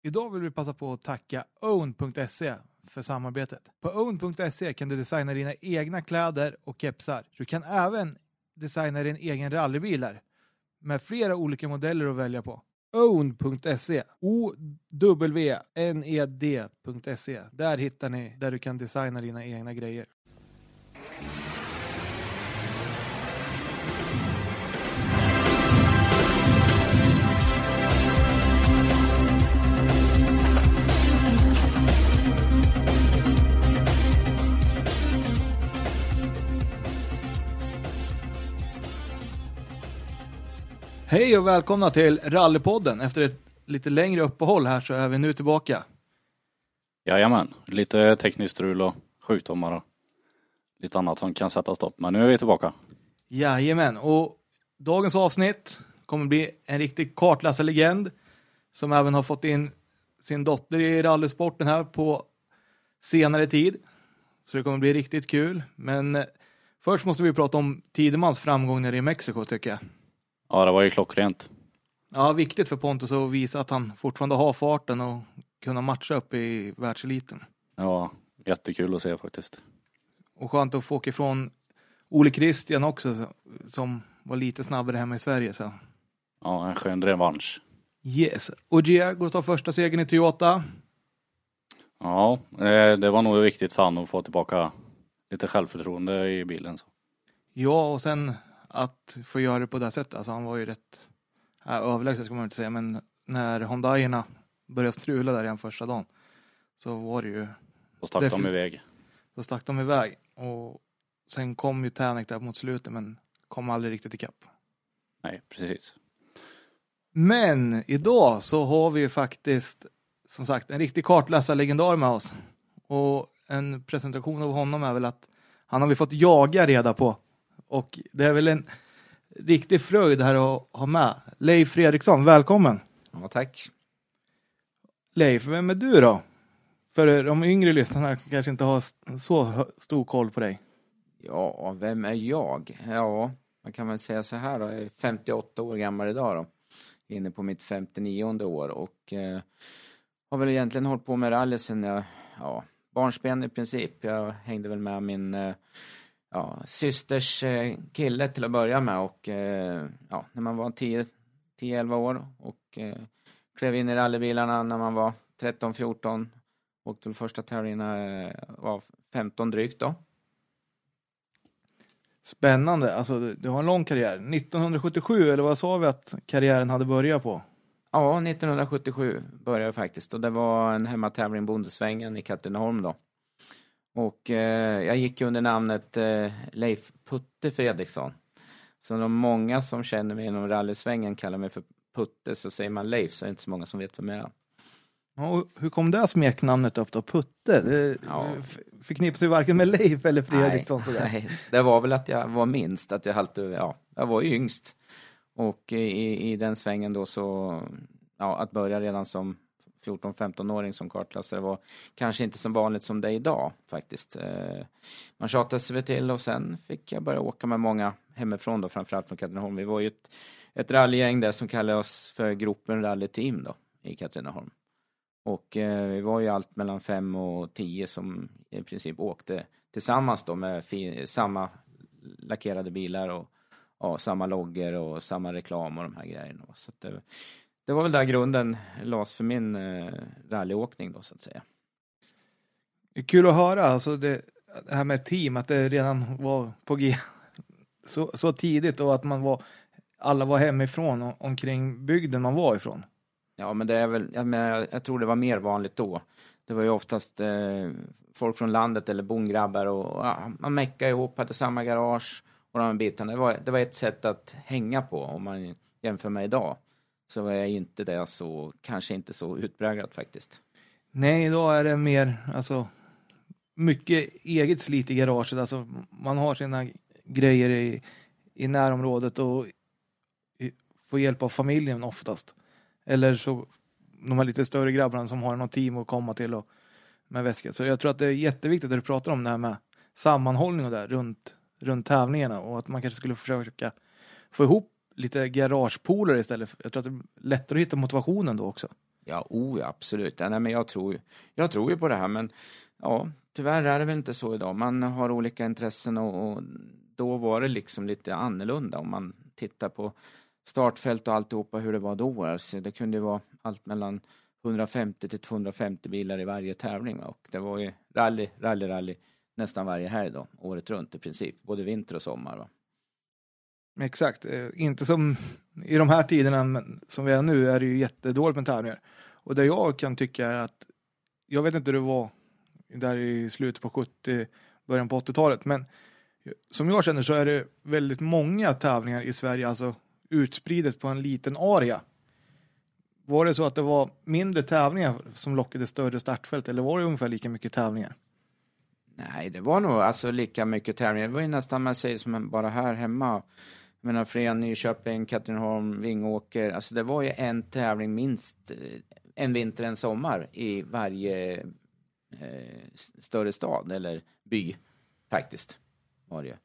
Idag vill vi passa på att tacka Own.se för samarbetet. På Own.se kan du designa dina egna kläder och kepsar. Du kan även designa din egen rallybil där, med flera olika modeller att välja på. Own.se, OWNED.se. Där hittar ni där du kan designa dina egna grejer. Hej och välkomna till Rallypodden. Efter ett lite längre uppehåll här så är vi nu tillbaka. Jajamän, lite tekniskt strul och sjukdomar och lite annat som kan sätta stopp. Men nu är vi tillbaka. Jajamän, och dagens avsnitt kommer bli en riktig kartläsarlegend som även har fått in sin dotter i rallysporten här på senare tid. Så det kommer bli riktigt kul. Men först måste vi prata om Tidemans framgång nere i Mexiko, tycker jag. Ja, det var ju klockrent. Ja, viktigt för Pontus att visa att han fortfarande har farten och kunna matcha upp i världseliten. Ja, jättekul att se faktiskt. Och skönt att få åka ifrån Ole Christian också, som var lite snabbare hemma i Sverige. Så. Ja, en skön revansch. Yes. Och Diego tar första segern i Toyota. Ja, det var nog viktigt för han att få tillbaka lite självförtroende i bilen. Så. Ja, och sen att få göra det på det sättet. Alltså han var ju rätt överlägsen, ska man inte säga. Men när Hondaierna började strula där igen första dagen, så var det ju... Då stack de iväg. Då stack de iväg. Och sen kom ju Tänek där mot slutet, men kom aldrig riktigt ikapp. Nej, precis. Men idag så har vi ju faktiskt, som sagt, en riktig kartläsarlegendar med oss. Och en presentation av honom är väl att han har vi fått jaga reda på. Och det är väl en riktig fröjd här att ha med. Leif Fredriksson, välkommen. Ja, tack. Leif, vem är du då? För de yngre lyssnarna kanske inte har så stor koll på dig. Ja, vem är jag? Ja, man kan väl säga så här då. Jag är 58 år gammal idag då. Inne på mitt 59:e år och har väl egentligen hållit på med rally sedan jag, barnsben i princip. Jag hängde väl med min systers kille till att börja med och när man var 10-11 år och klev in i rallybilarna när man var 13-14 och de första tävlingarna var 15 drygt då. Spännande, alltså du har en lång karriär. 1977, eller vad sa vi att karriären hade börjat på? Ja, 1977 började jag faktiskt och det var en hemmatävling Bondesvängen i Katrineholm då. Och jag gick under namnet Leif Putte Fredriksson. Så de många som känner mig inom rallysvängen kallar mig för Putte, så säger man Leif så är det inte så många som vet vem jag är. Ja, och hur kom det smeknamnet upp då? Putte? Det förknippas ju varken med Leif eller Fredriksson. Nej, det var väl att jag var minst, att jag var yngst. Och i den svängen då så, att börja redan som 14-15-åring som kartläsare var kanske inte så vanligt som det är idag faktiskt. Man tjatade sig till och sen fick jag börja åka med många hemifrån då, framförallt från Katrineholm. Vi var ju ett rallygäng där som kallade oss för Gropen Rally Team då i Katrineholm. Och vi var ju allt mellan 5 och 10 som i princip åkte tillsammans då med samma lackerade bilar och samma loggor och samma reklam och de här grejerna. Så att det var väl där grunden lades för min rallyåkning då så att säga. Det är kul att höra alltså det här med team, att det redan var på G så tidigt och att alla var hemifrån och omkring bygden man var ifrån. Ja, men det är väl, jag tror det var mer vanligt då. Det var ju oftast folk från landet eller bondgrabbar och man mäckade ihop, hade samma garage och de här bitarna. Det var ett sätt att hänga på om man jämför med idag. Så var jag inte det så, kanske inte så utpräglat faktiskt. Nej, idag är det mer, alltså mycket eget slit i garaget. Alltså man har sina grejer i närområdet och får hjälp av familjen oftast. Eller så de här lite större grabbarna som har något team att komma till och med väskor. Så jag tror att det är jätteviktigt att du pratar om det här med sammanhållning och där runt tävlingarna och att man kanske skulle försöka få ihop lite garagepooler istället. Jag tror att det är lättare att hitta motivationen då också. Ja, absolut. Ja, nej, men jag tror ju på det här, men ja, tyvärr är det väl inte så idag. Man har olika intressen och då var det liksom lite annorlunda om man tittar på startfält och alltihopa hur det var då. Alltså, det kunde ju vara allt mellan 150 till 250 bilar i varje tävling. Och det var ju rally nästan varje helg då, året runt i princip. Både vinter och sommar, va? Exakt, inte som i de här tiderna som vi är nu är det ju jättedåligt med tävlingar. Och det jag kan tycka är att, jag vet inte hur det var där i slutet på 70, början på 80-talet, men som jag känner så är det väldigt många tävlingar i Sverige, alltså utspridet på en liten area. Var det så att det var mindre tävlingar som lockade större startfält, eller var det ungefär lika mycket tävlingar? Nej, det var nog alltså lika mycket tävlingar. Det var ju nästan, man säger, som bara här hemma. Jag menar, Flen, Nyköping, Katrineholm, Vingåker. Alltså det var ju en tävling minst en vinter, en sommar i varje större stad eller by faktiskt var det ju.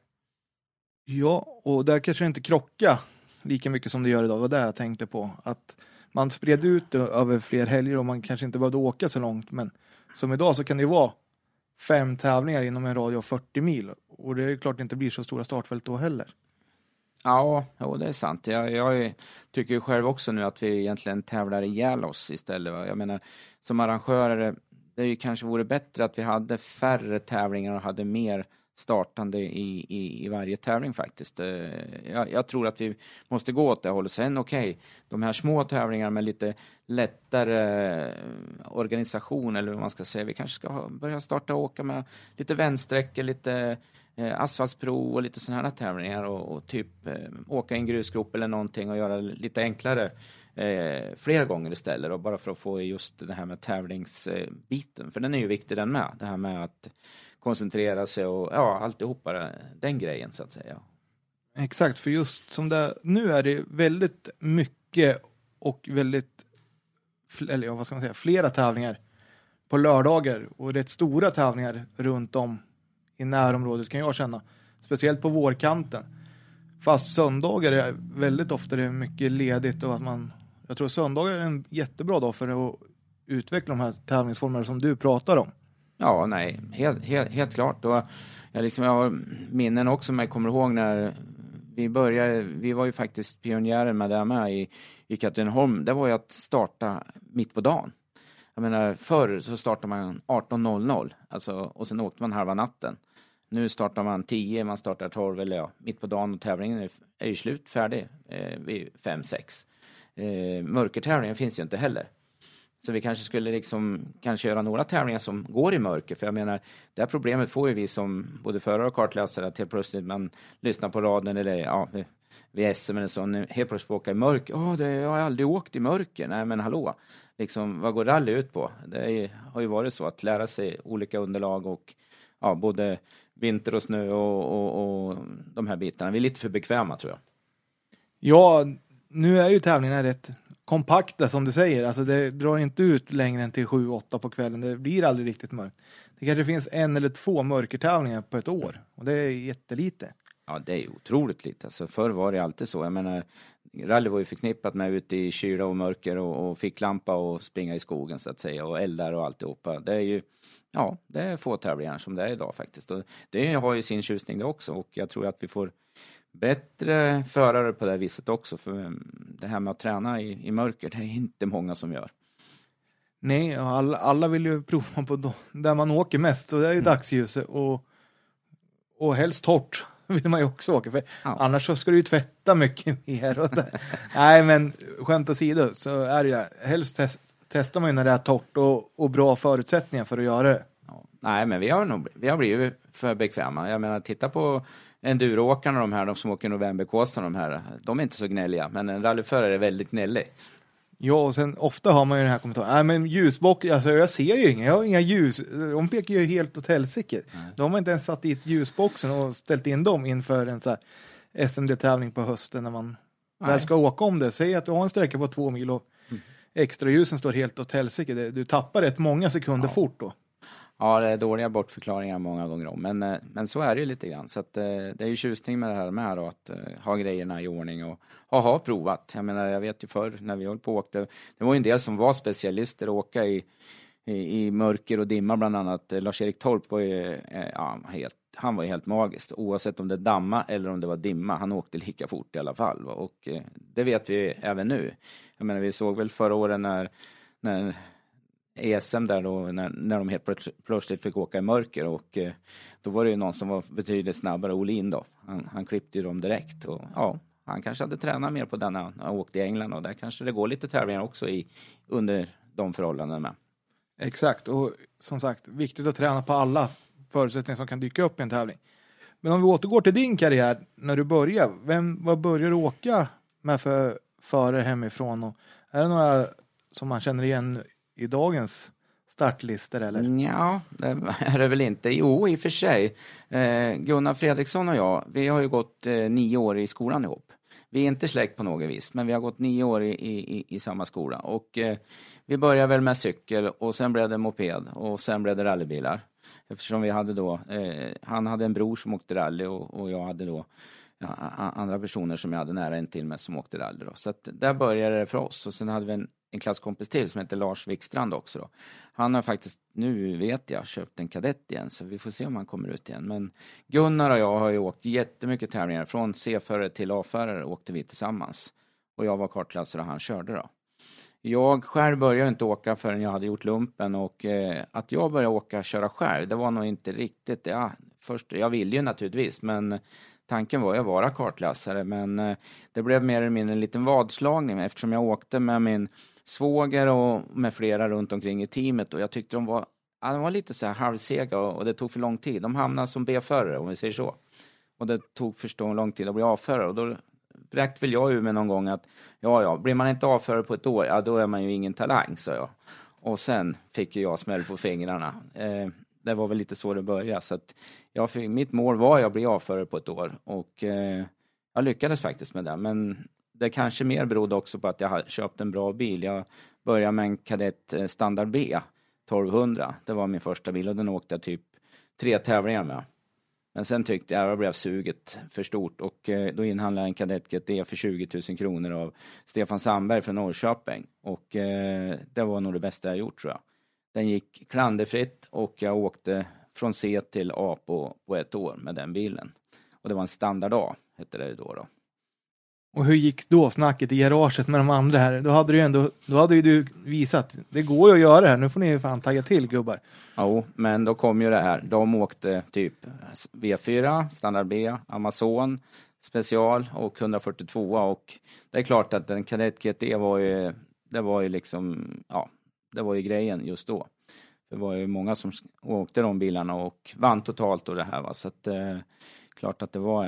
Ja, och där kanske det inte krocka lika mycket som det gör idag. Det var det jag tänkte på. Att man spred ut det över fler helger och man kanske inte behövde åka så långt. Men som idag så kan det ju vara 5 tävlingar inom en radie av 40 mil. Och det är klart det inte blir så stora startfält då heller. Ja, det är sant. Jag tycker ju själv också nu att vi egentligen tävlar ihjäl oss istället. Va? Jag menar, som arrangörer, det ju kanske vore bättre att vi hade färre tävlingar och hade mer startande i varje tävling faktiskt. Jag tror att vi måste gå åt det hållet. Sen okej, de här små tävlingarna med lite lättare organisation eller vad man ska säga. Vi kanske ska börja starta och åka med lite vändsträckor, lite asfaltsprov och lite sådana här tävlingar och typ åka i en grusgrop eller någonting och göra lite enklare fler gånger istället. Och bara för att få just det här med tävlingsbiten. För den är ju viktig den med. Det här med att koncentrera sig och alltihopa den grejen så att säga. Exakt, för just som det nu är det väldigt mycket och väldigt, eller vad ska man säga, flera tävlingar på lördagar och rätt stora tävlingar runt om i närområdet kan jag känna. Speciellt på vårkanten. Fast söndagar är väldigt ofta det är mycket ledigt och att jag tror söndagar är en jättebra dag för att utveckla de här tävlingsformerna som du pratar om. Ja, nej, helt klart. Och jag har minnen också, men jag kommer ihåg när vi var ju faktiskt pionjärer med det med i Katrineholm. Det var ju att starta mitt på dagen. Jag menar, förr så startade man 18.00, alltså, och sen åkte man halva natten. Nu startar man 10, man startar 12 eller mitt på dagen och tävlingen är ju slut, färdig vid 5-6. Mörkertävlingen finns ju inte heller. Så vi kanske skulle kanske göra några tävlingar som går i mörker. För jag menar, det här problemet får ju vi som både förare och kartläsare att helt plötsligt man lyssnar på raden eller vid SM eller så. Helt plötsligt får åka i mörker. Jag har aldrig åkt i mörker. Nej men hallå. Vad går rally ut på? Det har ju varit så att lära sig olika underlag och både vinter och snö och de här bitarna. Vi är lite för bekväma tror jag. Ja, nu är ju tävlingarna rätt kompakta som du säger. Alltså det drar inte ut längre än till 7-8 på kvällen. Det blir aldrig riktigt mörkt. Det kanske finns 1 eller 2 mörkertävlingar på ett år. Och det är jättelite. Ja, det är otroligt lite. Alltså förr var det alltid så. Jag menar, rally var ju förknippat med ute i kyla och mörker och ficklampa och springa i skogen så att säga. Och eldar och alltihopa. Det är ju, det är få tävlingar som det är idag faktiskt. Och det har ju sin tjusning det också. Och jag tror att vi får bättre förare på det viset också. För det här med att träna i mörker, det är inte många som gör. Nej, alla vill ju prova på där man åker mest. Och det är ju dagsljuset och helst torrt vill man ju också åka. För annars så ska du ju tvätta mycket mer. Nej, men skämt åsido så är det ju helst testar man ju när det är torrt och bra förutsättningar för att göra det. Ja. Nej, men vi har blivit för bekväma. Jag menar, titta på enduroåkarna de som åker novemberkåsan de är inte så gnälliga, men en rallyförare är väldigt gnällig. Ja, och sen ofta har man ju den här kommentaren. Nej, men ljusbock, alltså jag ser ju inga, jag har inga ljus. De pekar ju helt åt helsike. De har inte ens satt dit ljusboxen och ställt in dem inför en så här SMD-tävling på hösten när man väl ska åka om det. Säg att du har en sträcka på 2 mil och extra ljusen står helt åt helsike. Du tappar rätt många sekunder fort då. Ja, det är dåliga bortförklaringar många gånger om. Men så är det ju lite grann. Så att, det är ju tjusning med det här med då, att ha grejerna i ordning och ha provat. Jag menar, jag vet ju förr när vi höll på och åkte. Det var ju en del som var specialister att åka i mörker och dimma bland annat. Lars-Erik Torp var ju han var ju helt magisk. Oavsett om det damma eller om det var dimma. Han åkte lika fort i alla fall. Och det vet vi även nu. Jag menar, vi såg väl förra året när ESM där då, när de helt plötsligt fick åka i mörker, och då var det ju någon som var betydligt snabbare, Olin då. Han klippte ju dem direkt, och ja, han kanske hade tränat mer på den när han åkte i England, och där kanske det går lite tävlingar också under de förhållandena med. Exakt, och som sagt, viktigt att träna på alla förutsättningar som kan dyka upp i en tävling. Men om vi återgår till din karriär, när du började, vad började du åka med för före hemifrån, och är det några som man känner igen i dagens startlister eller? Ja, det är det väl inte. Jo, i och för sig. Gunnar Fredriksson och jag, vi har ju gått 9 år i skolan ihop. Vi är inte släkt på något vis, men vi har gått 9 år i samma skola. Och vi började väl med cykel, och sen blev det moped, och sen blev det rallybilar. Eftersom vi hade då, han hade en bror som åkte rally, och jag hade då andra personer som jag hade nära in till mig som åkte rally då. Så att där började det för oss, och sen hade vi en klasskompis till som heter Lars Wikstrand också då. Han har faktiskt, nu vet jag, köpt en kadett igen, så vi får se om han kommer ut igen. Men Gunnar och jag har ju åkt jättemycket tävlingar, från C-förare till A-förare åkte vi tillsammans. Och jag var kartklassare och han körde då. Jag själv började inte åka förrän jag hade gjort lumpen, och att jag började köra själv, det var nog inte riktigt, först, jag ville ju naturligtvis, men tanken var att vara kartklassare, men det blev mer eller mindre en liten vadslagning, eftersom jag åkte med min svåger och med flera runt omkring i teamet, och jag tyckte de var lite så här halvsega, och det tog för lång tid. De hamnade som B-förare, om vi säger så. Och det tog för lång tid att bli A-förare, och då räckte väl jag ur med någon gång att blir man inte A-förare på ett år, då är man ju ingen talang, sa jag. Och sen fick jag smäll på fingrarna. Det var väl lite så det började, så att mitt mål var att bli A-förare på ett år, och jag lyckades faktiskt med det, men det kanske mer berodde också på att jag hade köpt en bra bil. Jag började med en Kadett Standard B 1200. Det var min första bil, och den åkte jag typ 3 tävlingar med. Men sen tyckte jag blev suget för stort, och då inhandlade jag en Kadett GT för 20 000 kronor av Stefan Sandberg från Norrköping. Och det var nog det bästa jag gjort, tror jag. Den gick klanderfritt, och jag åkte från C till A på ett år med den bilen. Och det var en Standard A, hette det då. Och hur gick då snacket i garaget med de andra här? Då hade ju du visat, det går ju att göra det här, nu får ni fan tagga till, gubbar. Ja, men då kom ju det här. De åkte typ V4, Standard B, Amazon, Special och 142, och det är klart att den Kadett GT var ju liksom, det var ju grejen just då. Det var ju många som åkte de bilarna och vann totalt och det här, va, så att klart att det var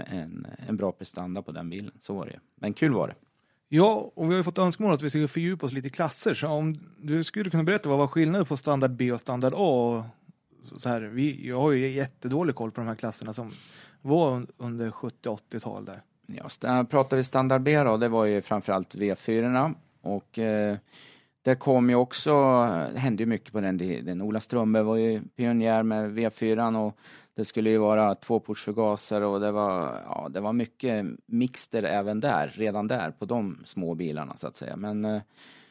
en bra prestanda på den bilen, så var det. Men kul var det. Ja, och vi har ju fått önskemål att vi ska fördjupa oss lite i klasser, så om du skulle kunna berätta vad var skillnaden på Standard B och Standard A, så här, jag har ju jättedålig koll på de här klasserna som var under 70-80-tal där. Ja, pratar vi Standard B då, det var ju framförallt V4-erna, och det kom ju också, det hände ju mycket på den. Ola Strömberg var ju pionjär med V4, och det skulle ju vara 2-portsförgasare, och det var mycket mixter även där, redan där på de små bilarna så att säga. Men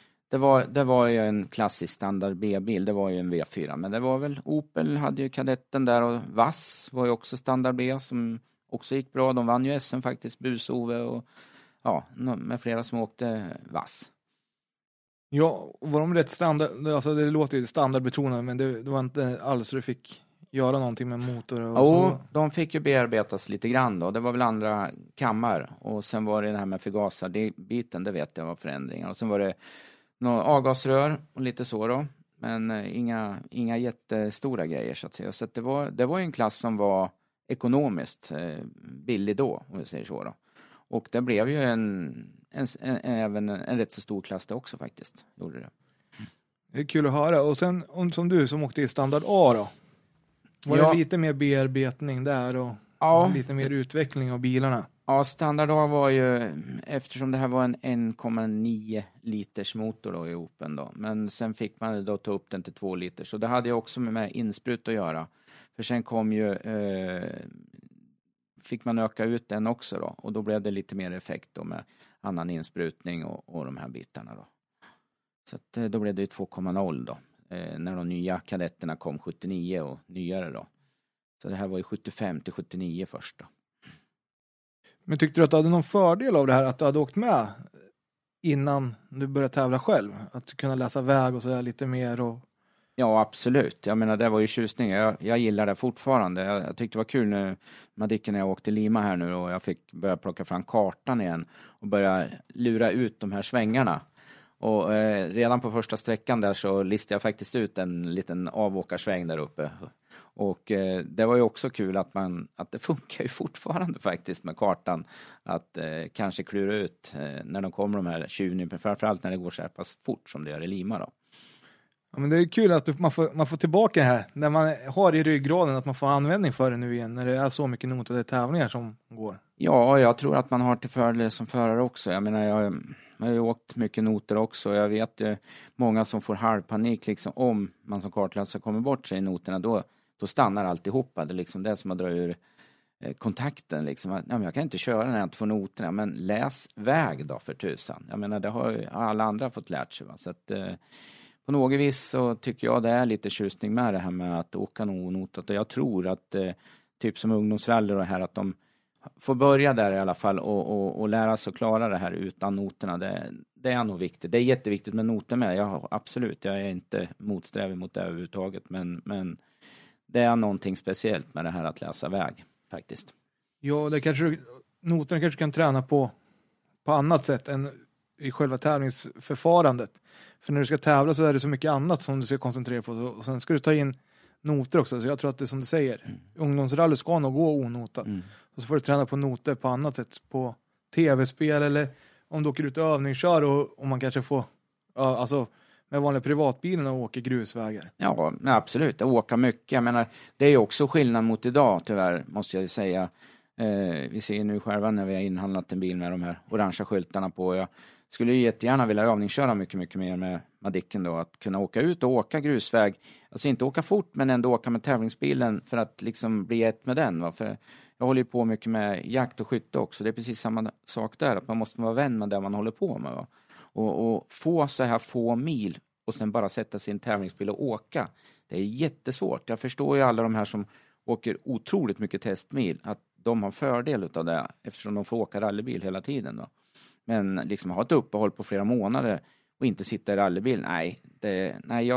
det var ju en klassisk Standard B-bil, det var ju en V4, men det var väl Opel hade ju Kadetten där, och Vass var ju också Standard B som också gick bra. De vann ju SM faktiskt, Bus-Ove och med flera som åkte Vass. Ja, var de rätt standard, alltså det låter ju standardbetonat, men det var inte alls så du fick göra någonting med motor och så. De fick ju bearbetas lite grann då. Det var väl andra kammar, och sen var det här med förgasarbiten, det vet jag var förändringar. Och sen var det några avgasrör och lite så då, men inga jättestora grejer så att säga. Så att det var en klass som var ekonomiskt billig då, om vi säger så då. Och det blev ju även en rätt så stor klass det också faktiskt, gjorde det. Det är kul att höra. Och sen som du som åkte i Standard A då, var det lite mer bearbetning där och lite mer utveckling av bilarna? Ja, standard A var ju, eftersom det här var en 1,9 liters motor då i Open då. Men sen fick man då ta upp den till 2 liter. Så det hade jag också med insprut att göra. För sen kom ju, fick man öka ut den också då. Och då blev det lite mer effekt då med annan insprutning och de här bitarna då. Så att, då blev det ju 2,0 då. När de nya kadetterna kom 79 och nyare då. Så det här var ju 75 till 79 först då. Men tyckte du att du hade någon fördel av det här att du hade åkt med innan du började tävla själv? Att kunna läsa väg och sådär lite mer och... Ja, absolut. Jag menar, det var ju tjusning. Jag gillar det fortfarande. Jag tyckte det var kul nu, Madicken, när jag åkte Lima här nu och jag fick börja plocka fram kartan igen och börja lura ut de här svängarna. Och redan på första sträckan där så listade jag faktiskt ut en liten avåkarsväng där uppe. Och det var ju också kul att det funkar ju fortfarande faktiskt med kartan att kanske klura ut när de kommer de här 20, framförallt när det går så här pass fort som det gör i Lima då. Ja, men det är kul att man får tillbaka det här när man har i ryggraden att man får användning för det nu igen när det är så mycket notade tävlingar som går. Ja, jag tror att man har till fördel som förare också. Jag menar, jag har ju åkt mycket noter också. Jag vet ju många som får halvpanik liksom om man som kartläsare kommer bort sig i noterna. Då stannar alltihopa. Det är liksom det som har dragit ur kontakten. Liksom. Ja, men jag kan inte köra när jag inte får noterna. Men läs väg då för tusan. Jag menar, det har ju alla andra fått lärt sig. Va? Så att, på något vis så tycker jag det är lite tjusning med det här med att åka notat. Och jag tror att typ som ungdomsrally och här att de får börja där i alla fall och lära sig att klara det här utan noterna. Det är nog viktigt. Det är jätteviktigt med noter med. Absolut, jag är inte motsträvig mot det överhuvudtaget. Men det är någonting speciellt med det här att läsa väg faktiskt. Ja, noterna kanske kan träna på annat sätt än i själva tävlingsförfarandet. För när du ska tävla så är det så mycket annat som du ska koncentrera på. Och sen ska du ta in noter också. Så jag tror att det är som du säger. Ungdomsrally ska nog gå onotat. Och så får du träna på noter på annat sätt. På tv-spel eller om du åker ut och övningskör och man kanske får alltså med vanliga privatbilen och åker grusvägar. Ja, absolut. Åka mycket. Jag menar, det är ju också skillnad mot idag tyvärr måste jag säga. Vi ser nu själva när vi har inhandlat en bil med de här orangea skyltarna på. Jag skulle ju jättegärna vilja övningsköra mycket mer med Madicken då. Att kunna åka ut och åka grusväg. Alltså inte åka fort men ändå åka med tävlingsbilen för att liksom bli ett med den. Va? För jag håller ju på mycket med jakt och skytte också. Det är precis samma sak där. Att man måste vara vän med det man håller på med. Va? Och få så här få mil och sen bara sätta sin tävlingsbil och åka. Det är jättesvårt. Jag förstår ju alla de här som åker otroligt mycket testmil. Att de har fördel av det eftersom de får åka rallybil hela tiden då. Men liksom ha ett uppehåll på flera månader och inte sitta i rallybil. Nej, det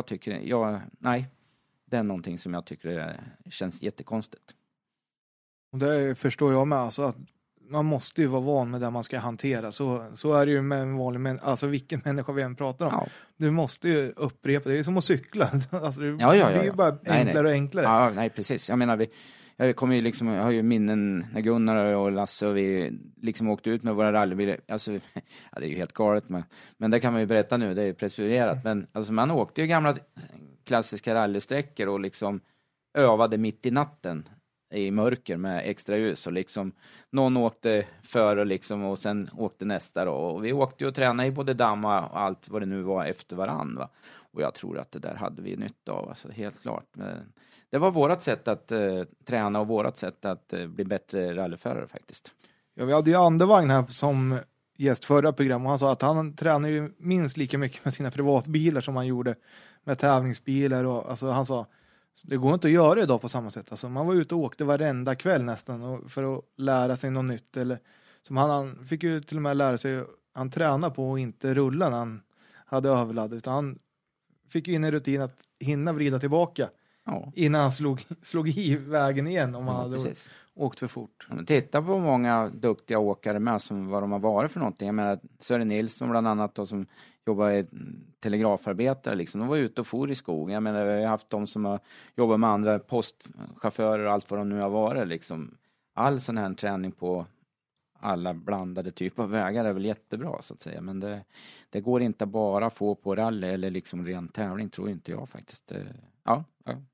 är någonting som jag tycker känns jättekonstigt. Och det förstår jag med. Alltså att man måste ju vara van med det man ska hantera. Så är det ju med en vanlig alltså vilken människa vi än pratar om. Ja. Du måste ju upprepa. Det är som att cykla. Alltså det blir ju bara enklare och enklare. Ja, nej, precis. Jag menar, jag har ju minnen när Gunnar och Lasse och vi liksom åkte ut med våra rallybilar. Alltså, ja, det är ju helt galet. Men det kan man ju berätta nu, det är ju preskriberat. Men alltså, man åkte ju gamla klassiska rallysträckor och liksom övade mitt i natten i mörker med extra ljus. Och liksom, någon åkte för och, liksom, och sen åkte nästa då. Och vi åkte ju och tränade i både damm och allt vad det nu var efter varann. Va? Och jag tror att det där hade vi nytta av, alltså, helt klart. Men det var vårat sätt att träna och vårat sätt att bli bättre rallyförare faktiskt. Ja, vi hade ju Andevagn här som gäst förra program och han sa att han tränar ju minst lika mycket med sina privatbilar som han gjorde med tävlingsbilar. Och, alltså, han sa det går inte att göra idag på samma sätt. Alltså, man var ute och åkte varenda kväll nästan för att lära sig något nytt. Eller, som han fick ju till och med lära sig, han tränade på att inte rulla när han hade överladd. Utan han fick ju in en rutin att hinna vrida tillbaka. Ja. Innan han slog i vägen igen om han hade åkt för fort. Ja, titta på många duktiga åkare med som vad de har varit för någonting. Jag menar Sören Nilsson bland annat då, som jobbar i telegrafarbetare liksom. De var ute och for i skogen. Jag menar vi har haft de som har jobbat med andra postchaufförer och allt vad de nu har varit liksom. All sån här träning på alla blandade typer av vägar är väl jättebra så att säga. Men det går inte bara få på rally eller liksom ren tävling tror inte jag faktiskt. Ja,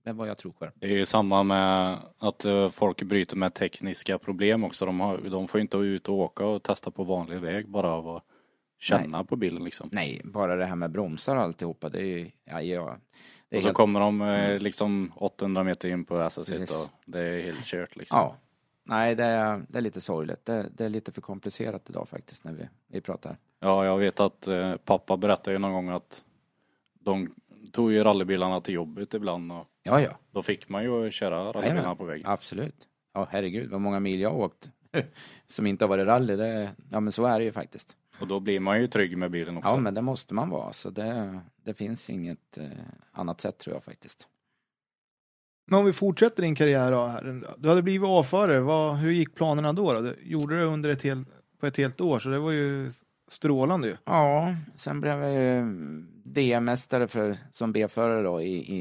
Det är vad jag tror själv. Det är ju samma med att folk bryter med tekniska problem också. De får inte ut och åka och testa på vanlig väg bara av att känna på bilen liksom. Nej, bara det här med bromsar och alltihopa, det är ju, det är och så kommer de liksom 800 meter in på SSC och det är helt kört liksom. Ja, nej det är lite sorgligt. Det är lite för komplicerat idag faktiskt när vi pratar. Ja, jag vet att pappa berättade ju någon gång att de tog ju rallybilarna till jobbet ibland och ja. Då fick man ju köra rallybilarna på vägen. Absolut. Ja, herregud, vad många mil jag har åkt som inte har varit rally. Ja, men så är det ju faktiskt. Och då blir man ju trygg med bilen också. Ja, men det måste man vara. Så det finns inget annat sätt tror jag faktiskt. Men om vi fortsätter din karriär då, här. Du hade blivit avförare. Hur gick planerna då? Du gjorde det under på ett helt år, så det var ju strålande ju. Ja, sen blev jag ju DM-mästare som B-förare då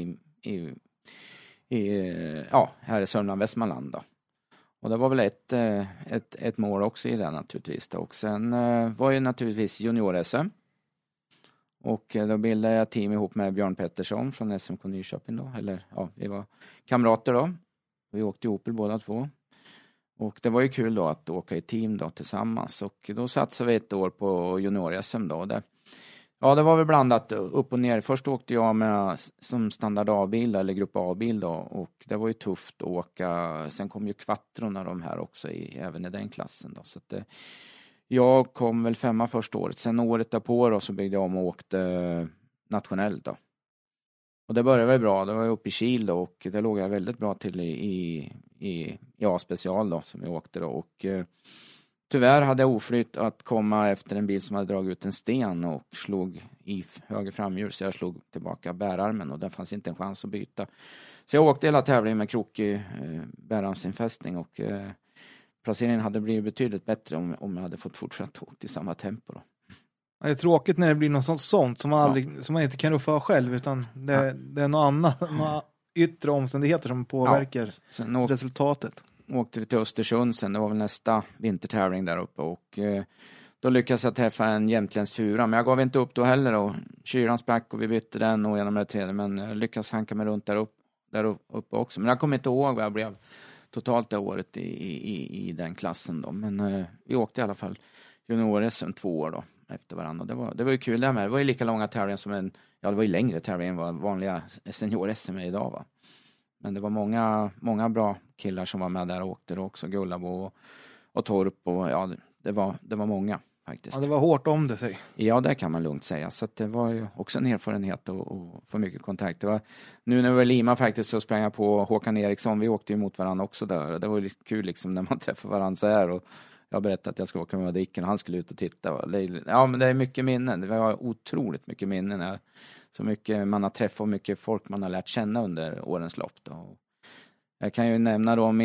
här i Sörmland, Västmanland då. Och det var väl ett mål också i det naturligtvis då. Och sen var ju naturligtvis junior-SM. Och då bildade jag team ihop med Björn Pettersson från SMK Nyköping då. Eller ja, vi var kamrater då. Vi åkte i Opel båda två. Och det var ju kul då att åka i team då tillsammans. Och då satsade vi ett år på junior-SM då. Det var väl blandat upp och ner. Först åkte jag med som standard A-bil eller grupp A-bil då. Och det var ju tufft att åka. Sen kom ju Quattrorna de här också även i den klassen då. Så att jag kom väl 5 första året. Sen året därpå då så byggde jag om och åkte nationellt då. Och det började väl bra. Det var uppe i Kil då. Och det låg jag väldigt bra till i A-special då som jag åkte då. Och tyvärr hade jag oflytt att komma efter en bil som hade dragit ut en sten och slog i höger framhjul. Så jag slog tillbaka bärarmen och det fanns inte en chans att byta. Så jag åkte hela tävlingen med krokig bärarmsinfästning och placeringen hade blivit betydligt bättre om jag hade fått fortsätta åka i samma tempo då. Det är tråkigt när det blir något sånt som man inte kan ruffa själv, utan det är något annat, några yttre omständigheter som påverkar resultatet. Åkte vi till Östersund sen, det var väl nästa vintertävling där uppe och då lyckades jag träffa en jämtländsk fura, men jag gav inte upp då heller och kyran sprack och vi bytte den och genom det tredje, men jag lyckades hanka mig runt där uppe också. Men jag kommer inte ihåg vad jag blev totalt det året i den klassen då, men vi åkte i alla fall junior-SM 2 år då efter varandra. Det var ju kul där med. Det var ju lika långa tävlingar som det var ju längre tävlingar än vad vanliga senior-SM är idag va. Men det var många bra killar som var med där och åkte då också. Gullabo och Torp och ja, det var många faktiskt. Ja, det var hårt om det sig. Ja, det kan man lugnt säga. Så att det var ju också en erfarenhet och få mycket kontakt. Det var, nu när vi var i Lima faktiskt så sprang jag på Håkan Eriksson. Vi åkte ju mot varandra också där. Det var ju lite kul liksom när man träffar varandra så här och jag berättade att jag skulle åka med Dicken och han skulle ut och titta. Ja, men det är mycket minnen. Det var otroligt mycket minnen. Så mycket man har träffat och mycket folk man har lärt känna under årens lopp då. Jag kan ju nämna då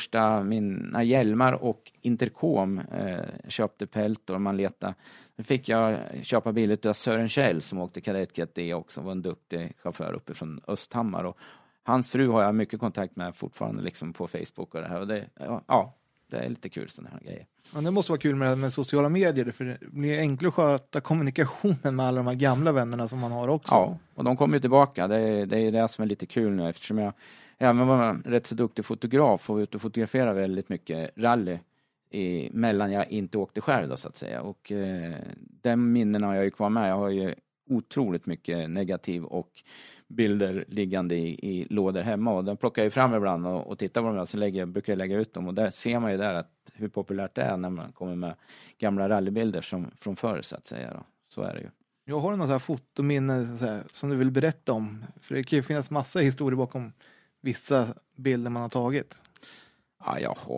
mina hjälmar och intercom köpte pält och man letade. Nu fick jag köpa bilet av Sören Kjell som åkte Kadett GT också, var en duktig chaufför uppe från Östhammar och hans fru har jag mycket kontakt med fortfarande liksom på Facebook och det här och det är lite kul sådana här grejer. Ja, det måste vara kul med sociala medier för det blir enklare att sköta kommunikationen med alla de här gamla vännerna som man har också. Ja, och de kommer ju tillbaka. Det är det som är lite kul nu eftersom jag även var rätt så duktig fotograf och var ute och fotografera väldigt mycket rally mellan jag inte åkte själv då så att säga. Och den minnen har jag ju kvar med. Jag har ju otroligt mycket negativ och bilder liggande i lådor hemma och den plockar jag fram ibland och tittar på dem och sen brukar jag lägga ut dem och där ser man ju där att hur populärt det är när man kommer med gamla rallybilder från förr så att säga då. Så är det ju. Jag har några så här fotominnen så här, som du vill berätta om, för det kan ju finnas massa historier bakom vissa bilder man har tagit. Ja,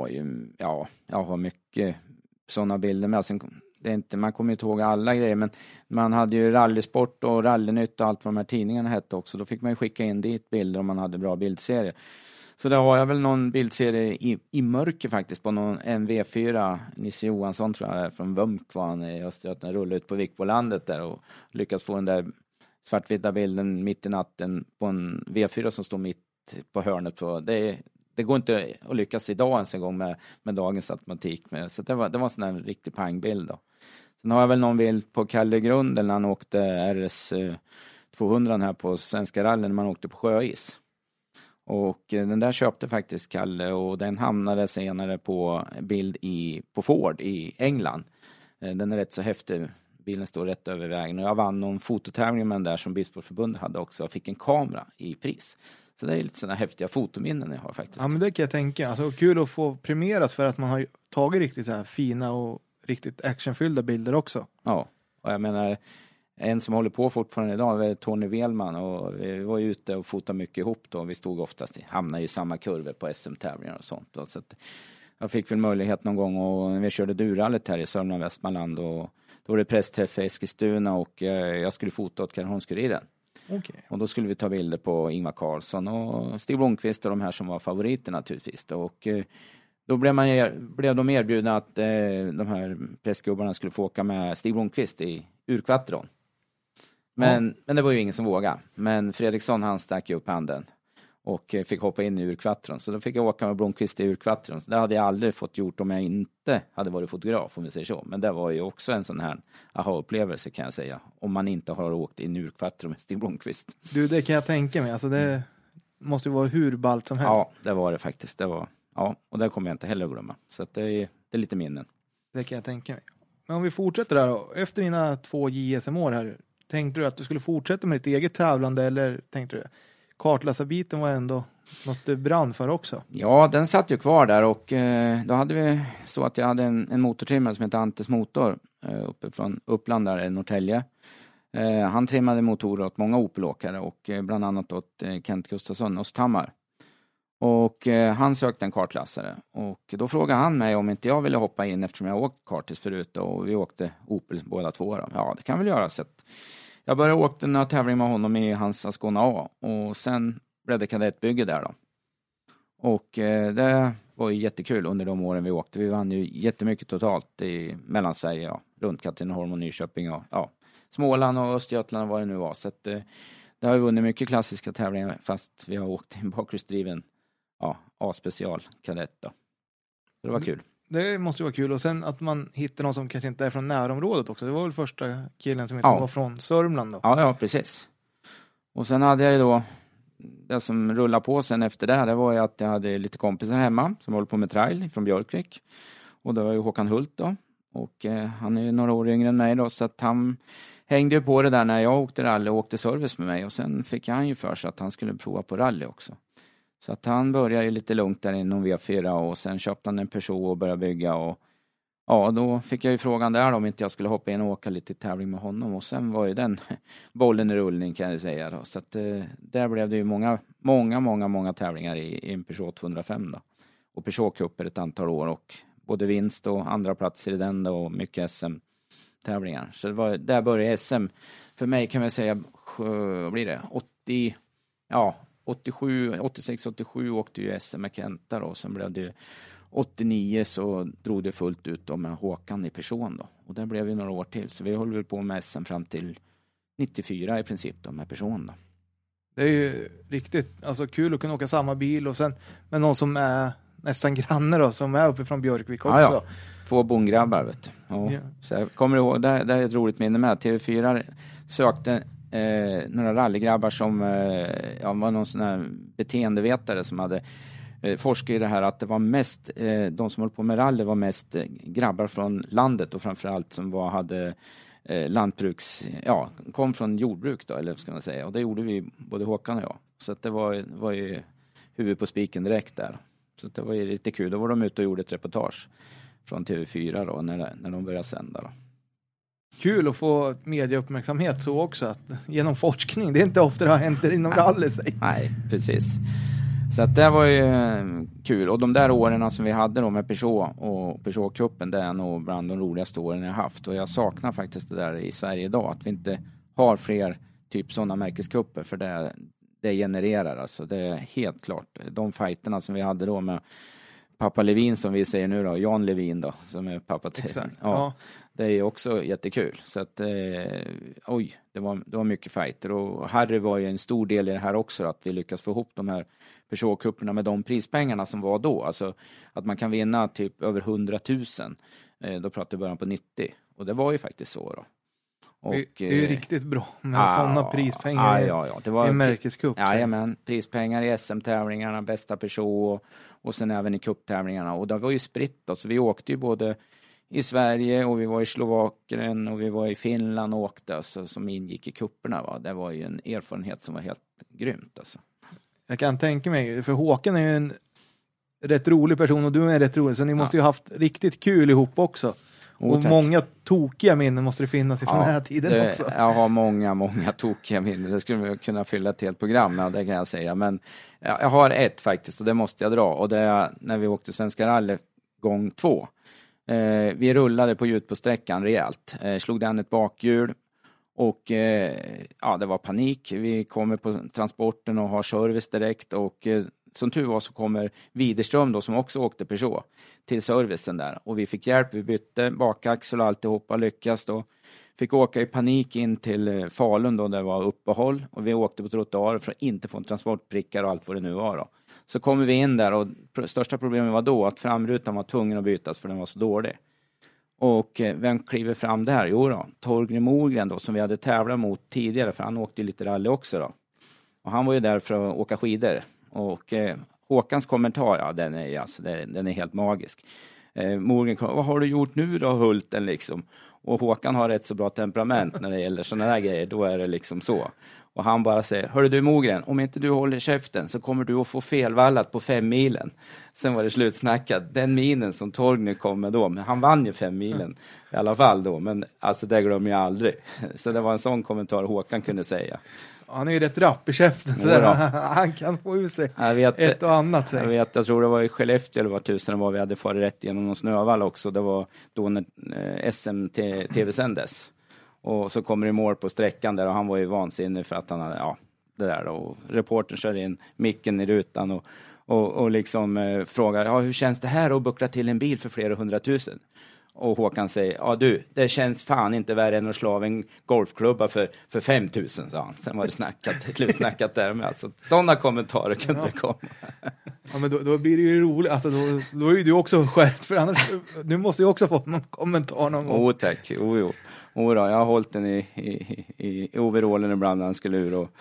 jag har mycket sådana bilder med. Sen, man kommer inte ihåg alla grejer, men man hade ju rallysport och rallynytt och allt vad de här tidningarna hette också. Då fick man ju skicka in dit bilder om man hade bra bildserier. Så där har jag väl någon bildserie i mörker faktiskt på någon V4. Nisse Johansson tror jag är från Vömkvarn i Östergötland, rullade ut på Vikbolandet där och lyckas få den där svartvita bilden mitt i natten på en V4 som står mitt på hörnet. Det går inte att lyckas idag ens en gång med dagens automatik. Så det var en sån där riktig pangbild då. Sen har jag väl någon bild på Kalle Grundel när han åkte RS 200 här på Svenska rallyn när man åkte på sjöis. Och den där köpte faktiskt Kalle och den hamnade senare på bild på Ford i England. Den är rätt så häftig. Bilen står rätt över vägen och jag vann någon fototävling med den där som Bilsportförbundet hade också och fick en kamera i pris. Så det är lite sådana häftiga fotominnen jag har faktiskt. Ja, men det kan jag tänka. Alltså, kul att få premieras för att man har tagit riktigt så här fina och riktigt actionfyllda bilder också. Ja, och jag menar en som håller på fortfarande idag är Tony Velman och vi var ju ute och fotade mycket ihop då. Vi stod oftast hamnade i samma kurvor på SM-tävlingar och sånt. Så att jag fick väl möjlighet någon gång och vi körde durrallet här i Sörmland, Västmanland och då var det pressträff i Eskilstuna och jag skulle fota åt Katrineholmskuriren. Okay. Och då skulle vi ta bilder på Ingvar Carlsson och Stig Blomqvist och de här som var favoriter naturligtvis. Och då blev de erbjudna att de här pressgubbarna skulle få åka med Stig Blomqvist i urkvattron. Men det var ju ingen som vågade. Men Fredriksson han stack upp handen och fick hoppa in i urkvattron. Så då fick jag åka med Blomqvist i urkvattron. Så det hade jag aldrig fått gjort om jag inte hade varit fotograf, om vi säger så. Men det var ju också en sån här aha-upplevelse kan jag säga. Om man inte har åkt in i urkvattron med Stig Blomqvist. Du, det kan jag tänka mig. Alltså det måste ju vara hur ballt som helst. Ja, det var det faktiskt. Och det kommer jag inte heller att glömma. Så att det är lite minnen. Det kan jag tänka mig. Men om vi fortsätter där då. Efter dina 2 JSM-år här. Tänkte du att du skulle fortsätta med ditt eget tävlande eller tänkte du kartläsarbiten var ändå något du brann för också? Ja, den satt ju kvar där och då hade vi så att jag hade en motortrimmare som heter Antes Motor uppe från Uppland där i Norrtälje. Han trimmade motorer åt många Opel-åkare och bland annat åt Kent Gustafsson och Stammar. Och han sökte en kartläsare och då frågade han mig om inte jag ville hoppa in eftersom jag åkt kartis förut och vi åkte Opel båda två då. Ja, det kan väl göra så att jag började åka några tävling med honom i hans Ascona A och sen blev det kadettbygge där då. Och det var ju jättekul under de åren vi åkte. Vi vann ju jättemycket totalt i Mellansverige, ja, runt Katrineholm och Nyköping och ja, Småland och Östergötland och vad det nu var. Så att det har ju vunnit mycket klassiska tävlingar fast vi har åkt i en bakhjulsdriven A-special kadett då. Så det var kul. Det måste ju vara kul. Och sen att man hittar någon som kanske inte är från närområdet också. Det var väl första killen som inte var från Sörmland då? Ja, precis. Och sen hade jag ju då det som rullade på sen efter det var ju att jag hade lite kompisar hemma som håller på med trail från Björkvik. Och det var ju Håkan Hult då. Och han är ju några år yngre än mig då så att han hängde ju på det där när jag åkte rally och åkte service med mig. Och sen fick han ju för sig att han skulle prova på rally också. Så att han började ju lite lugnt där inom V4 och sen köpte han en Peugeot och började bygga och ja, då fick jag ju frågan där om inte jag skulle hoppa in och åka lite tävling med honom och sen var ju den bollen i rullning kan jag säga då. Så att där blev det ju många tävlingar i en Peugeot 205 då. Och Peugeot Cuper ett antal år och både vinst och andra platser i den då och mycket SM-tävlingar. Så det var, där började SM för mig kan man säga, vad blir det? 86-87 åkte ju SM med Kenta då. Sen blev det 89 så drog det fullt ut då med Håkan i person då. Och det blev ju några år till. Så vi höll väl på med SM fram till 94 i princip då med person då. Det är ju riktigt alltså, kul att kunna åka samma bil och sen med någon som är nästan granne då, som är uppe från Björkvik också. Ja. 2 bondgrabbar vet du. Ja. Så jag kommer ihåg, det är ett roligt minne med. TV4 sökte några rallygrabbar som var någon sån här beteendevetare som hade forskat i det här att det var mest, de som höll på med rally var mest grabbar från landet och framförallt som hade kom från jordbruk då, eller ska man säga. Och det gjorde vi både Håkan och jag. Så att det var ju huvud på spiken direkt där. Så att det var ju lite kul. Då var de ute och gjorde ett reportage från TV4 då, när de började sända då. Kul att få mediauppmärksamhet så också, att genom forskning, det är inte ofta det har hänt inom rally sig. Nej, precis. Så att det var ju kul. Och de där åren som vi hade då med Peugeot och Peugeot-cupen, det är nog bland de roligaste åren jag haft. Och jag saknar faktiskt det där i Sverige idag, att vi inte har fler typ sådana märkeskupper, för det genererar alltså. Det är helt klart. De fighterna som vi hade då med pappa Levin som vi säger nu då, Jan Levin då, som är pappa till. Exakt. Ja. Det är också jättekul. Så att, det var mycket fighter. Och Harry var ju en stor del i det här också, att vi lyckas få ihop de här Peugeot-kupperna med de prispengarna som var då. Alltså att man kan vinna typ över 100 000. Då pratar vi början på 90. Och det var ju faktiskt så då. Och, det är ju riktigt bra med sådana prispengar det var i märkescup. Jajamän, prispengar i SM-tävlingarna, bästa person och sen även i cuptävlingarna. Och det var ju spritt då, så vi åkte ju både i Sverige och vi var i Slovakien och vi var i Finland och åkte alltså, som ingick i kupperna. Va? Det var ju en erfarenhet som var helt grymt alltså. Jag kan tänka mig, för Håkan är ju en rätt rolig person och du är rätt rolig, så ni måste ju haft riktigt kul ihop också. Och många tokiga minnen måste det finnas ifrån den här tiden också. Jag har många tokiga minnen. Det skulle vi kunna fylla ett helt program med, det kan jag säga. Men jag har ett faktiskt och det måste jag dra. Och det är när vi åkte Svenska rally gång 2. Vi rullade på Jutbosträckan rejält. Slog den ett bakhjul. Och det var panik. Vi kommer på transporten och har service direkt. Och som tur var så kommer Widerström då, som också åkte Peugeot, till servicen där. Och vi fick hjälp, vi bytte bakaxel och alltihopa, lyckas då. Fick åka i panik in till Falun då, där det var uppehåll. Och vi åkte på trottoar för att inte få en transportprickar och allt vad det nu var då. Så kommer vi in där och största problemet var då att framrutan var tvungen att bytas för den var så dålig. Och vem kliver fram där? Jo då, Torgny Mogren då, som vi hade tävlat mot tidigare, för han åkte ju lite rally också då. Och han var ju där för att åka skidor. Och Håkans kommentar, den är helt magisk. Morgan, vad har du gjort nu då, Hulten liksom? Och Håkan har rätt så bra temperament när det gäller sådana där grejer, då är det liksom så. Och han bara säger, hörru du Mogren, om inte du håller käften så kommer du att få felvallat på 5 milen. Sen var det slutsnackat. Den minen som Torgny kom med då, men han vann ju 5 milen i alla fall då, men alltså det glömmer jag aldrig. Så det var en sån kommentar Håkan kunde säga. Han är ju rätt rapp i käften, så han kan få ut sig ett och annat. Jag tror det var i Skellefteå eller vad tusen var vi hade farit rätt genom någon snövall också. Det var då när SM-tv-sändes. Och så kommer det mål på sträckan där och han var ju vansinnig för att han hade, det där. Och reportern kör in micken i rutan och liksom frågar, hur känns det här att buckla till en bil för flera 100 000? Och Håkan säger, det känns fan inte värre än att slå av en golfklubba för 5 000, sa han. Sen var det slutsnackat där med. Alltså, sådana kommentarer kunde det komma. Ja, men då blir det ju roligt. Alltså, då är ju du också skärpt, för annars, du måste ju också få någon kommentar någon gång. Tack. Jo då, jag har hållit den i overallen ibland när han skulle ur och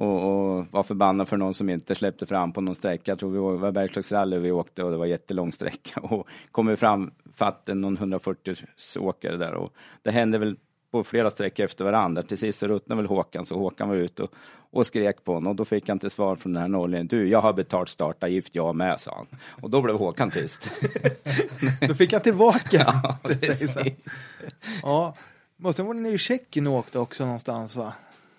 var förbannad för någon som inte släppte fram på någon sträcka. Jag tror det var Bergslagsrally vi åkte och det var jättelång sträcka och kom fram fatten någon 140 åkare där och det hände väl på flera sträckor efter varandra. Till sist så ruttnade väl Håkan, så Håkan var ute och skrek på honom och då fick han till svar från den här norrlänningen, jag har betalt startavgift, jag med, sa han. Och då blev Håkan tyst. Då fick han tillbaka. Ja, precis. Ja, måste vara nere i Tjeckien och åkte också någonstans, va?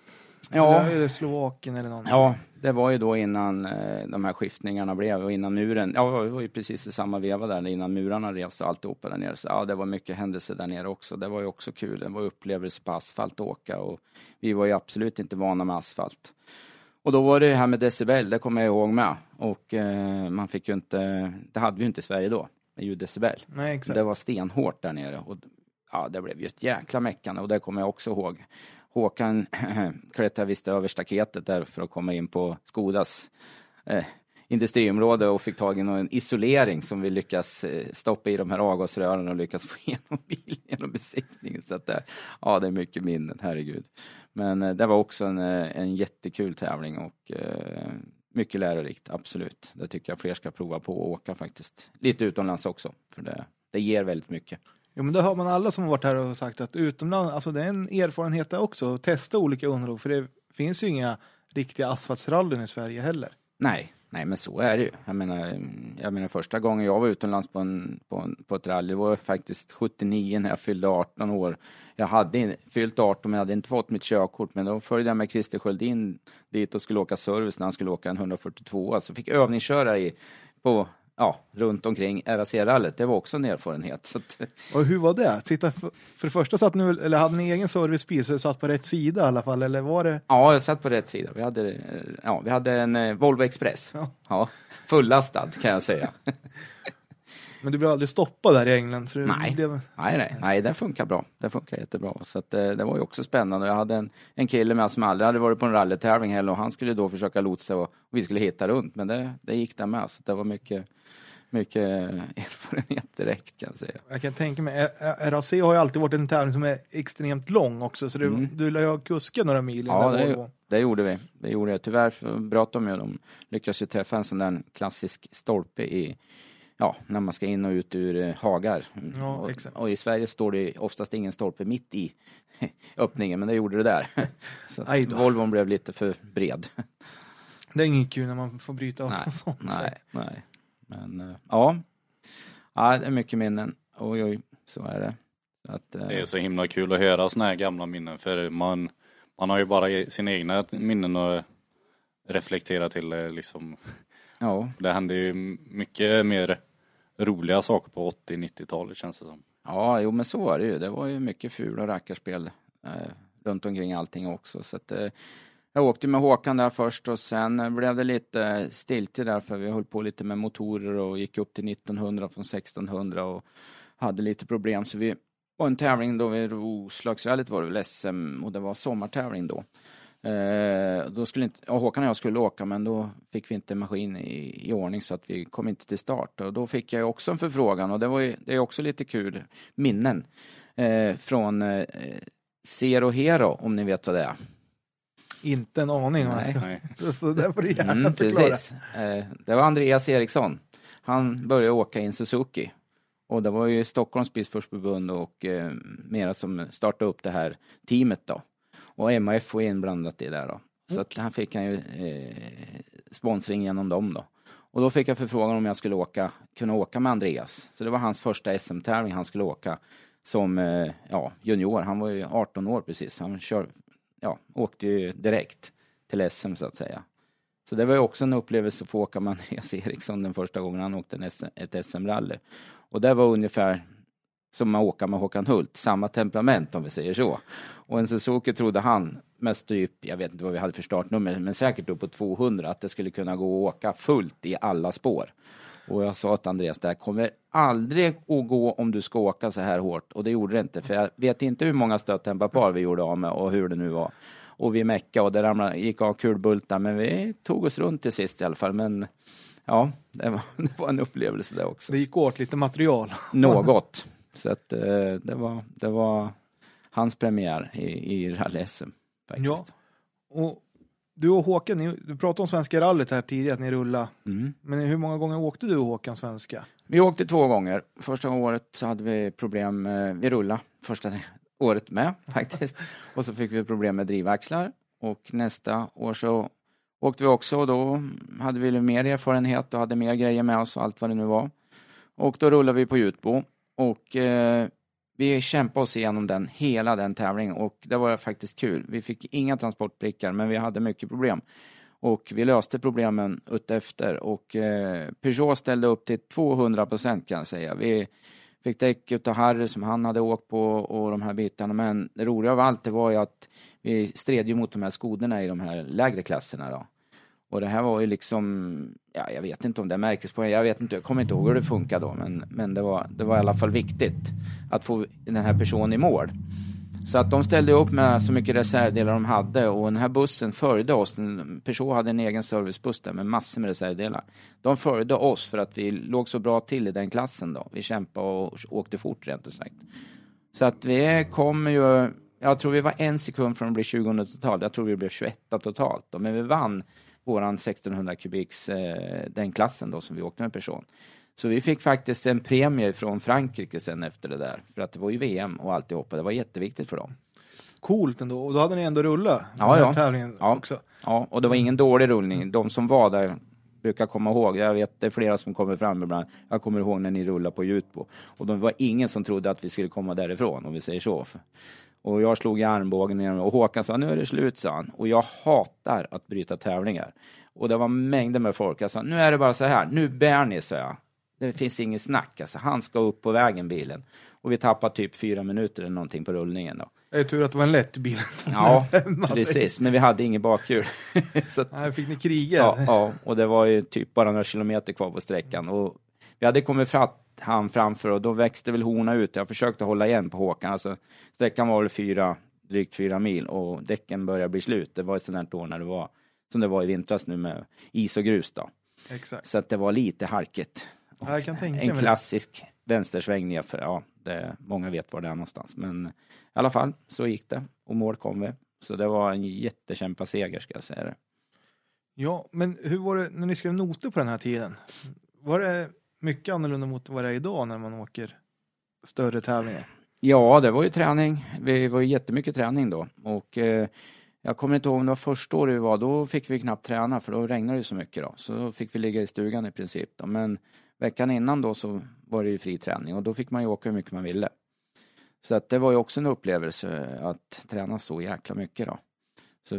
Ja. Eller Slovakien eller någonting. Ja, det var ju då innan de här skiftningarna blev och innan muren. Ja, det var ju precis i samma veva där innan murarna revs och alltihopa där nere. Så ja, det var mycket händelser där nere också. Det var ju också kul. Det var upplevelse på asfalt att åka och vi var ju absolut inte vana med asfalt. Och då var det här med decibel, det kommer jag ihåg med. Och man fick ju inte, det hade vi ju inte i Sverige då, med ljuddecibel. Nej, exakt. Det var stenhårt där nere och ja, det blev ju ett jäkla meckande och det kommer jag också ihåg. Håkan klättrade visst över staketet där för att komma in på Skodas industriområde och fick tag i en isolering som vi lyckas stoppa i de här avgasrören och lyckas få igenom bilen genom besiktningen. Så att det är mycket minnen, herregud. Men det var också en jättekul tävling och mycket lärorikt, absolut. Det tycker jag fler ska prova på att åka faktiskt. Lite utomlands också, för det ger väldigt mycket. Jo, men det har man alla som har varit här och sagt att utomlands, alltså det är en erfarenhet där också, att testa olika underlag, för det finns ju inga riktiga asfaltsrallyn i Sverige heller. Nej, men så är det ju. Jag menar första gången jag var utomlands på ett rally var faktiskt 79 när jag fyllde 18 år. Jag hade fyllt 18 men jag hade inte fått mitt körkort, men då följde jag med Christer Sköldin dit och skulle åka service när han skulle åka en 142. Alltså fick övningsköra runt omkring RAC-rallet. Det var också en erfarenhet. Så att... Och hur var det? För det första satt ni, eller hade ni egen servicebil så du satt på rätt sida i alla fall, eller var det? Ja, jag satt på rätt sida. Vi hade en Volvo Express. Ja, fullastad kan jag säga. Men du blev aldrig stoppad där i England? Så Nej, det funkar bra. Det funkar jättebra. Så att, det var ju också spännande. Jag hade en kille med som aldrig hade varit på en rallytävling heller och han skulle då försöka lotsa och vi skulle hitta runt. Men det gick där med. Så det var mycket erfarenhet direkt kan jag säga. Jag kan tänka mig, RAC har ju alltid varit en tävling som är extremt lång också, så du lär ju ha kuskat några mil. Ja, det gjorde vi. Det gjorde jag. Tyvärr bröt de ju. De lyckades ju träffa en sån där klassisk stolpe när man ska in och ut ur hagar. Ja, och i Sverige står det oftast ingen stolpe mitt i öppningen, men det gjorde det där. Så att Volvon blev lite för bred. Det är inget kul när man får bryta av sånt. Nej. Men ja, det är mycket minnen. Oj, så är det. Så att, det är så himla kul att höra såna här gamla minnen, för man har ju bara sina egna minnen att reflektera till liksom. Ja. Det hände ju mycket mer roliga saker på 80-90-talet känns det som. Ja, jo men så var det ju. Det var ju mycket ful och rackarspel runt omkring allting också. Så att, jag åkte med Håkan där först och sen blev det lite stiltje där för vi höll på lite med motorer och gick upp till 1900 från 1600 och hade lite problem. Så vi var en tävling då vid Roslagsrallyt var det väl SM och det var sommartävling då. Då skulle inte, Håkan och jag skulle åka men då fick vi inte maskin i ordning så att vi kom inte till start och då fick jag också en förfrågan och det är också lite kul minnen från Zero Hero om ni vet vad det är. Inte en aning. Nej. Så där får du gärna förklara. Precis. Det var Andreas Eriksson. Han började åka i en Suzuki. Och det var ju Stockholms Bilsportförbund och mera som startade upp det här teamet då. Och MAF var inblandat i det där då. Så att han fick ju sponsring genom dem då. Och då fick jag förfrågan om jag skulle kunna åka med Andreas. Så det var hans första SM-tävling han skulle åka som junior. Han var ju 18 år precis. Han åkte ju direkt till SM så att säga. Så det var ju också en upplevelse att få åka med Andreas Eriksson den första gången han åkte ett SM-rally. Och det var ungefär som att åka med Håkan Hult. Samma temperament om vi säger så. Och en Suzuki trodde han mest typ, jag vet inte vad vi hade för startnummer, men säkert upp på 200 att det skulle kunna gå att åka fullt i alla spår. Och jag sa till Andreas, det här kommer aldrig att gå om du ska åka så här hårt. Och det gjorde det inte, för jag vet inte hur många stöttempapar vi gjorde av med och hur det nu var. Och vi mäckade och det gick av kulbultar, men vi tog oss runt till sist i alla fall. Men ja, det var en upplevelse det också. Det gick åt lite material. Något. Så att det var hans premiär i rally-SM faktiskt. Ja, och du och Håkan, du pratade om Svenska rallyt här tidigare att ni rullade. Men hur många gånger åkte du och Håkan svenska? Vi åkte 2 gånger. Första året så hade vi problem, vi rullade första året med faktiskt. Och så fick vi problem med drivaxlar. Och nästa år så åkte vi också och då hade vi mer erfarenhet och hade mer grejer med oss och allt vad det nu var. Och då rullade vi på Jutbo. Och vi kämpade oss igenom hela den tävlingen och det var faktiskt kul. Vi fick inga transportbrickar men vi hade mycket problem. Och vi löste problemen utefter och Peugeot ställde upp till 200% kan jag säga. Vi fick däck utav Harry som han hade åkt på och de här bitarna. Men det roliga av allt det var ju att vi stred ju mot de här skoderna i de här lägre klasserna då. Och det här var ju liksom, jag vet inte om det märkes på, jag kommer inte ihåg hur det funkar då, men det var i alla fall viktigt att få den här personen i mål. Så att de ställde upp med så mycket reservdelar de hade och den här bussen följde oss, Peugeot hade en egen servicebuss där med massor med reservdelar. De följde oss för att vi låg så bra till i den klassen då. Vi kämpade och åkte fort rent och sagt. Så att vi kom ju, jag tror vi var 1 sekund från att bli 20 totalt, jag tror vi blev 21 totalt då, men vi vann våran 1600 kubiks den klassen då som vi åkte med person. Så vi fick faktiskt en premie från Frankrike sen efter det där. För att det var ju VM och alltihopa. Det var jätteviktigt för dem. Coolt ändå. Och då hade ni ändå rullat tävlingen också. Ja, och det var ingen dålig rullning. De som var där brukar komma ihåg. Jag vet det är flera som kommer fram ibland. Jag kommer ihåg när ni rullade på Jutbo. Och det var ingen som trodde att vi skulle komma därifrån om vi säger så. Och jag slog i armbågen ner och Håkan sa, nu är det slut, sa han. Och jag hatar att bryta tävlingar. Och det var mängder med folk. Jag sa, nu är det bara så här. Nu bär ni, sa jag. Det finns ingen snack. Alltså, han ska upp på vägen, bilen. Och vi tappade typ 4 minuter eller någonting på rullningen då. Det är tur att det var en lätt bil. Ja, precis. Men vi hade ingen bakhjul. Så att, nej, fick ni kriga? Ja, och det var ju typ bara några kilometer kvar på sträckan. Och vi hade kommit han framför och då växte väl horna ut. Jag försökte hålla igen på Håkan. Alltså, sträckan var väl drygt 4 mil och däcken började bli slut. Det var ett sådant år när det var som det var i vintras nu med is och grus då. Exakt. Så att det var lite halkigt. Ja, jag kan tänka en klassisk vänstersväng ner för, många vet var det är någonstans. Men i alla fall, så gick det. Och mål kom vi. Så det var en jättekämpa seger, ska jag säga det. Ja, men hur var det när ni skrev noter på den här tiden? Var det mycket annorlunda mot vad det är idag när man åker större tävlingar? Ja, det var ju träning. Vi var ju jättemycket träning då. Och jag kommer inte ihåg om det var första året vi var. Då fick vi knappt träna för då regnade det så mycket då. Så då fick vi ligga i stugan i princip då. Men veckan innan då så var det ju fri träning. Och då fick man ju åka hur mycket man ville. Så att det var ju också en upplevelse att träna så jäkla mycket då. Så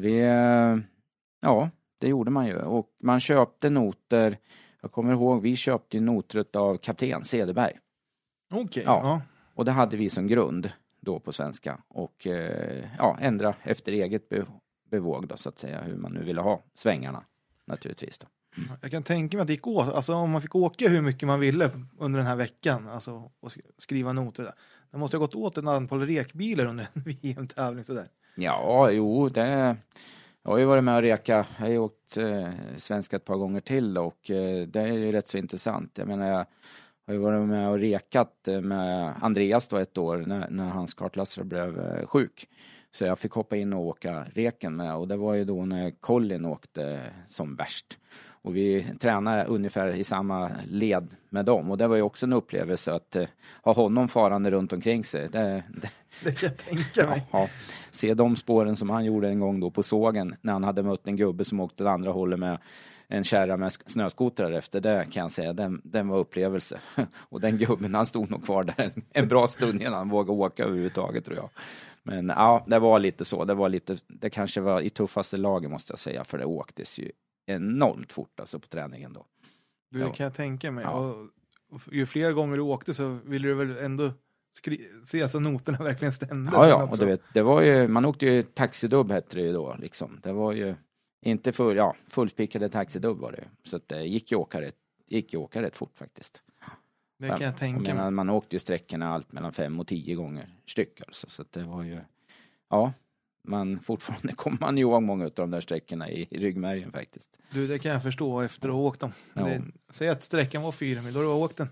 det gjorde man ju. Och man köpte noter. Jag kommer ihåg, vi köpte ju noter av kapten Cederberg. Okej, ja. Och det hade vi som grund då på svenska. Och ändra efter eget bevåg då, så att säga, hur man nu ville ha svängarna naturligtvis då. Jag kan tänka mig att det gick åt, alltså om man fick åka hur mycket man ville under den här veckan, alltså och skriva noter där. Det måste ha gått åt ett antal rekbilar under en VM-tävling sådär. Ja, jo, jag har ju varit med och reka. Jag har ju åkt svenska ett par gånger till och det är ju rätt så intressant. Jag menar, jag har ju varit med och rekat med Andreas då ett år när hans kartlassare blev sjuk. Så jag fick hoppa in och åka reken med, och det var ju då när Colin åkte som värst. Och vi tränade ungefär i samma led med dem. Och det var ju också en upplevelse att ha honom farande runt omkring sig. Det kan jag tänka mig. Ja, se de spåren som han gjorde en gång då på sågen. När han hade mött en gubbe som åkte det andra hållet med en kärra med snöskotrar efter. Det kan jag säga, den var upplevelse. Och den gubben, han stod nog kvar där en bra stund innan han vågade åka överhuvudtaget, tror jag. Men ja, det var lite så. Det kanske var i tuffaste laget, måste jag säga. För det åktes ju enormt fort alltså på träningen då. Det kan jag tänka mig. Ja. Och ju fler gånger du åkte så ville du väl ändå se så noterna verkligen stämde. Ja, och du vet, det var ju, man åkte ju taxidubb hette det ju då liksom. Det var ju inte fullspickade taxidubb var det. Så att det gick ju åka rätt fort faktiskt. Det kan jag tänka mig. Man åkte ju sträckorna allt mellan 5 och 10 gånger styck alltså. Så att det var ju, men fortfarande kommer man ju ihåg många av de där sträckorna i ryggmärgen faktiskt. Du, det kan jag förstå efter att ha åkt dem. Säg att sträckan var 4 mil, då har du åkt den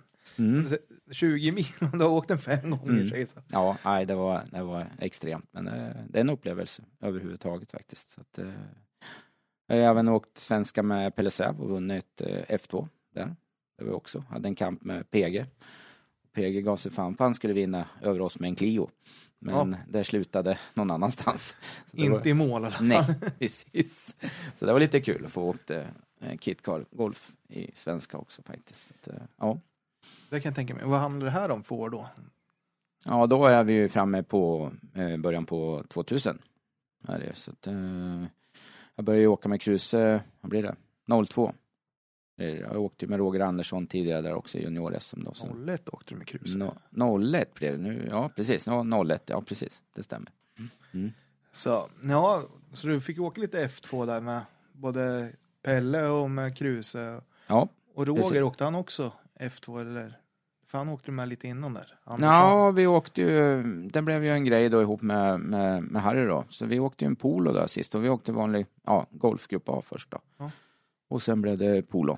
20 mil, och du har åkt den 5 gånger. Så. Ja, nej, det var extremt. Men det är en upplevelse överhuvudtaget faktiskt. Så att, jag har även åkt svenska med Pelesev och vunnit F2 där. Det var också, hade en kamp med PG. PG gav sig fan på han skulle vinna över oss med en Clio. Men det slutade någon annanstans. Inte i mål i alla fall. Nej, precis. Så det var lite kul att få åkt KitKar Golf i svenska också faktiskt. Så att, det kan jag tänka mig. Vad handlar det här om för år då? Ja, då är vi ju framme på början på 2000. Här så att, jag började ju åka med Kruse, vad blir det? 02. Jag åkte med Roger Andersson tidigare där också i junior-SM då. 01 åkte du med Kruse? 01 blev det nu, ja precis. 01, ja precis, det stämmer. Så du fick åka lite F2 där med både Pelle och med Kruse. Ja, och Roger precis. Åkte han också F2 eller? För han åkte med lite innan där. Ja, vi åkte ju, det blev ju en grej då ihop med Harry då. Så vi åkte ju en polo där sist och vi åkte vanlig golfgrupp A först då. Ja. Och sen blev det polo.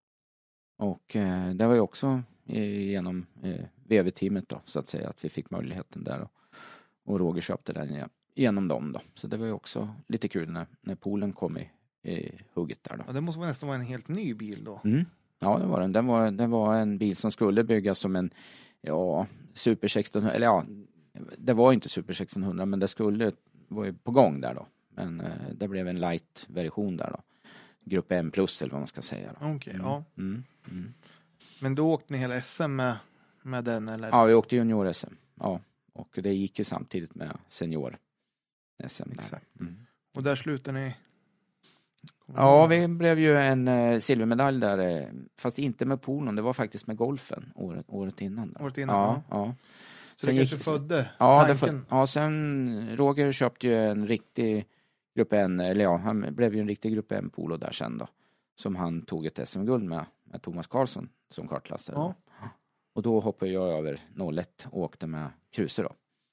Och det var ju också genom VV-teamet då, så att säga, att vi fick möjligheten där. Och Roger köpte den genom dem då. Så det var ju också lite kul när poolen kom i hugget där då. Ja, det måste nästan vara en helt ny bil då. Ja, det var den. Det var en bil som skulle byggas som en Super 1600, eller det var inte Super 1600, men det var ju på gång där då. Men det blev en light-version där då. Grupp M plus eller vad man ska säga då. Okej, Men då åkte ni hela SM med den eller? Ja, vi åkte junior-SM. Ja, och det gick ju samtidigt med senior-SM. Exakt. Och där slutade ni? Ja, vi blev ju en silvermedalj där, fast inte med polon, det var faktiskt med golfen året innan. Där. Året innan? Ja. Så sen det kanske födde tanken? Sen Roger köpte ju en riktig grupp N, eller han blev ju en riktig grupp N polo där sen då, som han tog ett SM-guld med Thomas Karlsson som kartklassare. Ja. Och då hoppade jag över 01 och åkte med Kruse då.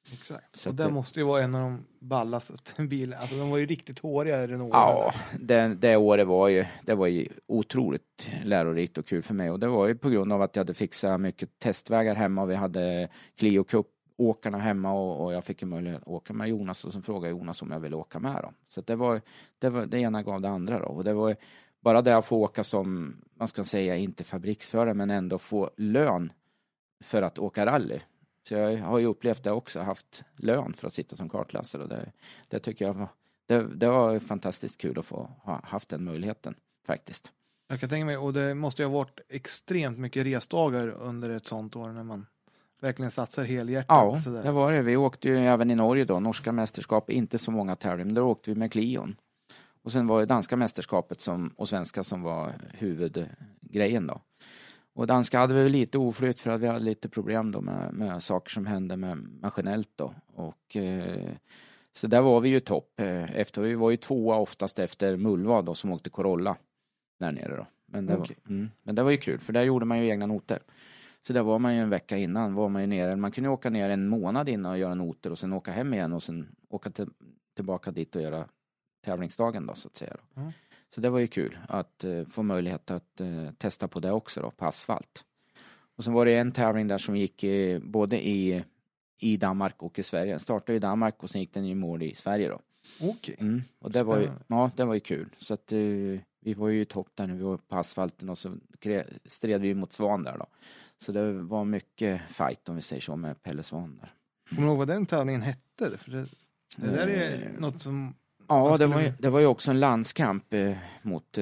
Exakt. Så och det måste ju vara en av de ballaste bilarna. Alltså de var ju riktigt håriga Renault. Ja, det året var ju otroligt lärorikt och kul för mig. Och det var ju på grund av att jag hade fixat mycket testvägar hemma. Och vi hade Clio Cup-åkarna hemma och jag fick en möjlighet att åka med Jonas. Och så frågade Jonas om jag ville åka med dem. Så det ena gav det andra då. Och det var bara det att få åka som, man ska säga, inte fabriksförare men ändå få lön för att åka rally. Så jag har ju upplevt det också, haft lön för att sitta som kartläsare och det tycker jag det var fantastiskt kul att få ha haft den möjligheten faktiskt. Jag kan tänka mig, och det måste ju ha varit extremt mycket resdagar under ett sånt år när man verkligen satsar helhjärtat. Ja, det var det. Vi åkte ju även i Norge då, norska mästerskap, inte så många tävlingar, men då åkte vi med Clion. Och sen var det danska mästerskapet och svenska som var huvudgrejen då. Och danska hade vi lite oflytt för att vi hade lite problem då med saker som hände maskinellt då. Och så där var vi ju topp. Vi var ju tvåa oftast efter Mullvad då som åkte Corolla där nere då. Men det var ju kul för där gjorde man ju egna noter. Så där var man ju en vecka innan var man ju nere. Man kunde åka ner en månad innan och göra noter och sen åka hem igen och sen åka tillbaka dit och göra tävlingsdagen då så att säga då. Så det var ju kul att få möjlighet att testa på det också då, på asfalt. Och sen var det en tävling där som gick både i Danmark och i Sverige. Den startade i Danmark och sen gick den i mål i Sverige då. Okej. Och det var ju kul. Så att vi var ju i topp där när vi var på asfalten och så stred vi mot Svan där då. Så det var mycket fight om vi säger så med Pelle Svan där. Kommer du ihåg vad den tävlingen hette? För det där är något som... Ja, det var ju också en landskamp mot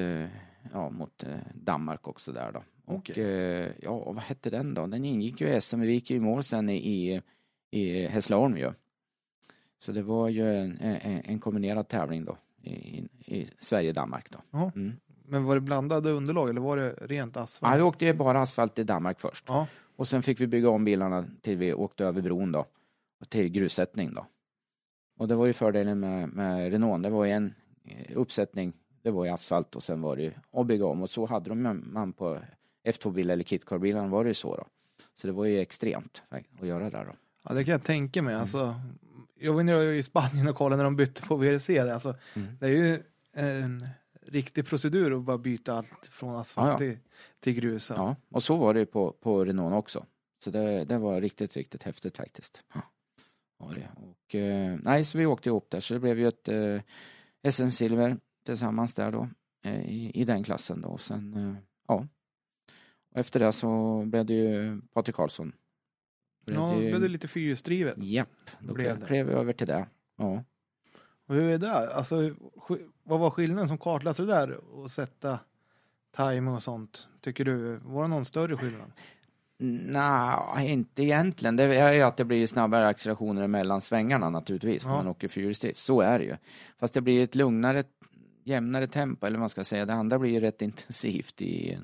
Danmark också där då. Okay. Och vad hette den då? Den ingick ju i SM, vi gick ju i mål sen i Hässleholm ju. Så det var ju en kombinerad tävling då i Sverige-Danmark då. Men var det blandade underlag eller var det rent asfalt? Ja, vi åkte ju bara asfalt i Danmark först. Ja. Och sen fick vi bygga om bilarna till vi åkte över bron då. Och till grussättning då. Och det var ju fördelen med Renault. Det var ju en uppsättning, det var ju asfalt och sen var det ju att bygga om. Och så hade man på F2-bilar eller kitcar-bilarna var det ju så då. Så det var ju extremt att göra där då. Ja, det kan jag tänka mig. Alltså, jag var nere i Spanien och kollade när de bytte på VRC. Alltså, det är ju en riktig procedur att bara byta allt från asfalt till grus. Ja, och så var det ju på Renault också. Så det var riktigt, riktigt häftigt faktiskt. Och så vi åkte ihop där så det blev ju ett SM-silver tillsammans där då i den klassen då och sen och efter det så blev det ju Patrik Karlsson. Blev det lite fyrhjulsdrivet? Japp, då klev vi över till det. Ja. Och hur är det? Alltså, vad var skillnaden som kartläsare där och sätta timing och sånt? Tycker du, var det någon större skillnad? Nej, inte egentligen. Det är ju att det blir snabbare accelerationer mellan svängarna naturligtvis när man åker fyrhjulsdrift. Så är det ju. Fast det blir ett lugnare, jämnare tempo eller vad man ska säga. Det andra blir ju rätt intensivt i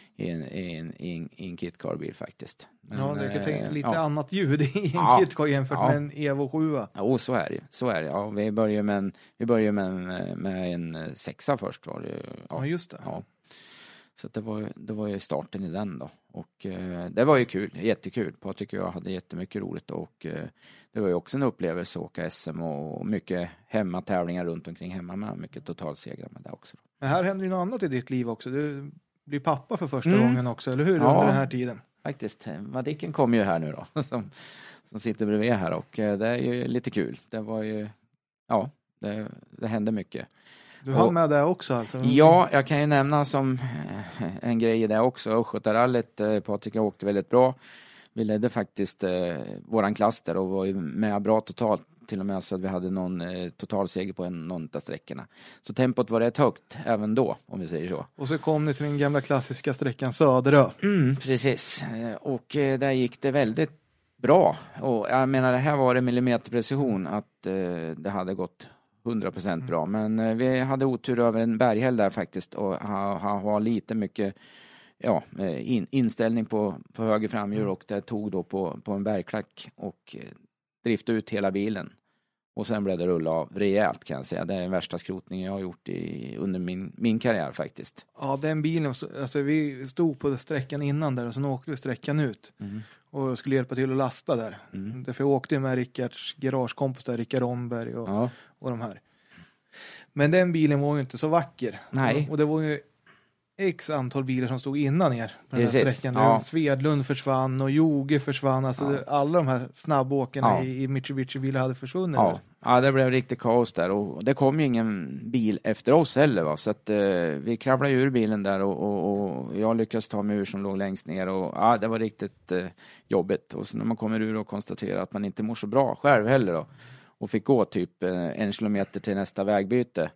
en kitcar-bil faktiskt. Men, det kan tänka lite annat ljud i en kitcar jämfört med en Evo 7. Ja, så är det. Så är det. Ja, vi börjar med en 6 först var det. Ja, just det. Ja. Så det var ju starten i den då. Och det var ju kul, jättekul. Patrik och jag hade jättemycket roligt och det var ju också en upplevelse att åka SM och mycket hemmatävlingar runt omkring hemma med mycket totalsegrar med det också. Men här händer ju något annat i ditt liv också. Du blir pappa för första gången också, eller hur? Under den här tiden. Faktiskt. Madicken kom ju här nu då, som sitter bredvid här och det är ju lite kul. Det var ju, det hände mycket. Du hann med det också alltså? Ja, jag kan ju nämna som en grej i det också. Östgötarallyt, Patrik åkte väldigt bra. Vi ledde faktiskt våran klass där och var ju med bra totalt. Till och med så att vi hade någon totalseger på någon av sträckorna. Så tempot var rätt högt även då, om vi säger så. Och så kom ni till den gamla klassiska sträckan Söderö. Precis. Och där gick det väldigt bra. Och jag menar, det här var det millimeterprecision att det hade gått 100% bra. Men vi hade otur över en berghäll där faktiskt och ha lite mycket inställning på höger framhjul och det tog då på en bergklack och driftade ut hela bilen. Och sen blev det rulla av rejält kan jag säga. Det är den värsta skrotningen jag har gjort under min karriär faktiskt. Ja, den bilen, alltså vi stod på sträckan innan där och sen åkte vi sträckan ut. och skulle hjälpa till att lasta där. Därför jag åkte med Rickards garagekompis där, Rickard Romberg och de här. Men den bilen var ju inte så vacker. Nej. Och det var ju x antal bilar som stod innan er på den här sträckan. Ja. Svedlund försvann och Joge försvann. Alltså alla de här snabbåkarna i Mitsubishi-bilar hade försvunnit. Ja, det blev riktigt kaos där. Och det kom ju ingen bil efter oss heller. Va? Så att vi kravlade ur bilen där och jag lyckades ta mig ur som låg längst ner. Och det var riktigt jobbigt. Och så när man kommer ur och konstaterar att man inte mår så bra själv heller då. Och fick gå typ 1 kilometer till nästa vägbyte.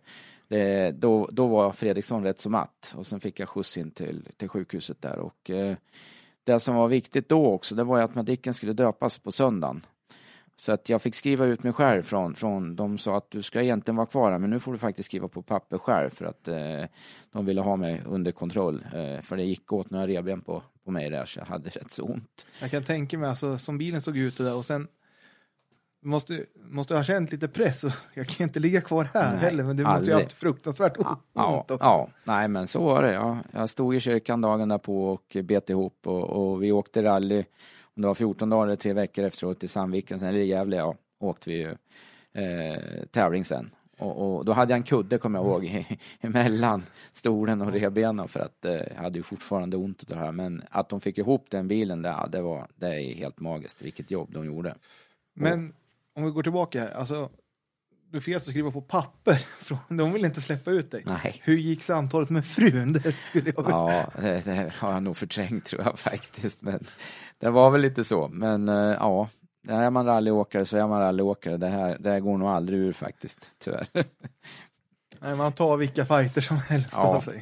Då var Fredriksson rätt så matt. Och sen fick jag skjuts in till sjukhuset där. Och det som var viktigt då också, det var ju att Madicken skulle döpas på söndagen. Så att jag fick skriva ut mig själv från de sa att du ska egentligen vara kvar, men nu får du faktiskt skriva på papper själv för att de ville ha mig under kontroll. För det gick åt några revben på mig där, så jag hade rätt så ont. Jag kan tänka mig, alltså, som bilen såg ut där och sen måste ha känt lite press och jag kan inte ligga kvar här heller, men du måste ju ha haft fruktansvärt ont också. Ja, nej men så var det. Jag stod i kyrkan dagen därpå och bet ihop och vi åkte rally. Det var 14 dagar eller 3 veckor efteråt till Sandviken, sen i Gävle åkte vi ju tävling sen. Och då hade jag en kudde, kommer jag ihåg, emellan stolen och revbenen för att jag hade ju fortfarande ont av det här. Men att de fick ihop den bilen där, det är helt magiskt, vilket jobb de gjorde. Men om vi går tillbaka här, alltså du fick alltså skriva på papper, de vill inte släppa ut dig. Nej. Hur gick samtalet med frun? Det skulle jag... Ja, det har jag nog förträngt tror jag faktiskt, men det var väl lite så. Men ja, är man rallyåkare så är man rallyåkare. Det här går nog aldrig ur faktiskt, tyvärr. Nej, man tar vilka fighter som helst.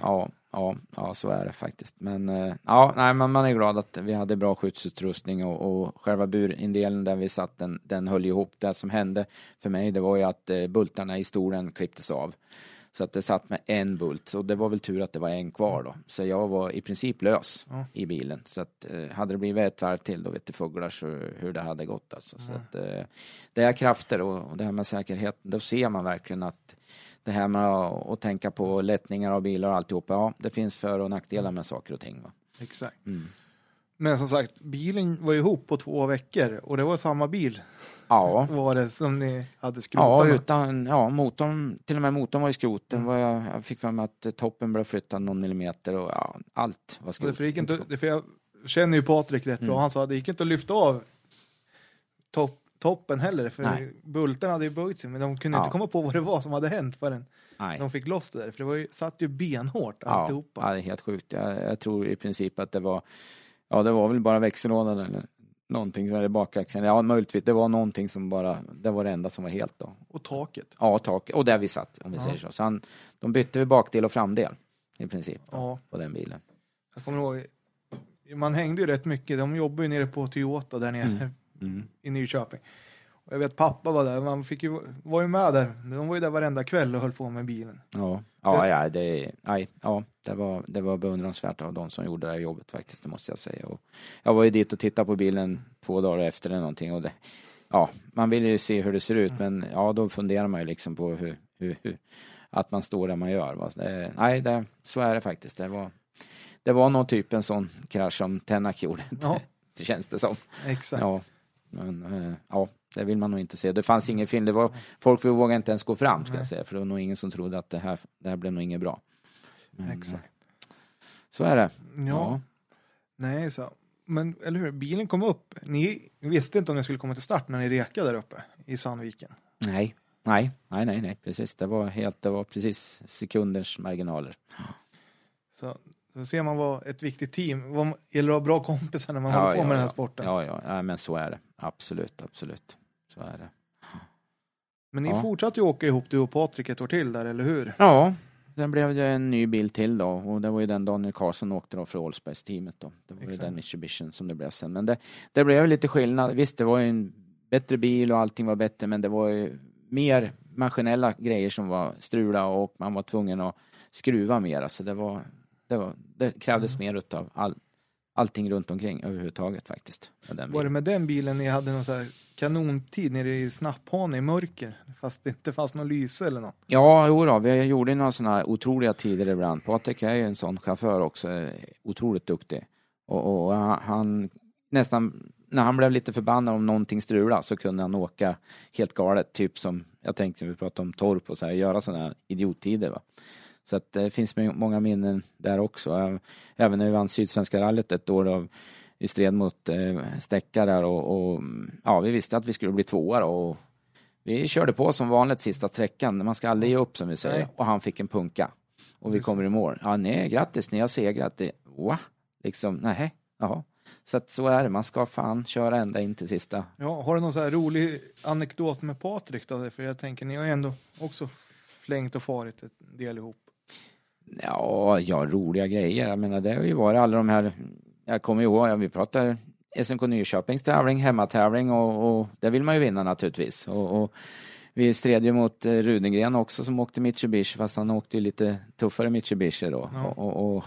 Ja, så är det faktiskt. Men men man är glad att vi hade bra skyddsutrustning och själva burindelen där vi satt, den höll ihop. Det som hände för mig, det var ju att bultarna i stolen klipptes av. Så att det satt med en bult. Så det var väl tur att det var en kvar då. Så jag var i princip lös i bilen. Så att hade det blivit ett varv till, då vet du fåglar så hur det hade gått alltså. Så att det är krafter och det här med säkerheten. Då ser man verkligen att det här med att tänka på lättningar av bilar och alltihopa. Ja, det finns för- och nackdelar med saker och ting. Va? Exakt. Men som sagt, bilen var ihop på 2 veckor och det var samma bil. Ja. Var det som ni hade skrotat? Motorn, till och med motorn var i skroten. Jag fick för mig att toppen blev flyttad någon millimeter och allt var skrot. För jag känner ju Patrik rätt bra. Han sa att det gick inte att lyfta av toppen heller. För bulten hade ju böjt sig, men de kunde inte komma på vad det var som hade hänt förrän de fick loss det där. För det var ju, satt ju benhårt alltihopa. Ja, det är helt sjukt. Jag tror i princip att det var det var väl bara växellådan eller någonting som hade bakaxeln. Ja, möjligtvis. Det var någonting som det var det enda som var helt då. Och taket. Ja, taket. Och där vi satt, om vi säger så. Så de bytte vi bakdel och framdel i princip på den bilen. Jag kommer ihåg, man hängde ju rätt mycket. De jobbade ju nere på Toyota där nere i Nyköping. Och jag vet pappa var där. Man var ju med där. De var ju där varenda kväll och höll på med bilen. Det var beundransvärt av de som gjorde det här jobbet faktiskt, det måste jag säga. Och jag var ju dit och tittade på bilen 2 dagar efter eller någonting. Och man vill ju se hur det ser ut. Men då funderar man ju liksom på hur att man står där man gör. Så är det faktiskt. Det var någon typ en sån krasch som Tänak gjorde. Det känns det som. Exakt. Men det vill man nog inte se. Det fanns ingen film. Folk vågade inte ens gå fram, ska jag säga. För det var nog ingen som trodde att det här blev nog inget bra. Exakt. Så är det. Ja. Nej, så. Men, eller hur? Bilen kom upp. Ni visste inte om ni skulle komma till start när ni rekade där uppe i Sandviken? Nej. Precis. Det var precis sekunders marginaler. Så ser man vad ett viktigt team. Gäller att ha bra kompisar när man håller på med den här sporten. Ja, men så är det. Absolut. Så är det. Men ni fortsatte ju åka ihop, du och Patrik, ett år till där, eller hur? Ja, sen blev det en ny bil till då. Och det var ju den Daniel Karlsson åkte då för Allspace teamet då. Det var ju den Mitsubishi som det blev sen. Men det blev lite skillnad. Visst, det var ju en bättre bil och allting var bättre. Men det var ju mer maskinella grejer som var strula och man var tvungen att skruva mer. Alltså det krävdes mer utav allting runt omkring överhuvudtaget faktiskt. Var det med den bilen ni hade någon så här kanontid nere i Snapphane i mörker? Fast det inte fanns någon lyse eller något? Ja, vi gjorde några sådana här otroliga tider ibland. Patrik är ju en sån chaufför också, otroligt duktig. Och han nästan när han blev lite förbannad om någonting strula så kunde han åka helt galet. Typ som jag tänkte vi pratade om Torp och så här, göra sådana här idiottider va. Så att det finns många minnen där också. Även när vi vann Sydsvenska rallyt ett år då, i stred mot Stäcka där och ja, vi visste att vi skulle bli tvåa och vi körde på som vanligt sista sträckan. Man ska aldrig ge upp som vi säger. Nej. Och han fick en punka. Och vi kommer i mål. Ja, nej, grattis, ni har segrat. Liksom, nej, jaha. Så att så är det, man ska fan köra ända in till sista. Ja, har du någon så här rolig anekdot med Patrik då? För jag tänker, ni har ju ändå också flängt och farit en del ihop. Ja, roliga grejer. Jag menar, det har ju varit alla de här, jag kommer ihåg, vi pratar SMK Nyköpings tävling, hemmatävling och det vill man ju vinna naturligtvis. Och vi stred ju mot Rudengren också som åkte Mitsubishi, fast han åkte ju lite tuffare Mitsubishi då. Ja. Och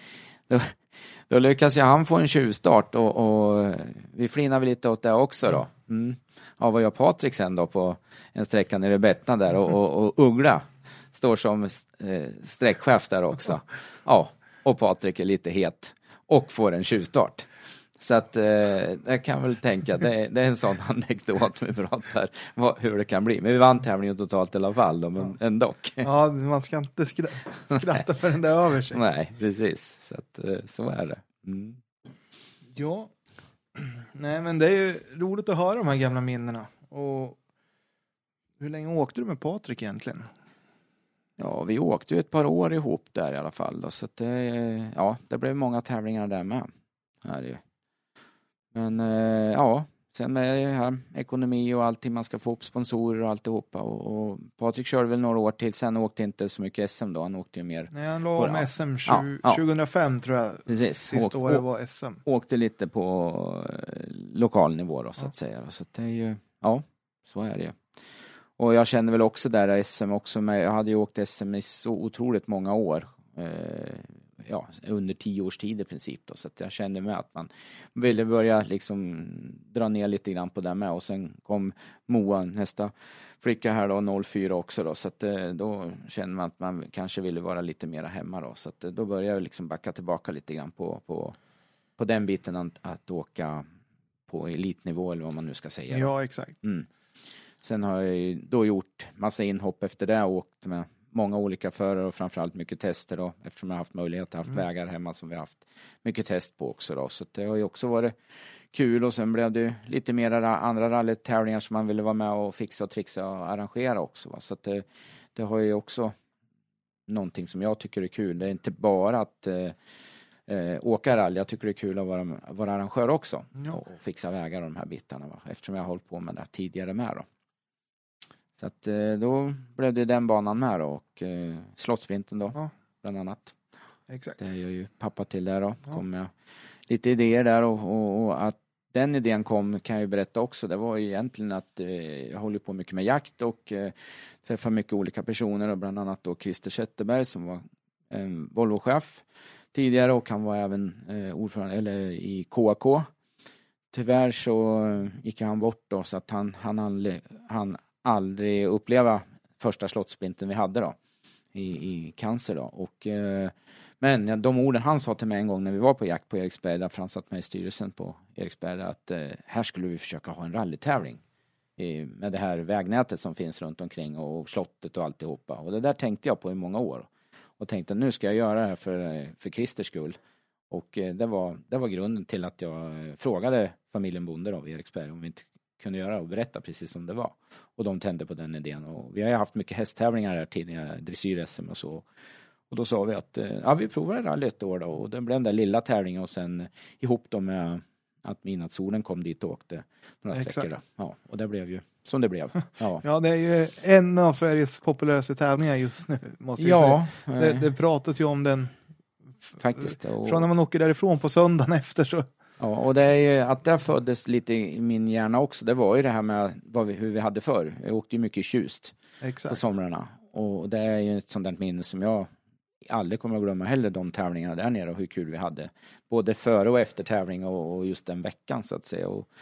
då lyckas jag han få en tjuvstart och vi flinar väl lite åt det också då. Ja, vad gör Patrik sen då på en sträcka nere i Bettna där och Uggla står som sträckchef där också. Ja, och Patrik är lite het och får en tjuvstart. Så att jag kan väl tänka att det är en sån anekdot vi pratar hur det kan bli. Men vi vann tävlingen totalt i alla fall då, men ändå. Ja, man ska inte skratta för den där över sig. Nej, precis. Så att så är det. Mm. Ja. Nej, men det är ju roligt att höra de här gamla minnena. Och hur länge åkte du med Patrik egentligen? Ja, vi åkte ju ett par år ihop där i alla fall då, så att det blev många tävlingar där med. Här är ju. Men ja, sen med det här ekonomi och allting, man ska få upp sponsorer och alltihopa. Och Patrik körde väl några år till, sen åkte inte så mycket SM då, han åkte ju mer. Nej, han la om SM 2005 tror jag. Precis. Sista året var SM. Åkte lite på lokal nivå då, så att säga. Så att det är ju, ja, så är det ju. Och jag känner väl också där SM också med, jag hade ju åkt SM i så otroligt många år. Under 10 års tid i princip då, så att jag kände med att man ville börja liksom dra ner lite grann på det med, och sen kom Moa, nästa flicka här då, 04 också då, så att då kände man att man kanske ville vara lite mera hemma då, så att då började jag liksom backa tillbaka lite grann på den biten att åka på elitnivå eller vad man nu ska säga. Ja, exakt. Sen har jag då gjort massa inhopp efter det och åkt med många olika förare och framförallt mycket tester då, eftersom jag har haft möjlighet att ha haft vägar hemma som vi har haft mycket test på också då, så det har ju också varit kul. Och sen blev det lite mer andra rallytävlingar som man ville vara med och fixa och trixa och arrangera också va? Så att det har ju också någonting som jag tycker är kul. Det är inte bara att åka rally, jag tycker det är kul att vara arrangör också och fixa vägar och de här bitarna va? Eftersom jag har hållit på med det tidigare med då. Så att då blev det den banan med då, och slottsprinten då, bland annat. Exakt. Det är jag ju pappa till där då. Kom jag lite idéer där och att den idén kom kan jag ju berätta också. Det var ju egentligen att jag håller på mycket med jakt och träffar mycket olika personer, och bland annat då Christer Zetterberg som var en Volvo-chef tidigare, och han var även ordförande eller i KAK. Tyvärr så gick han bort då, så att han aldrig uppleva första slottsprinten vi hade då i cancer då, och men de orden han sa till mig en gång när vi var på jakt på Eriksberg, där han satt med i styrelsen på Eriksberg, att här skulle vi försöka ha en rallytävling med det här vägnätet som finns runt omkring och slottet och alltihopa, och det där tänkte jag på i många år och tänkte nu ska jag göra det här för Christers skull, och det var grunden till att jag frågade familjen Bonde då vid Eriksberg om vi inte kunde göra och berätta precis som det var. Och de tände på den idén. Och vi har ju haft mycket hästtävlingar här tidigare, dressyr-SM och så. Och då sa vi att vi provar rally ett år då. Och det blev den där lilla tävlingen, och sen ihop då med att midnattssolen kom dit och åkte några sträckor då. Ja, och det blev ju som det blev. Ja, ja, det är ju en av Sveriges populäraste tävlingar just nu, måste jag säga. Det pratas ju om den faktiskt. Och från när man åker därifrån på söndagen efter så. Ja, och det är ju att det föddes lite i min hjärna också. Det var ju det här med hur vi hade förr. Jag åkte ju mycket tjust på somrarna. Och det är ju ett sånt där minne som jag aldrig kommer att glömma heller, de tävlingarna där nere och hur kul vi hade. Både före och efter tävling och just den veckan så att säga. Och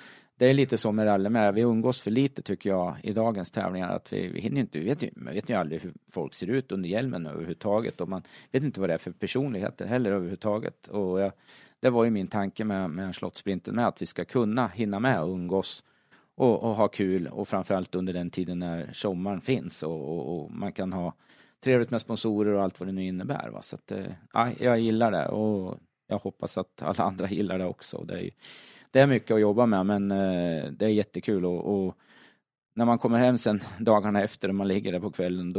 det är lite så med rally med. Vi umgås för lite tycker jag i dagens tävlingar. Att vi hinner inte, man vet ju aldrig hur folk ser ut under hjälmen överhuvudtaget. Och man vet inte vad det är för personligheter heller överhuvudtaget. Och det var ju min tanke med Slottssprinten med att vi ska kunna hinna med och umgås och ha kul. Och framförallt under den tiden när sommaren finns och man kan ha trevligt med sponsorer och allt vad det nu innebär. Va? Så att, jag gillar det och jag hoppas att alla andra gillar det också. Det är mycket att jobba med, men det är jättekul och när man kommer hem sen dagarna efter och man ligger där på kvällen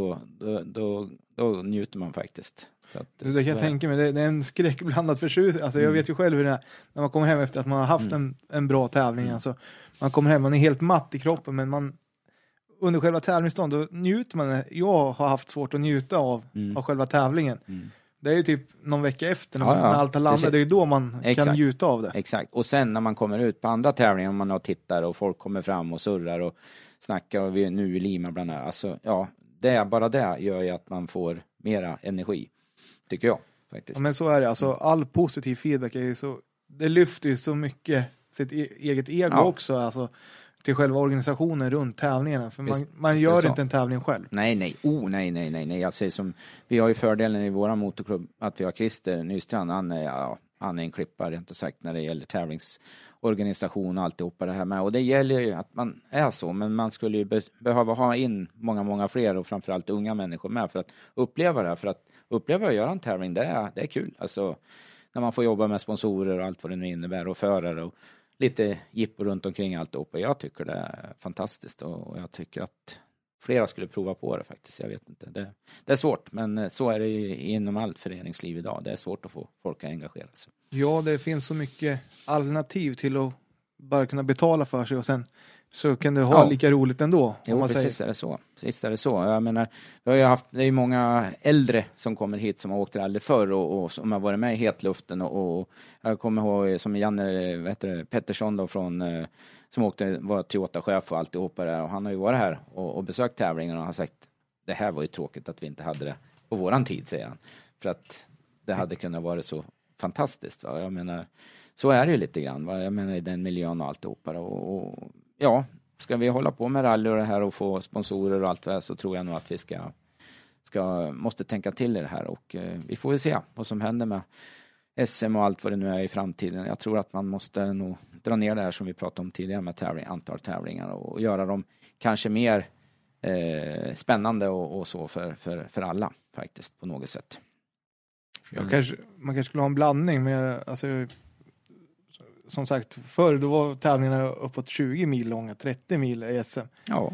då njuter man faktiskt. Så att, det kan jag tänka mig, det är en skräckblandad förtjusning. Alltså jag vet ju själv hur det är när man kommer hem efter att man har haft en bra tävling. Alltså, man kommer hem, man är helt matt i kroppen, men under själva tävlingsdagen då njuter man. Jag har haft svårt att njuta av själva tävlingen. Det är ju typ någon vecka efter när allt har landat. Det är ju då man kan njuta av det. Exakt. Och sen när man kommer ut på andra tävlingar, man har tittar och folk kommer fram och surrar och snackar och vi är nu i Lima bland annat. Alltså, bara det gör ju att man får mera energi. Tycker jag faktiskt. Ja, men så är det. Alltså, all positiv feedback är ju så, det lyfter ju så mycket sitt eget ego också. Alltså, till själva organisationen runt tävlingarna. För man gör inte en tävling själv. Nej. Nej. Jag säger som, vi har ju fördelen i våra motorklubb att vi har Christer Nystrand. Han är en klippare, inte sagt, när det gäller tävlingsorganisation och alltihopa det här med. Och det gäller ju att man är så. Men man skulle ju behöva ha in många fler och framförallt unga människor med för att uppleva det här. För att uppleva att göra en tävling, det är kul. Alltså när man får jobba med sponsorer och allt vad det nu innebär och förare och lite jippo runt omkring alltihopa. Jag tycker det är fantastiskt och jag tycker att flera skulle prova på det faktiskt. Jag vet inte. Det är svårt, men så är det ju inom allt föreningsliv idag. Det är svårt att få folk att engagera sig. Ja, det finns så mycket alternativ till att bara kunna betala för sig och sen så kan du ha lika roligt ändå. Jo, precis är det så. Precis är det så. Jag menar, vi har ju haft, det är ju många äldre som kommer hit som har åkt rally förr och som har varit med i hetluften och jag kommer ihåg som Janne Pettersson då som var Toyota-chef och alltihopa där och han har ju varit här och besökt tävlingen och har sagt det här var ju tråkigt att vi inte hade det på våran tid, säger han. För att det hade kunnat vara så fantastiskt. Va? Jag menar, så är det ju lite grann. Va? Jag menar i den miljön och alltihopa och ska vi hålla på med rally och det här och få sponsorer och allt det här så tror jag nog att vi måste tänka till i det här och vi får väl se vad som händer med SM och allt vad det nu är i framtiden. Jag tror att man måste nog dra ner det här som vi pratade om tidigare med antal tävlingar och göra dem kanske mer spännande och så för alla faktiskt på något sätt. Man kanske skulle ha en blandning med alltså, som sagt, förr då var tävlingarna uppåt 20 mil långa, 30 mil i SM. Ja.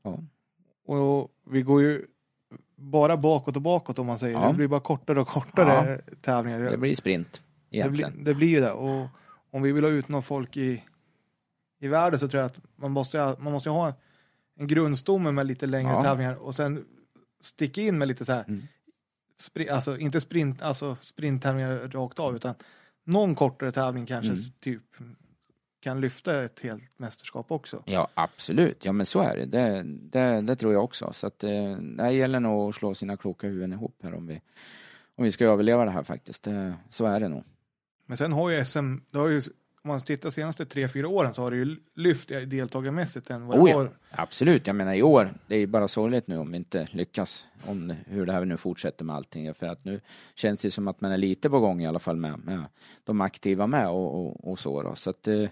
Och vi går ju bara bakåt om man säger. Det blir bara kortare och kortare tävlingar. Det blir sprint egentligen. Det blir ju det. Och om vi vill ha ut någon folk i världen så tror jag att man måste ha en grundstomme med lite längre tävlingar och sen sticka in med lite så här alltså inte sprinttävlingar rakt av utan någon kortare tävling kanske typ kan lyfta ett helt mästerskap också. Ja, absolut. Ja, men så är det. Det tror jag också. Så att det gäller nog att slå sina kloka huvuden ihop här om vi ska överleva det här faktiskt. Så är det nog. Men sen har ju SM, om man tittar senaste 3-4 åren så har det ju lyft deltagarmässigt än vad det har. Absolut, jag menar i år, det är ju bara sorgligt nu om vi inte lyckas om hur det här nu fortsätter med allting. För att nu känns det som att man är lite på gång i alla fall med de aktiva med och så då. Så att det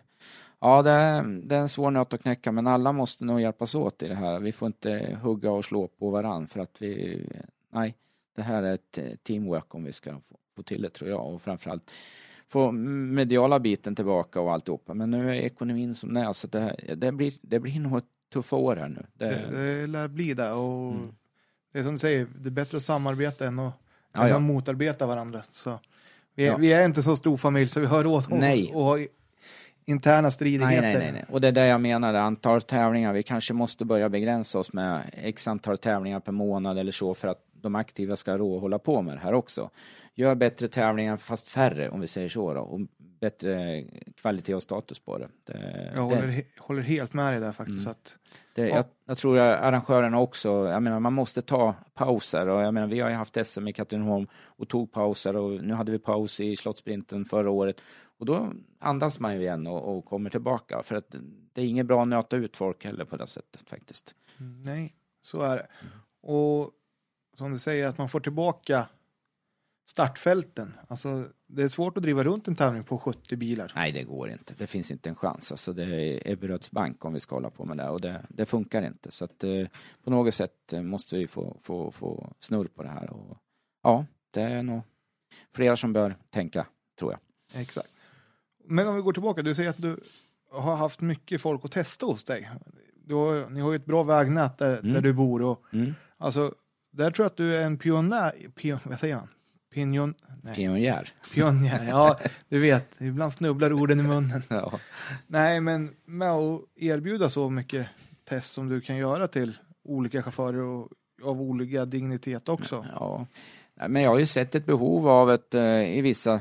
är en svår nöt att knäcka men alla måste nog hjälpas åt i det här. Vi får inte hugga och slå på varann för att det här är ett teamwork om vi ska få till det tror jag och framförallt få mediala biten tillbaka och alltihopa. Men nu är ekonomin som är så det blir nog tuffa år här nu. Det lär bli det och det är som du säger, det är bättre att samarbeta än att motarbeta varandra. Så vi är inte så stor familj så vi har råd att ha interna stridigheter. Nej. Och det är det jag menar, antal tävlingar. Vi kanske måste börja begränsa oss med x antal tävlingar per månad eller så för att de aktiva ska ha råd att hålla på med det här också. Gör bättre tävlingar fast färre om vi säger så då. Och bättre kvalitet och status på det. Jag håller helt med dig där faktiskt. Att, jag tror arrangörerna också, jag menar man måste ta pauser, och jag menar vi har ju haft SM i Katrineholm och tog pauser, och nu hade vi paus i Slottssprinten förra året, och då andas man ju igen och kommer tillbaka, för att det är inget bra att nöta ut folk heller på det sättet faktiskt. Nej, så är det. Och som du säger, att man får tillbaka startfälten. Alltså, det är svårt att driva runt en tävling på 70 bilar. Nej, det går inte. Det finns inte en chans. Alltså, det är Ebberöds bank om vi ska hålla på med det. Och det funkar inte. Så att på något sätt måste vi få snurr på det här. Och, ja, det är nog flera som bör tänka, tror jag. Exakt. Men om vi går tillbaka. Du säger att du har haft mycket folk att testa hos dig. Ni har ju ett bra vägnät där du bor. Och, alltså, där tror jag att du är en vad säger man? Pionjär. Pionjär, ja, du vet. Ibland snubblar orden i munnen. Ja. Nej, men med att erbjuda så mycket test som du kan göra till olika chaufförer och av olika dignitet också. Ja, men jag har ju sett ett behov av ett i vissa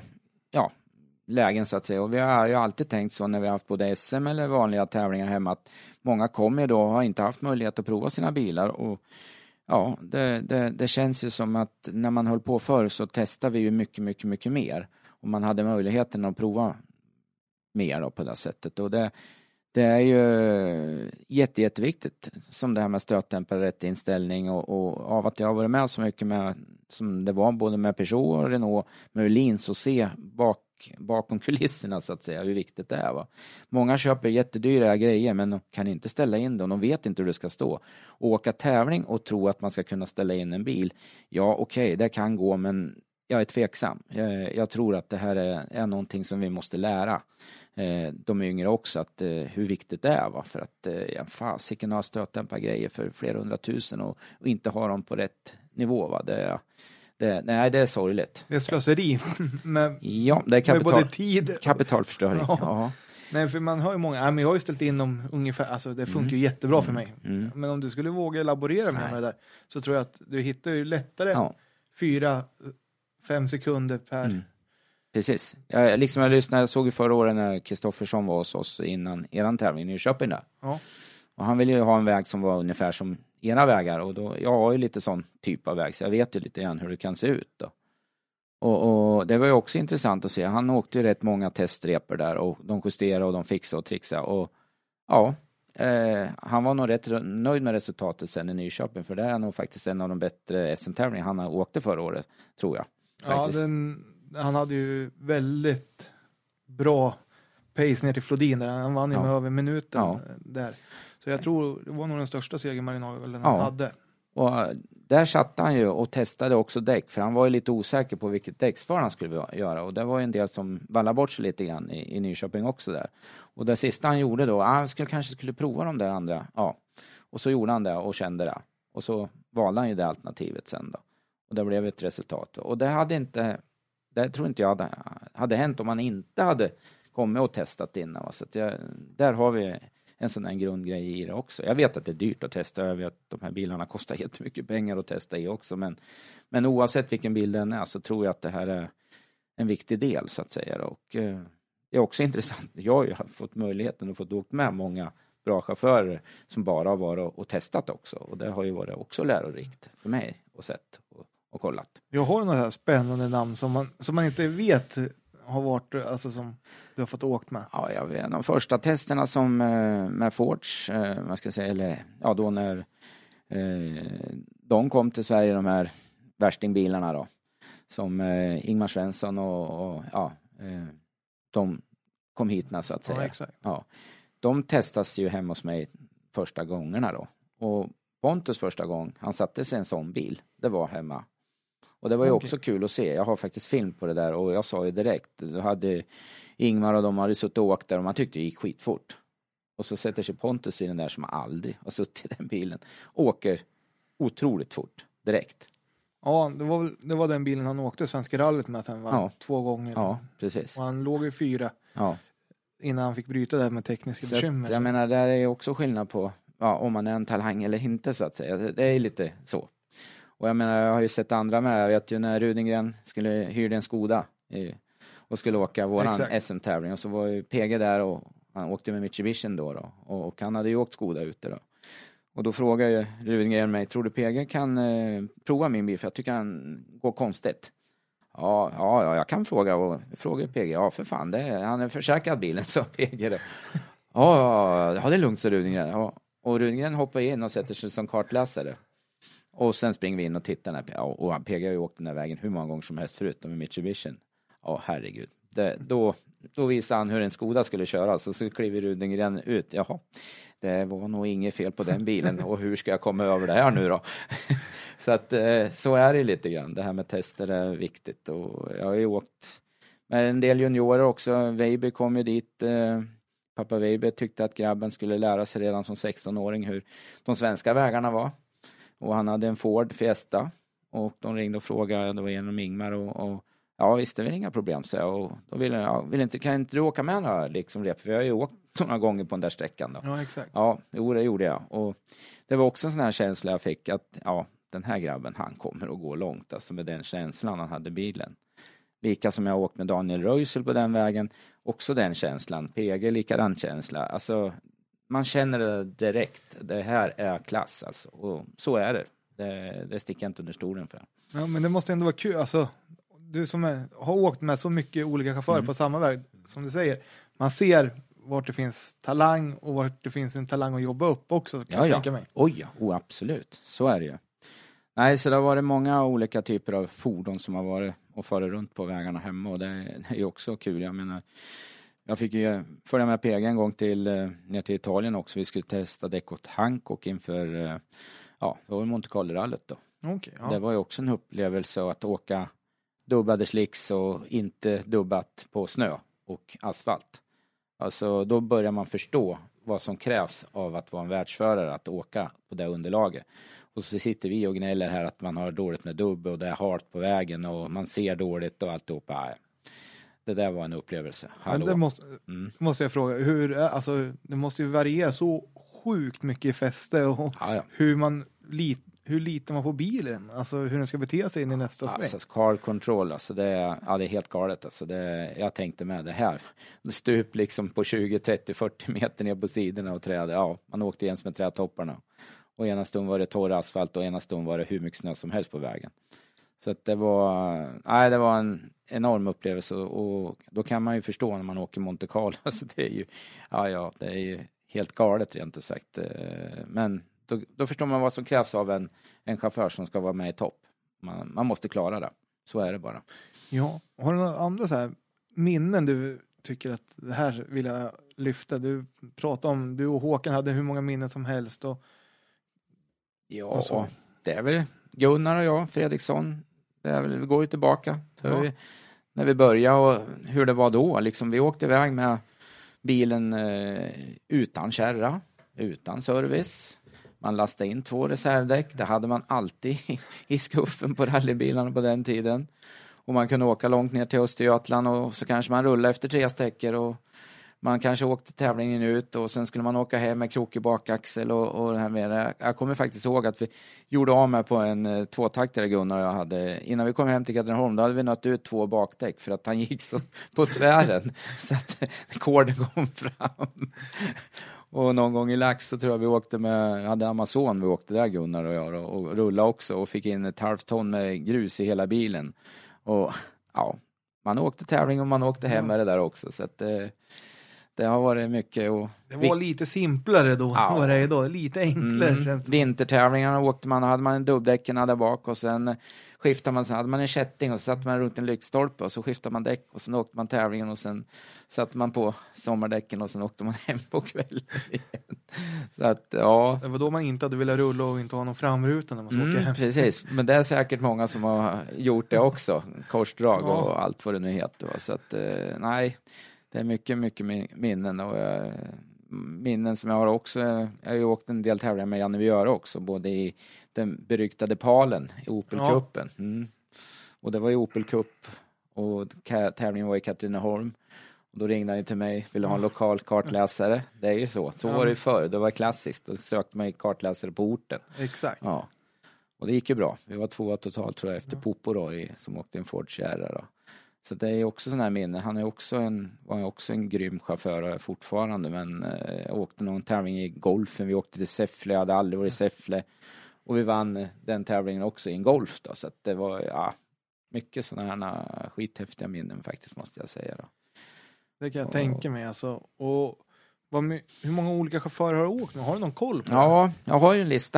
lägen så att säga. Och vi har ju alltid tänkt så när vi har haft både SM eller vanliga tävlingar hemma, att många kommer då och har inte haft möjlighet att prova sina bilar, och ja, det känns ju som att när man höll på förr så testade vi ju mycket mer. Och man hade möjligheten att prova mer då på det sättet. Och det är ju jätteviktigt, som det här med stötdämpare, rätt inställning, och av att jag har varit med så mycket med, som det var både med Peugeot och Renault, med Öhlins, och se bakom kulisserna så att säga hur viktigt det är. Va? Många köper jättedyra grejer men de kan inte ställa in dem, de vet inte hur det ska stå. Och åka tävling och tro att man ska kunna ställa in en bil, ja okej, det kan gå, men jag är tveksam. Jag tror att det här är någonting som vi måste lära de yngre också, att hur viktigt det är. Va? För att fasiken har stötdämpar grejer för flera 100 000 och inte ha dem på rätt nivå. Va? Nej, det är sorgligt. Det är slöseri med, det är med både tid kapitalförstöring. Ja. Nej, för man har ju många, men jag har ju ställt in dem ungefär, alltså det funkar ju jättebra för mig. Men om du skulle våga laborera med det där, så tror jag att du hittar ju lättare 4-5 sekunder per. Precis. Jag såg ju förra året när Kristoffersson var hos oss innan eran tävling i Nyköping där. Ja. Och han ville ju ha en väg som var ungefär som era vägar, och då, jag har ju lite sån typ av väg, så jag vet ju lite grann hur det kan se ut då. Och det var ju också intressant att se. Han åkte ju rätt många testreper där, och de justerade och de fixade och trixade, och ja, han var nog rätt nöjd med resultatet sen i Nyköping, för det är nog faktiskt en av de bättre SM-tävlingar han åkte förra året, tror jag. Faktiskt. Ja, han hade ju väldigt bra pace ner till Flodin där. Han vann ju med över minuten där. Så jag tror det var nog den största segermarginalen han hade. Och där satt han ju och testade också däck, för han var ju lite osäker på vilket däcksvar han skulle göra, och det var ju en del som vallade bort sig lite grann i Nyköping också där. Och det sista han gjorde då, han kanske skulle prova de där andra, och så gjorde han det och kände det, och så valde han ju det alternativet sen då, och det blev ett resultat. Och det tror inte jag hade hänt om man inte hade kommit och testat innan. Så att där har vi en sån här grundgrej i det också. Jag vet att det är dyrt att testa. Jag vet att de här bilarna kostar jättemycket pengar att testa i också. Men oavsett vilken bil den är, så tror jag att det här är en viktig del så att säga. Och det är också intressant. Jag har ju fått möjligheten att få åkt med många bra chaufförer som bara har varit och testat också. Och det har ju varit också lärorikt för mig och sett och kollat. Jag har några här spännande namn som man inte vet har varit, alltså som du har fått åkt med. Ja, jag vet. De första testerna som med Fords, man ska säga, eller då när de kom till Sverige, de här värstingbilarna då, som Ingmar Svensson och de kom hit med så att säga. Ja, exakt. Ja. De testas ju hemma hos mig första gångerna då. Och Pontus första gång han satte sig en sån bil, det var hemma. Och det var ju också kul att se. Jag har faktiskt film på det där, och jag sa ju direkt, då hade Ingmar och de hade suttit och åkt där, och man tyckte det gick skitfort. Och så sätter sig Pontus i den där som aldrig har suttit i den bilen. Åker otroligt fort direkt. Ja, det var den bilen han åkte Svenska rallyt med sen 2 gånger. Ja, precis. Och han låg i 4 innan han fick bryta det med tekniska bekymmer. Jag menar, där är ju också skillnad på om man är en talang eller inte så att säga. Det är lite så. Och jag menar, jag har ju sett andra med. Jag vet ju när Rudengren hyrde en Skoda och skulle åka våran SM-tävling. Och så var ju PG där och han åkte med Mitsubishi då. Och han hade ju åkt Skoda ute då. Och då frågade ju Rudengren mig, tror du PG kan prova min bil? För jag tycker han går konstigt. Ja, jag kan fråga. Och fråga PG, ja för fan, han är försäkrad bilen, så PG då. Ja, det är lugnt, så Rudengren. Ja. Och Rudengren hoppar in och sätter sig som kartläsare. Och sen springer vi in och tittar. Och PG har ju åkt den här vägen hur många gånger som helst förut med Mitsubishi. Ja, herregud. Då visade han hur en Skoda skulle köra. Så kliver Rudengren ut. Jaha, det var nog inget fel på den bilen. Och hur ska jag komma över det här nu då? Så att så är det lite grann. Det här med tester är viktigt. Och jag har ju åkt med en del juniorer också. Weiby kom ju dit. Pappa Weiby tyckte att grabben skulle lära sig redan som 16-åring hur de svenska vägarna var. Och han hade en Ford Fiesta. Och de ringde och frågade, det var genom Ingmar. Och ja, visst, det var inga problem, så jag. Och då kan inte du åka med några liksom rep? För jag har ju åkt några gånger på den där sträckan då. Ja, exakt. Ja, det gjorde jag. Och det var också en sån här känsla jag fick att den här grabben, han kommer att gå långt. Alltså med den känslan han hade bilen. Lika som jag åkt med Daniel Röisel på den vägen. Också den känslan. PG, likadan känsla. Alltså, man känner det direkt. Det här är klass alltså. Och så är det. Det sticker inte under stolen för. Ja, men det måste ändå vara kul. Alltså, du som har åkt med så mycket olika chaufförer på samma väg, som du säger. Man ser vart det finns talang och vart det finns en talang att jobba upp också, kan jag tänka mig. Oj, absolut. Så är det ju. Nej, så det har varit många olika typer av fordon som har varit och farit runt på vägarna hemma, och det är ju också kul. Jag menar, jag fick ju följa med PG en gång ner till Italien också. Vi skulle testa däck åt Hankook inför det var Monte Carlo-rallyt då. Okay, ja. Det var ju också en upplevelse att åka dubbade slicks och inte dubbat på snö och asfalt. Alltså då börjar man förstå vad som krävs av att vara en världsförare, att åka på det underlaget. Och så sitter vi och gnäller här att man har dåligt med dubb och det är halt på vägen och man ser dåligt och alltihopa. Det där var en upplevelse. Men det måste jag fråga, det måste ju variera så sjukt mycket i fäste och hur litar man på bilen, alltså hur den ska bete sig in i nästa sväng. Alltså car control, alltså det är helt galet alltså. Jag tänkte med det här. Det stup liksom på 20, 30, 40 meter ner på sidorna och träd. Ja, man åkte igen med trädtopparna. Och ena stund var det torr asfalt och ena stund var det hur mycket snö som helst på vägen. Så att det var en enorm upplevelse, och då kan man ju förstå när man åker Monte Carlo. Alltså det är ju, det är ju helt galet rent ut sagt. Men då förstår man vad som krävs av en chaufför som ska vara med i topp. Man måste klara det. Så är det bara. Ja. Har du några andra så här minnen du tycker att det här vill jag lyfta? Du pratade om, du och Håkan hade hur många minnen som helst. Ja, det är väl Gunnar och jag, Fredriksson. Vi går ju tillbaka. När vi började och hur det var då. Liksom, vi åkte iväg med bilen utan kärra, utan service. Man lastade in 2 reservdäck. Det hade man alltid i skuffen på rallybilarna på den tiden. Och man kunde åka långt ner till Östergötland och så kanske man rullade efter 3 sträckor och man kanske åkte tävlingen ut och sen skulle man åka hem med krokig bakaxel och det här med. Jag kommer faktiskt ihåg att vi gjorde av med på en 2-taktare Gunnar jag hade. Innan vi kom hem till Katrineholm, då hade vi nött ut 2 bakdäck för att han gick så på tvären så att korden kom fram. Och någon gång i Lax så tror jag vi hade Amazon, vi åkte där Gunnar och jag och rullade också och fick in 1,5 ton med grus i hela bilen. Och man åkte tävling och man åkte hem med det där också, så att det har varit mycket. Och det var lite simplare då. Var det då? Lite enklare. Vintertävlingarna hade man en dubbdäcken där bak och sen skiftade man, så hade man en kätting och så satte man runt en lyktstolpe och så skiftade man däck och sen åkte man tävlingen och sen satte man på sommardäcken och sen åkte man hem på kvällen igen. Så att, det var då man inte hade velat rulla och inte ha någon framruta när man ska åka hem. Precis, men det är säkert många som har gjort det också. Korsdrag och allt vad det nu heter. Så att, nej, det är mycket, mycket minnen och minnen som jag har också. Jag har ju åkt en del tävlingar med Janne Viöre också, både i den beryktade Palen i Opel-cupen. Och det var ju Opel Cup och tävlingen var i Katrineholm. Och då ringde han till mig, ville ha en lokal kartläsare. Det är ju så var det ju förr, det var klassiskt. Då sökte man ju kartläsare på orten. Exakt. Ja. Och det gick ju bra. Vi var 2 totalt tror jag efter Popo då, som åkte en Ford Sierra då. Så det är också sån här minne. Han är var också en grym chaufför och är fortfarande. Men jag åkte någon tävling i golfen. Vi åkte till Säffle. Jag hade aldrig varit i Säffle. Och vi vann den tävlingen också i en golf då. Så att det var mycket sådana här skithäftiga minnen faktiskt, måste jag säga då. Det kan jag tänka mig alltså. Och hur många olika chaufförer har du åkt med? Har du någon koll på det? Ja, jag har ju en lista.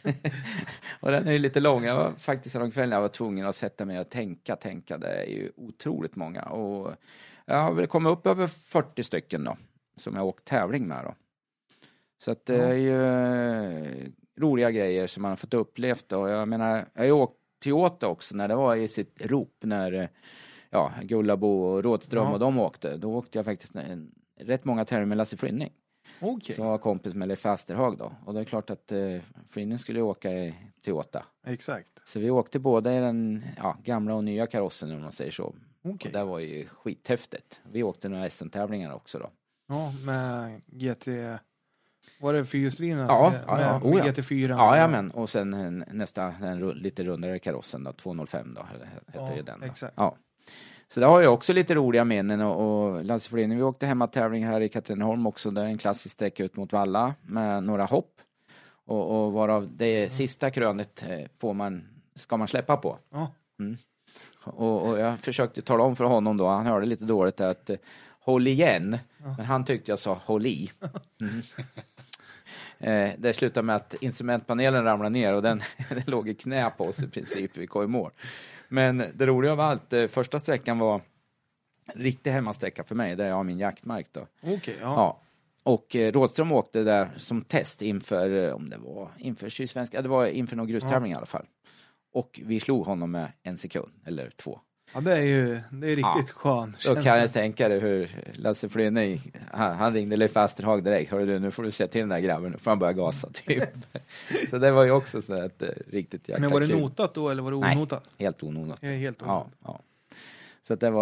Och den är ju lite lång. Jag var faktiskt en kväll jag var tvungen att sätta mig och tänka. Det är ju otroligt många. Och jag har väl kommit upp över 40 stycken då. Som jag åkt tävling med då. Så att det är ju roliga grejer som man har fått upplevt. Och jag menar, jag har ju åkt Toyota också när det var i sitt rop. När Gullabo och Rådström och de åkte. Då åkte jag faktiskt rätt många tävlingar med Lasse Frynning. Okay. Som var kompis med Leif Asterhag då. Och det är klart att Frynning skulle åka i Toyota. Exakt. Så vi åkte både i den gamla och nya karossen, om man säger så. Okay. Och det var ju skithäftigt. Vi åkte några SM-tävlingar också då. Ja, med GT... Var det fyrhjulsdrivna? Ja. Med GT4? Ja, men och sen den lite rundare karossen då, 205 då, heter det den. Exakt. Ja. Så det har ju också lite roliga minnen och Lasse Frynning, vi åkte hemmatävling här i Katrineholm också. Det är en klassisk sträcka ut mot Valla med några hopp. Och varav det sista krönet ska man släppa på. Ja. Mm. Och jag försökte tala om för honom då, han hörde lite dåligt att håll igen. Men han tyckte jag sa håll i. Mm. Det slutade med att instrumentpanelen ramlade ner och den låg i knä på oss i princip. Vi kom i mål. Men det roliga av allt, första sträckan var riktig hemmasträcka för mig. Där jag har min jaktmark då. Okay, ja. Och Rådström åkte där som test inför Sydsvenska. Det var inför någon grustävling i alla fall. Och vi slog honom med 1 sekund eller 2. Ja, det är riktigt skön. Då kan jag tänka dig hur Lasse Frynning, han ringde Leif Asterhag direkt. Hörru du, nu får du se till den där grabben. Nu får han börja gasa typ. Så det var ju också så ett riktigt jäkla Men var det kul. notat då eller var det onotat? Nej, helt onotat. Helt onotat. Ja. Så att det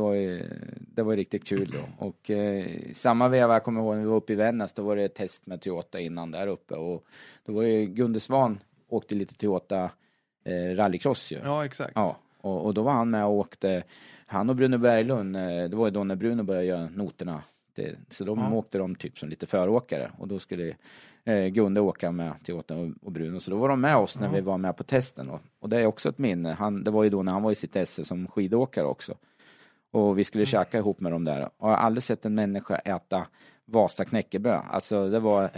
var riktigt kul då. Och samma veva, jag kommer ihåg när vi var uppe i Vännäs, då var det ett test med Toyota innan där uppe. Och då var ju Gunde Svan åkte lite Toyota rallycross ju. Ja, exakt. Ja. Och då var han med och åkte, han och Bruno Berglund, det var ju då när Bruno började göra noterna. Så de åkte de typ som lite föråkare. Och då skulle Gunde åka med Toyota och Bruno. Så då var de med oss när vi var med på testen. Och det är också ett minne. Det var ju då när han var i sitt esse som skidåkare också. Och vi skulle käka ihop med dem där. Och jag har aldrig sett en människa äta Vasa knäckebröd. Alltså det var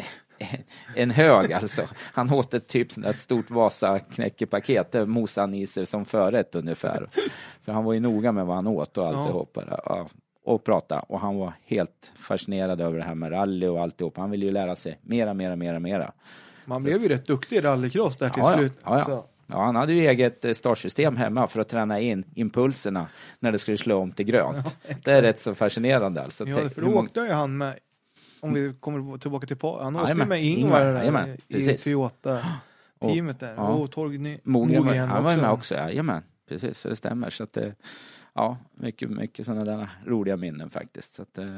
en hög alltså. Han åt ett stort Vasa knäckepaket. Det mosade han i sig som förrätt ungefär. För han var ju noga med vad han åt och alltihop. Och prata. Och han var helt fascinerad över det här med rally och alltihop. Han ville ju lära sig mera. Man blev ju rätt duktig i rallycross där till slut. Ja, han hade ju eget startsystem hemma för att träna in impulserna när det skulle slå om till grönt. Det är rätt så fascinerande alltså. Ja, för då åkte ju han med, om vi kommer tillbaka till han åkte med Ingvar i Toyota-teamet där. Och Torgny Mogren han var med också. Jajamän, precis, så det stämmer. Så att mycket sådana där roliga minnen faktiskt. Så att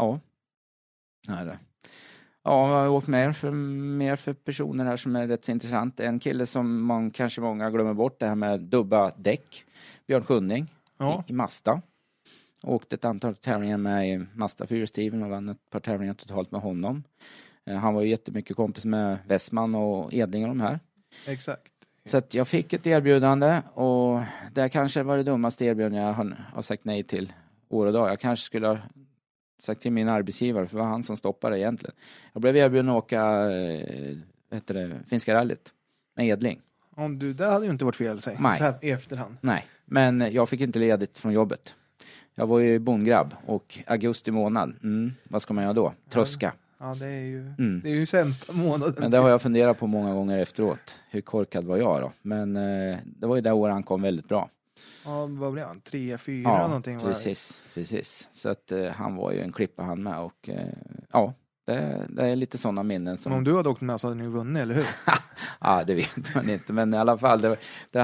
jag har åkt mer för personer här som är rätt så intressant. En kille som kanske många glömmer bort, det här med dubba däck. Björn Schunning i Mazda. Åkte ett antal tävlingar med i Mazda fyrhjulsdriven och vann ett par tävlingar totalt med honom. Han var ju jättemycket kompis med Westman och Edling och de här. Exakt. Så att jag fick ett erbjudande och det kanske var det dummaste erbjudandet jag har sagt nej till år och dag. Jag kanske skulle ha sagt till min arbetsgivare, för det var han som stoppade egentligen. Jag blev erbjuden att åka Finska rallyt med Edling. Det hade ju inte varit fel, säg. Nej. Så här i efterhand. Nej, men jag fick inte ledigt från jobbet. Jag var ju bondgrabb och augusti månad. Vad ska man göra då? Tröska. Ja, det är ju sämsta månaden. Men det har jag funderat på många gånger efteråt. Hur korkad var jag då? Men det var ju det året han kom väldigt bra. Ja, vad blev han? 3-4 någonting? Precis. Så att han var ju en klippa han med. Och det är lite sådana minnen. Som... Om du hade åkt med så hade ni vunnit, eller hur? Ja, det vet man inte. Men i alla fall, det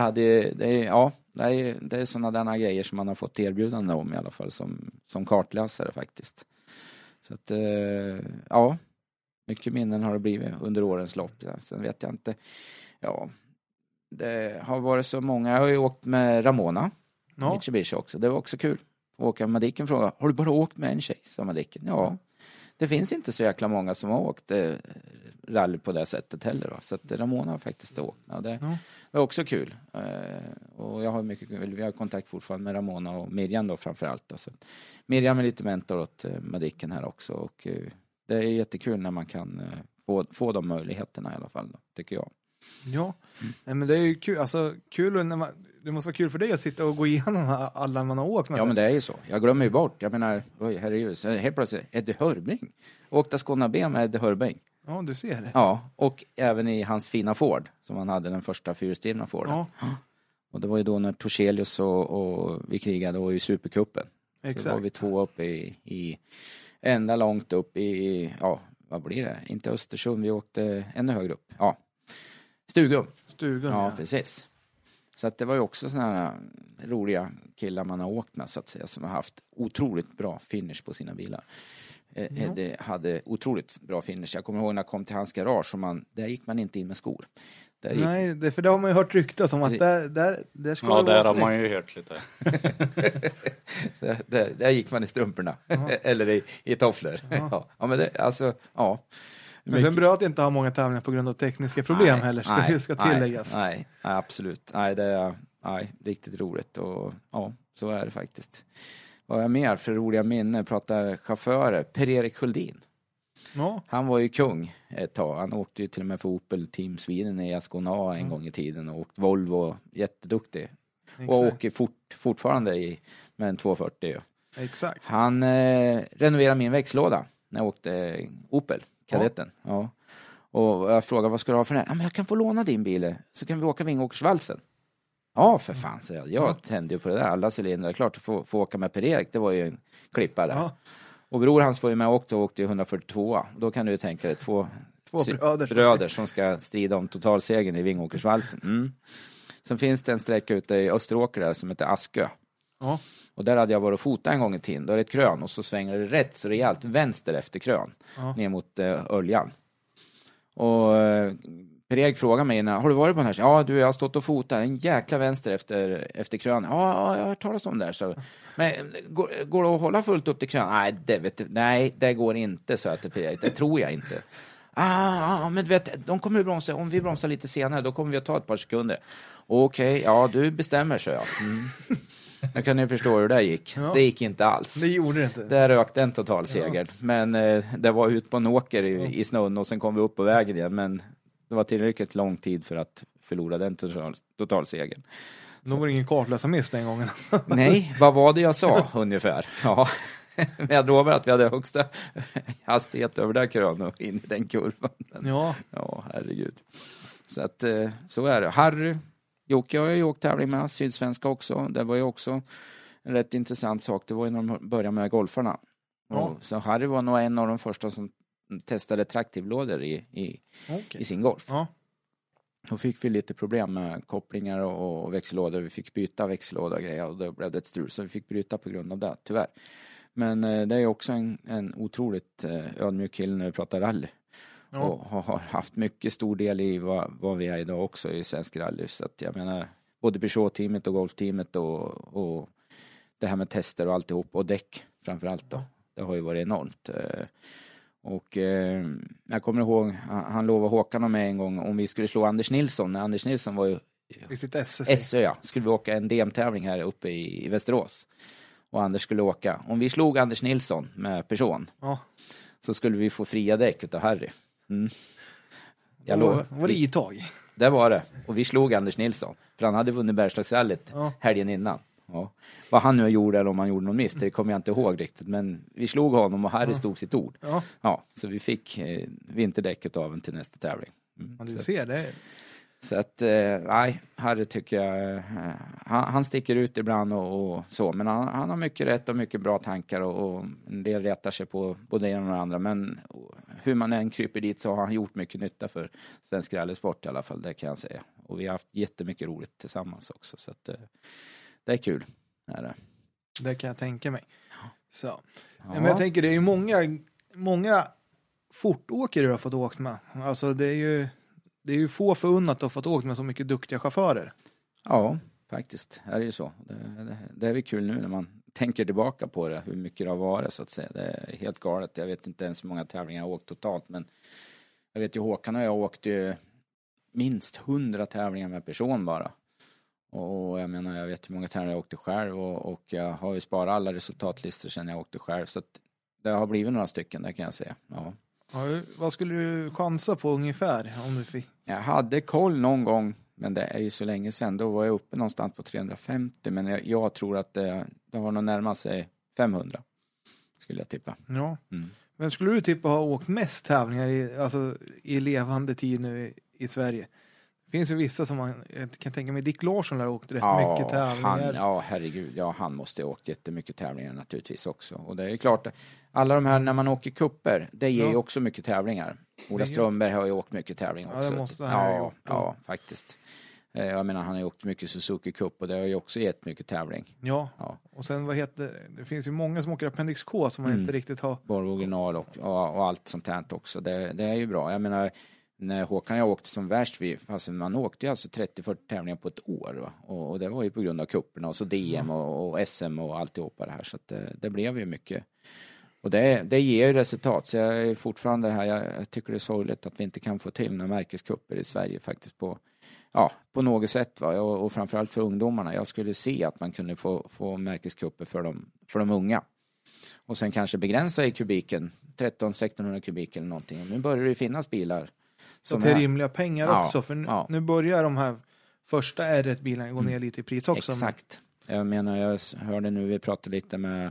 är sådana där grejer som man har fått erbjudande om i alla fall som kartläsare faktiskt. Så att, mycket minnen har det blivit under årens lopp. Sen vet jag inte, det har varit så många. Jag har ju åkt med Ramona. Mitsubishi också. Det var också kul. Åka Madicken frågade, har du bara åkt med en tjej? Sa Madicken. Ja. Det finns inte så jäkla många som har åkt rally på det sättet heller. Så att Ramona har faktiskt åkt. Ja, det var också kul. Och jag har vi har kontakt fortfarande med Ramona och Miriam då framförallt. Då. Så Miriam är lite mentor åt Madicken här också. Och det är jättekul när man kan få de möjligheterna i alla fall, då, tycker jag. Ja, nej, men det är ju kul. Alltså, kul när det måste vara kul för dig att sitta och gå igenom alla man har åkt med. Ja, men det är ju så. Jag glömmer ju bort. Jag menar, herregud. Helt plötsligt, Eddie Hörbring. Åkte Skåne B med Eddie Hörbring. Ja, du ser det. Ja, och även i hans fina Ford. Som han hade den första fyrhjulsdrivna Forden. Ja. Och det var ju då när Torsselius och vi krigade och i Supercupen. Exakt. Så var vi 2 uppe i ända långt upp i, ja, vad blir det? Inte Östersund, vi åkte ännu högre upp. Ja, Stugum. Ja, precis. Så att det var ju också såna här roliga killar man har åkt med, så att säga, som har haft otroligt bra finish på sina bilar. Det hade otroligt bra finish. Jag kommer ihåg när jag kom till hans garage och där gick man inte in med skor. Nej, för det har man ju hört ryktas om att där ska ja, där har man ju hört lite. där gick man i strumporna. Eller i tofflor. Ja, men det, alltså, ja. Men sen bra att inte ha många tävlingar på grund av tekniska problem heller, ska tilläggas. Nej, absolut. Nej, det är riktigt roligt och ja, så är det faktiskt. Vad är mer för roliga minnen? Pratar chaufförer. Per-Erik Sköldin. Ja. Han var ju kung ett tag. Han åkte ju till och med för Opel Team Sweden i Ascona en gång i tiden och åkt Volvo, jätteduktig. Exakt. Och åker fortfarande med en 240. Exakt. Han renoverade min växellåda när jag åkte Opel Kadetten. Ja. Och jag frågade, vad ska du ha för den? Ja, men jag kan få låna din bil så kan vi åka Vingåkersvalsen. Ja, för fan, så jag tände ju på det där. Alla cylindrar, klart att få åka med Per-Erik, det var ju en klippare. Ja. Och bror hans var ju med och åkte i 142. Då kan du ju tänka dig två bröder som ska strida om totalsegern i Vingåkersvalsen. Sen finns det en sträcka ute i Österåker där som heter Askö. Ja. Och där hade jag varit och fota en gång i tiden. Då är det ett krön och så svänger det rätt så rejält vänster efter krön. Ja. Ner mot Öljan. Och Per-Erik frågar mig innan, har du varit på den här? Ja, jag har stått och fotat en jäkla vänster efter krön. Ja, jag har hört talas om det där. Så. Men går det att hålla fullt upp till krön? Nej, det går inte, så att Per-Erik. Det tror jag inte. Men du vet, de kommer att bromsa. Om vi bromsar lite senare, då kommer vi att ta ett par sekunder. Okej, ja, du bestämmer, så jag. Jag kan ju förstå hur det gick. Ja. Det gick inte alls. Det gjorde det inte. Det rökte en totalseger. Ja. Men det var ut på en åker i snön och sen kom vi upp på vägen igen. Men det var tillräckligt lång tid för att förlora den totalsegern. Det var ingen kartlösa miss den gången. Nej, vad var det jag sa ungefär? Ja. Men jag lovar att vi hade högsta hastighet över där krön och in i den kurvan. Ja, herregud. Så att så är det. Harry Jocke, jag har ju åkt tävling med Sydsvenska också. Det var ju också en rätt intressant sak. Det var ju när de började med golfarna. Ja. Så Harry var nog en av de första som testade traktivlådor i sin golf. Ja. Då fick vi lite problem med kopplingar och växellådor. Vi fick byta växellåda och grejer och då blev det ett strul. Så vi fick bryta på grund av det, tyvärr. Men det är också en otroligt ödmjuk kille när vi pratar rally. Ja. Och har haft mycket stor del i vad vi är idag också i svensk rally. Så att jag menar, både Peugeot-teamet och Golf-teamet och det här med tester och alltihop. Och däck framförallt då. Det har ju varit enormt. Och jag kommer ihåg, han lovade Håkan och mig en gång om vi skulle slå Anders Nilsson. När Anders Nilsson var ju i sitt SÖ, ja. Skulle vi åka en DM-tävling här uppe i Västerås. Och Anders skulle åka. Om vi slog Anders Nilsson med person så skulle vi få fria däck utav Harry. Var det i tag? Det var det. Och vi slog Anders Nilsson. För han hade vunnit Bergslagsrallyt helgen innan. Ja. Vad han nu gjorde eller om han gjorde någon miss, det kommer jag inte ihåg riktigt. Men vi slog honom och Harry stod sitt ord. Ja, så vi fick vinterdäcket av en till nästa tävling. Ja, du ser det. Så att, nej, Harry tycker jag, han sticker ut ibland och så. Men han har mycket rätt och mycket bra tankar och en del rättar sig på både det ena och det andra. Men hur man än kryper dit så har han gjort mycket nytta för svensk rallysport i alla fall, det kan jag säga. Och vi har haft jättemycket roligt tillsammans också, så att det är kul. Det kan jag tänka mig. Så. Ja. Men jag tänker, det är ju många fortåkare du har fått åkt med. Alltså det är ju få förunnat att ha fått åkt med så mycket duktiga chaufförer. Ja, faktiskt. Är det ju så. Det är väl kul nu när man tänker tillbaka på det. Hur mycket det har varit så att säga. Det är helt galet. Jag vet inte ens hur många tävlingar jag har åkt totalt. Men jag vet ju Håkan och jag åkte minst 100 tävlingar med person bara. Och jag menar, jag vet hur många tävlingar jag åkte själv. Och jag har ju sparat alla resultatlistor sedan jag åkte själv. Så att det har blivit några stycken, där kan jag säga. Ja. Ja, vad skulle du chansa på ungefär om du fick? Jag hade koll någon gång, men det är ju så länge sedan. Då var jag uppe någonstans på 350, men jag tror att det har nog närmat sig 500, skulle jag tippa. Ja. Men skulle du tippa ha åkt mest tävlingar i levande tid nu i Sverige? Det finns ju vissa som man kan tänka mig. Dick Larsson har åkt rätt mycket tävlingar. Herregud. Ja, han måste ha åkt jättemycket tävlingar naturligtvis också. Och det är ju klart, alla de här när man åker kupper, det ger ju också mycket tävlingar. Ola Strömberg har ju åkt mycket tävlingar också. Ja, det måste han ha gjort. Ja, faktiskt. Jag menar, han har ju åkt mycket Suzuki Cup och det har ju också gett mycket tävling. Ja. Och sen det finns ju många som åker Appendix K som man inte riktigt har. Volvo original och allt sånt här också. Det är ju bra. Jag menar, när Håkan och jag åkte som värst, fast man åkte ju alltså 30-40 tävlingar på ett år. Va? Och det var ju på grund av kupperna och så DM och SM och alltihopa det här. Så att det blev ju mycket. Och det ger ju resultat. Så jag är fortfarande här, jag tycker det är sorgligt att vi inte kan få till några märkeskupper i Sverige faktiskt på något sätt. Va? Och framförallt för ungdomarna. Jag skulle se att man kunde få märkeskupper för de unga. Och sen kanske begränsa i kubiken, 1300-1600 kubik eller någonting. Nu börjar det ju finnas bilar. Så till rimliga pengar också. För nu börjar de här första R1-bilarna gå ner lite i pris också. Exakt. Jag menar, jag hörde nu, vi pratade lite med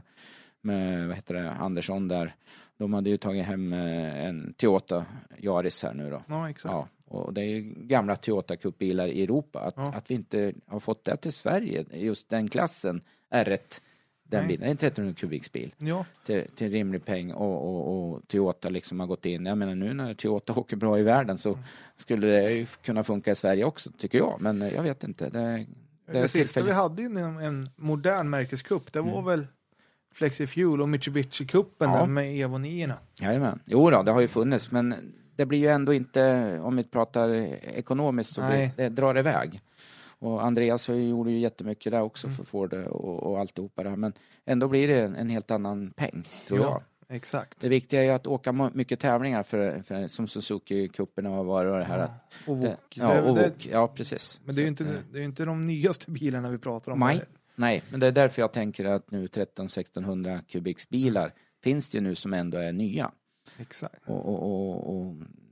Andersson där. De hade ju tagit hem en Toyota Yaris här nu då. Ja, exakt. Ja, och det är ju gamla Toyota Cup-bilar i Europa. Att vi inte har fått det till Sverige, just den klassen, R1. Den bilen är en 1300 kubiksbil till rimlig peng och Toyota liksom har gått in. Jag menar, nu när Toyota åker bra i världen så skulle det ju kunna funka i Sverige också, tycker jag. Men jag vet inte. Det sista vi hade inom en modern märkeskupp, det var väl Flexifuel och Mitsubishi-kuppen där med Evo 9-orna. Jajamän. Jo då, det har ju funnits, men det blir ju ändå inte, om vi pratar ekonomiskt, så det drar iväg. Och Andreas gjorde ju jättemycket där också för Ford och alltihopa det här. Men ändå blir det en helt annan peng, tror jag. Exakt. Det viktiga är ju att åka mycket tävlingar för som Suzuki-kupperna har varit och det här. Och Vok. Ja, precis. Men det är ju inte de nyaste bilarna vi pratar om. Nej, men det är därför jag tänker att nu 1300-1600 kubiksbilar finns det ju nu som ändå är nya. Exakt. Och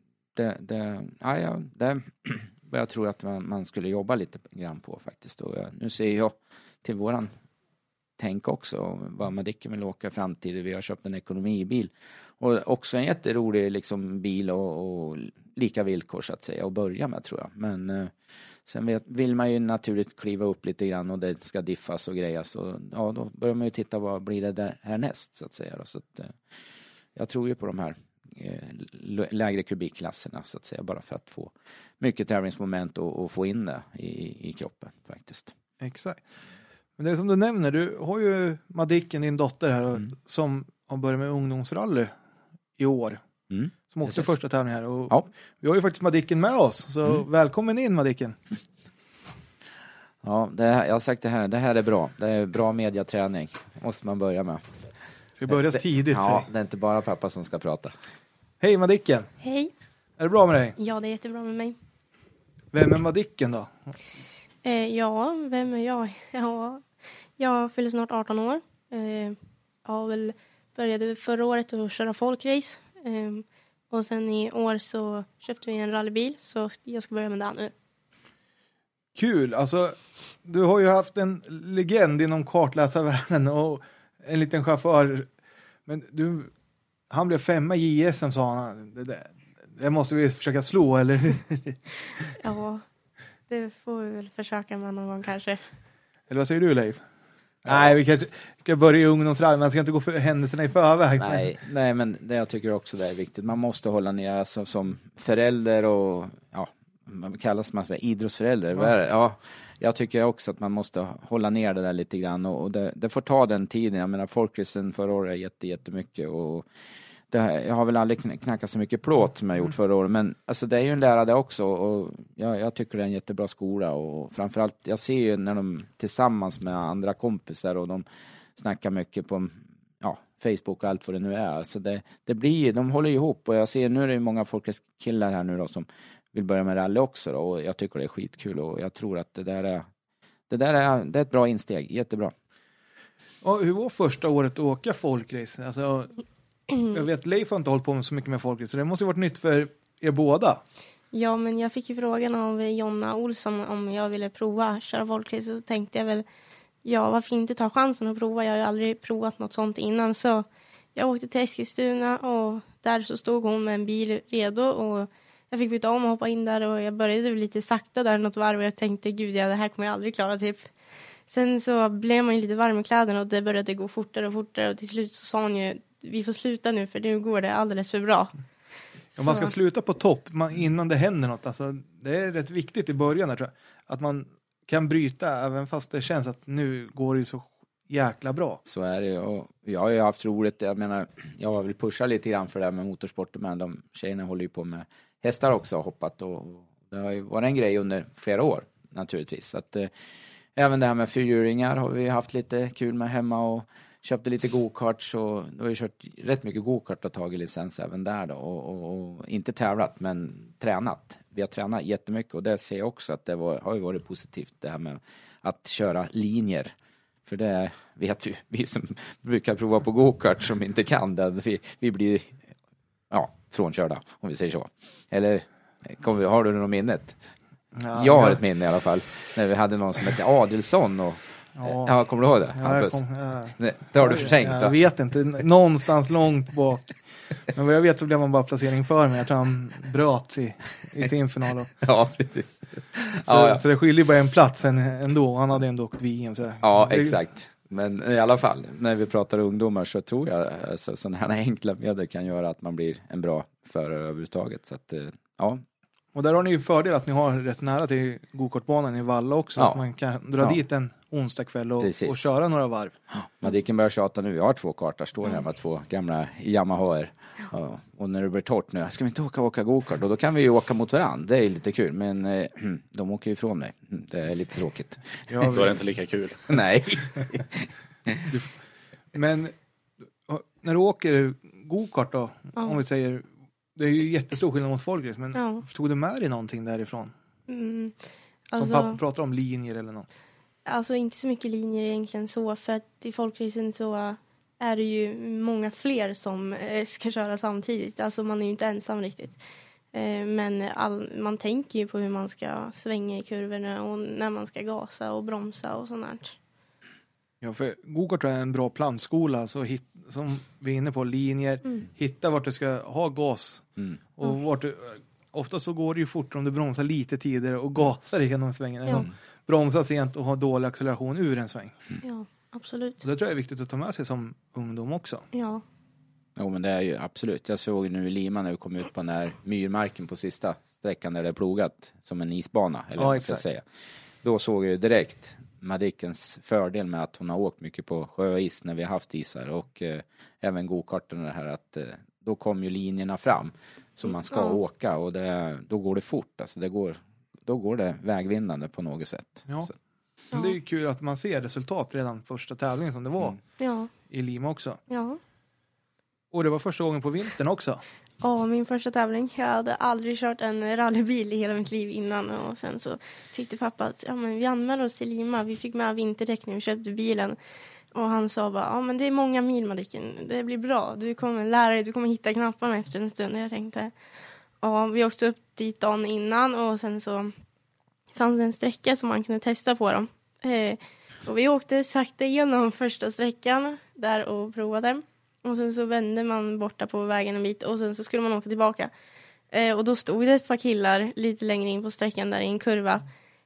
det jag tror att man skulle jobba lite grann på faktiskt. Och nu ser jag till våran tänk också vad Madicken vill åka i framtiden. Vi har köpt en ekonomibil och också en jätterolig liksom bil och lika villkor så att säga att börja med, tror jag. Men sen vill man ju naturligt kliva upp lite grann och det ska diffas och grejas. Och då börjar man ju titta vad blir det där härnäst så att säga. Så att, jag tror ju på de här lägre kubikklasserna så att säga, bara för att få mycket tävlingsmoment och få in det i kroppen faktiskt. Exakt. Men det är som du nämner, du har ju Madicken, din dotter här, som har börjat med ungdomsrally i år. Som åkte första tävlingen här. Och vi har ju faktiskt Madicken med oss, så välkommen in Madicken. Ja, jag har sagt det här är bra. Det är bra mediaträning, måste man börja med. Ska börja tidigt. Ja, det är inte bara pappa som ska prata. Hej Madicken. Hej. Är det bra med dig? Ja, det är jättebra med mig. Vem är Madicken då? Vem är jag? Jag fyller snart 18 år. Jag började förra året att köra folkrace. Och sen i år så köpte vi en rallybil. Så jag ska börja med den nu. Kul. Alltså, du har ju haft en legend inom kartläsarvärlden och en liten chaufför. Men han blev 5 i JSM, sa han. Det måste vi försöka slå, eller hur? Ja, det får vi väl försöka med någon gång kanske. Eller vad säger du, Leif? Ja. Nej, vi kanske ska börja i ungdomsrally. Man ska inte gå för händelserna i förväg. Nej, men det jag tycker också det är viktigt. Man måste hålla ner, alltså, som förälder och man kallas man för idrottsförälder. Ja, jag tycker också att man måste hålla ner det där lite grann och det får ta den tiden. Jag menar, folkracen förra året är jättemycket och jag har väl aldrig knackat så mycket plåt som jag gjort förra året. Men alltså, det är ju en lärare också. Och jag tycker det är en jättebra skola. Och framförallt, jag ser ju när de tillsammans med andra kompisar och de snackar mycket på Facebook och allt vad det nu är. Så det blir, de håller ihop. Och jag ser nu är det många folkrättskillar här nu då som vill börja med rally också då, och jag tycker det är skitkul och jag tror att det är ett bra insteg, jättebra. Och hur var första året att åka folkrace? Alltså, jag vet Leif har inte hållit på med så mycket med folkrace, så det måste ju varit nytt för er båda. Ja, men jag fick ju frågan av Jonna Olsson om jag ville prova köra folkrace, och så tänkte jag väl, varför inte ta chansen att prova? Jag har ju aldrig provat något sånt innan, så jag åkte till Eskilstuna och där så stod hon med en bil redo och jag fick byta om och hoppa in där och jag började lite sakta där något varv och jag tänkte, gud det här kommer jag aldrig klara typ. Sen så blev man ju lite varm i kläderna och det började gå fortare och fortare och till slut så sa hon ju, vi får sluta nu för nu går det alldeles för bra. Om man ska sluta på topp innan det händer något, alltså, det är rätt viktigt i början där, tror jag, att man kan bryta även fast det känns att nu går det så jäkla bra. Så är det, och jag har ju haft roligt, jag menar, jag har väl pushat lite grann för det här med motorsporten, men de tjejerna håller ju på med hästar också, hoppat och det har ju varit en grej under flera år naturligtvis. Så att även det här med fyrhjulingar har vi haft lite kul med hemma och köpte lite go-karts och då har vi kört rätt mycket go-kart och tagit licens även där då och inte tävlat men tränat. Vi har tränat jättemycket och det ser jag också att det har ju varit positivt det här med att köra linjer. För det vet vi som brukar prova på go-kart som inte kan det. Vi blir frånkörda om vi säger så. Eller har du något minnet? Ja, jag har ett minne i alla fall. När vi hade någon som hette Adelsson och kommer du ihåg det? Det har du förträngt då? Jag vet inte, någonstans långt bak. Men vad jag vet så blev man bara placering för mig. Jag tror han bröt i sin final. Ja, precis. Så det skiljer bara en plats ändå. Han hade ändå åkt VM. Så. Ja, exakt. Men i alla fall, när vi pratar ungdomar så tror jag alltså, sådana här enkla medel kan göra att man blir en bra förare överhuvudtaget. Så att, ja. Och där har ni ju fördel att ni har rätt nära till gokartbanan i Valla också. Ja. Att man kan dra dit en onsdag kväll och köra några varv. Madicken börjar tjata nu. Vi har 2 kartar, står här med 2 gamla Yamahaer. Ja. Och när det blir torrt nu, ska vi inte åka gokart? Och då kan vi ju åka mot varandra. Det är lite kul, men de åker ju ifrån mig. Det är lite tråkigt. Då är det inte lika kul. Nej. Men när du åker gokart då, om vi säger... Det är ju jättestor skillnad mot folkrace, men tog du med dig någonting därifrån? Alltså, som pappa pratar om linjer eller något? Alltså inte så mycket linjer egentligen så, för att i folkracen så är det ju många fler som ska köra samtidigt. Alltså man är ju inte ensam riktigt. Men man tänker ju på hur man ska svänga i kurvorna och när man ska gasa och bromsa och sånt här. Ja, för gokart är en bra plantskola, så som vi är inne på, linjer, hitta vart du ska ha gas. Och ofta så går det ju fort om du bromsar lite tidigare och gasar igenom svängen. Ja. Bromsar sent och har dålig acceleration ur en sväng. Ja, absolut. Så det tror jag är viktigt att ta med sig som ungdom också. Ja. Jo, men det är ju absolut. Jag såg nu i Lima när vi kom ut på den här myrmarken på sista sträckan där det är plogat som en isbana, eller vad man ska säga. Då såg jag direkt Madickens fördel med att hon har åkt mycket på sjöis när vi har haft isar och även gokarten det här att då kom ju linjerna fram som man ska åka och då går det fort, alltså då går det vägvinnande på något sätt. Ja. Så. Men det är ju kul att man ser resultat redan första tävlingen som det var i Lima också. Ja. Och det var första gången på vintern också. Ja, min första tävling. Jag hade aldrig kört en rallybil i hela mitt liv innan. Och sen så tyckte pappa att vi anmälde oss till Lima. Vi fick med vinterdäck när vi köpte bilen. Och han sa bara, men det är många mil, Madicken. Det blir bra. Du kommer lära dig, du kommer hitta knapparna efter en stund. Och jag tänkte, vi åkte upp dit dagen innan. Och sen så fanns det en sträcka som man kunde testa på dem. Och vi åkte sakta igenom första sträckan där och provade. Och sen så vände man borta på vägen en bit och sen så skulle man åka tillbaka. Och då stod det ett par killar lite längre in på sträckan där i en kurva.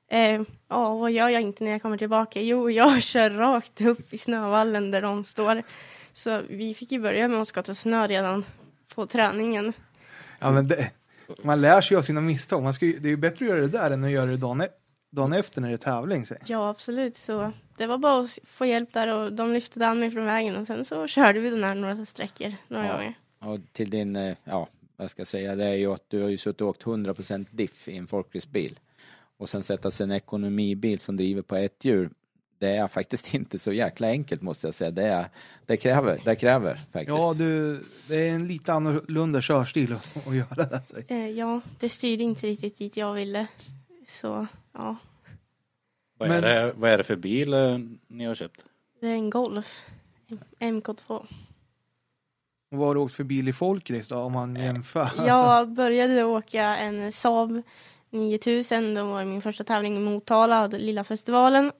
Vad gör jag inte när jag kommer tillbaka? Jo, jag kör rakt upp i snövallen där de står. Så vi fick ju börja med att skotta snö redan på träningen. Ja, men man lär sig av sina misstag. Det är ju bättre att göra det där än att göra det dagen efter när det är tävling. Så. Ja, absolut. Så det var bara att få hjälp där och de lyfte an mig från vägen och sen så körde vi den här några sträckor några gånger. Och till din, vad ska jag säga, det är ju att du har ju suttit och åkt 100% diff i en folkracebil. Och sen sätta sig en ekonomibil som driver på ett hjul. Det är faktiskt inte så jäkla enkelt, måste jag säga. Det kräver faktiskt. Ja, det är en lite annorlunda körstil att göra det. Alltså. Ja, det styrde inte riktigt dit jag ville. Så, ja. Vad är det för bil ni har köpt? Det är en Golf. En MK2. Och vad har du åkt för bil i folkrace då, om man jämför? Jag började åka en Saab 9000. Det var min första tävling i Motala, lilla festivalen.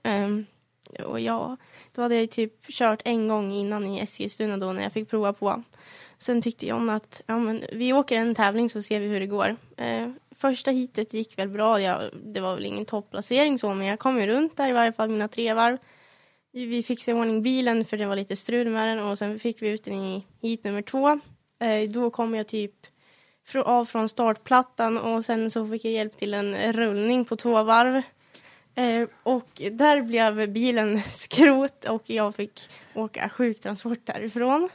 Och då hade jag typ kört en gång innan i Eskilstuna då när jag fick prova på. Sen tyckte jag om att vi åker en tävling så ser vi hur det går. Första hitet gick väl bra. Det var väl ingen topplacering så, men jag kom ju runt där i varje fall mina 3 varv. Vi fick se ordning bilen för det var lite strul med den och sen fick vi ut den i hit nummer 2. Då kom jag typ av från startplattan och sen så fick jag hjälp till en rullning på 2 varv. Och där blev bilen skrot och jag fick åka sjuktransport därifrån.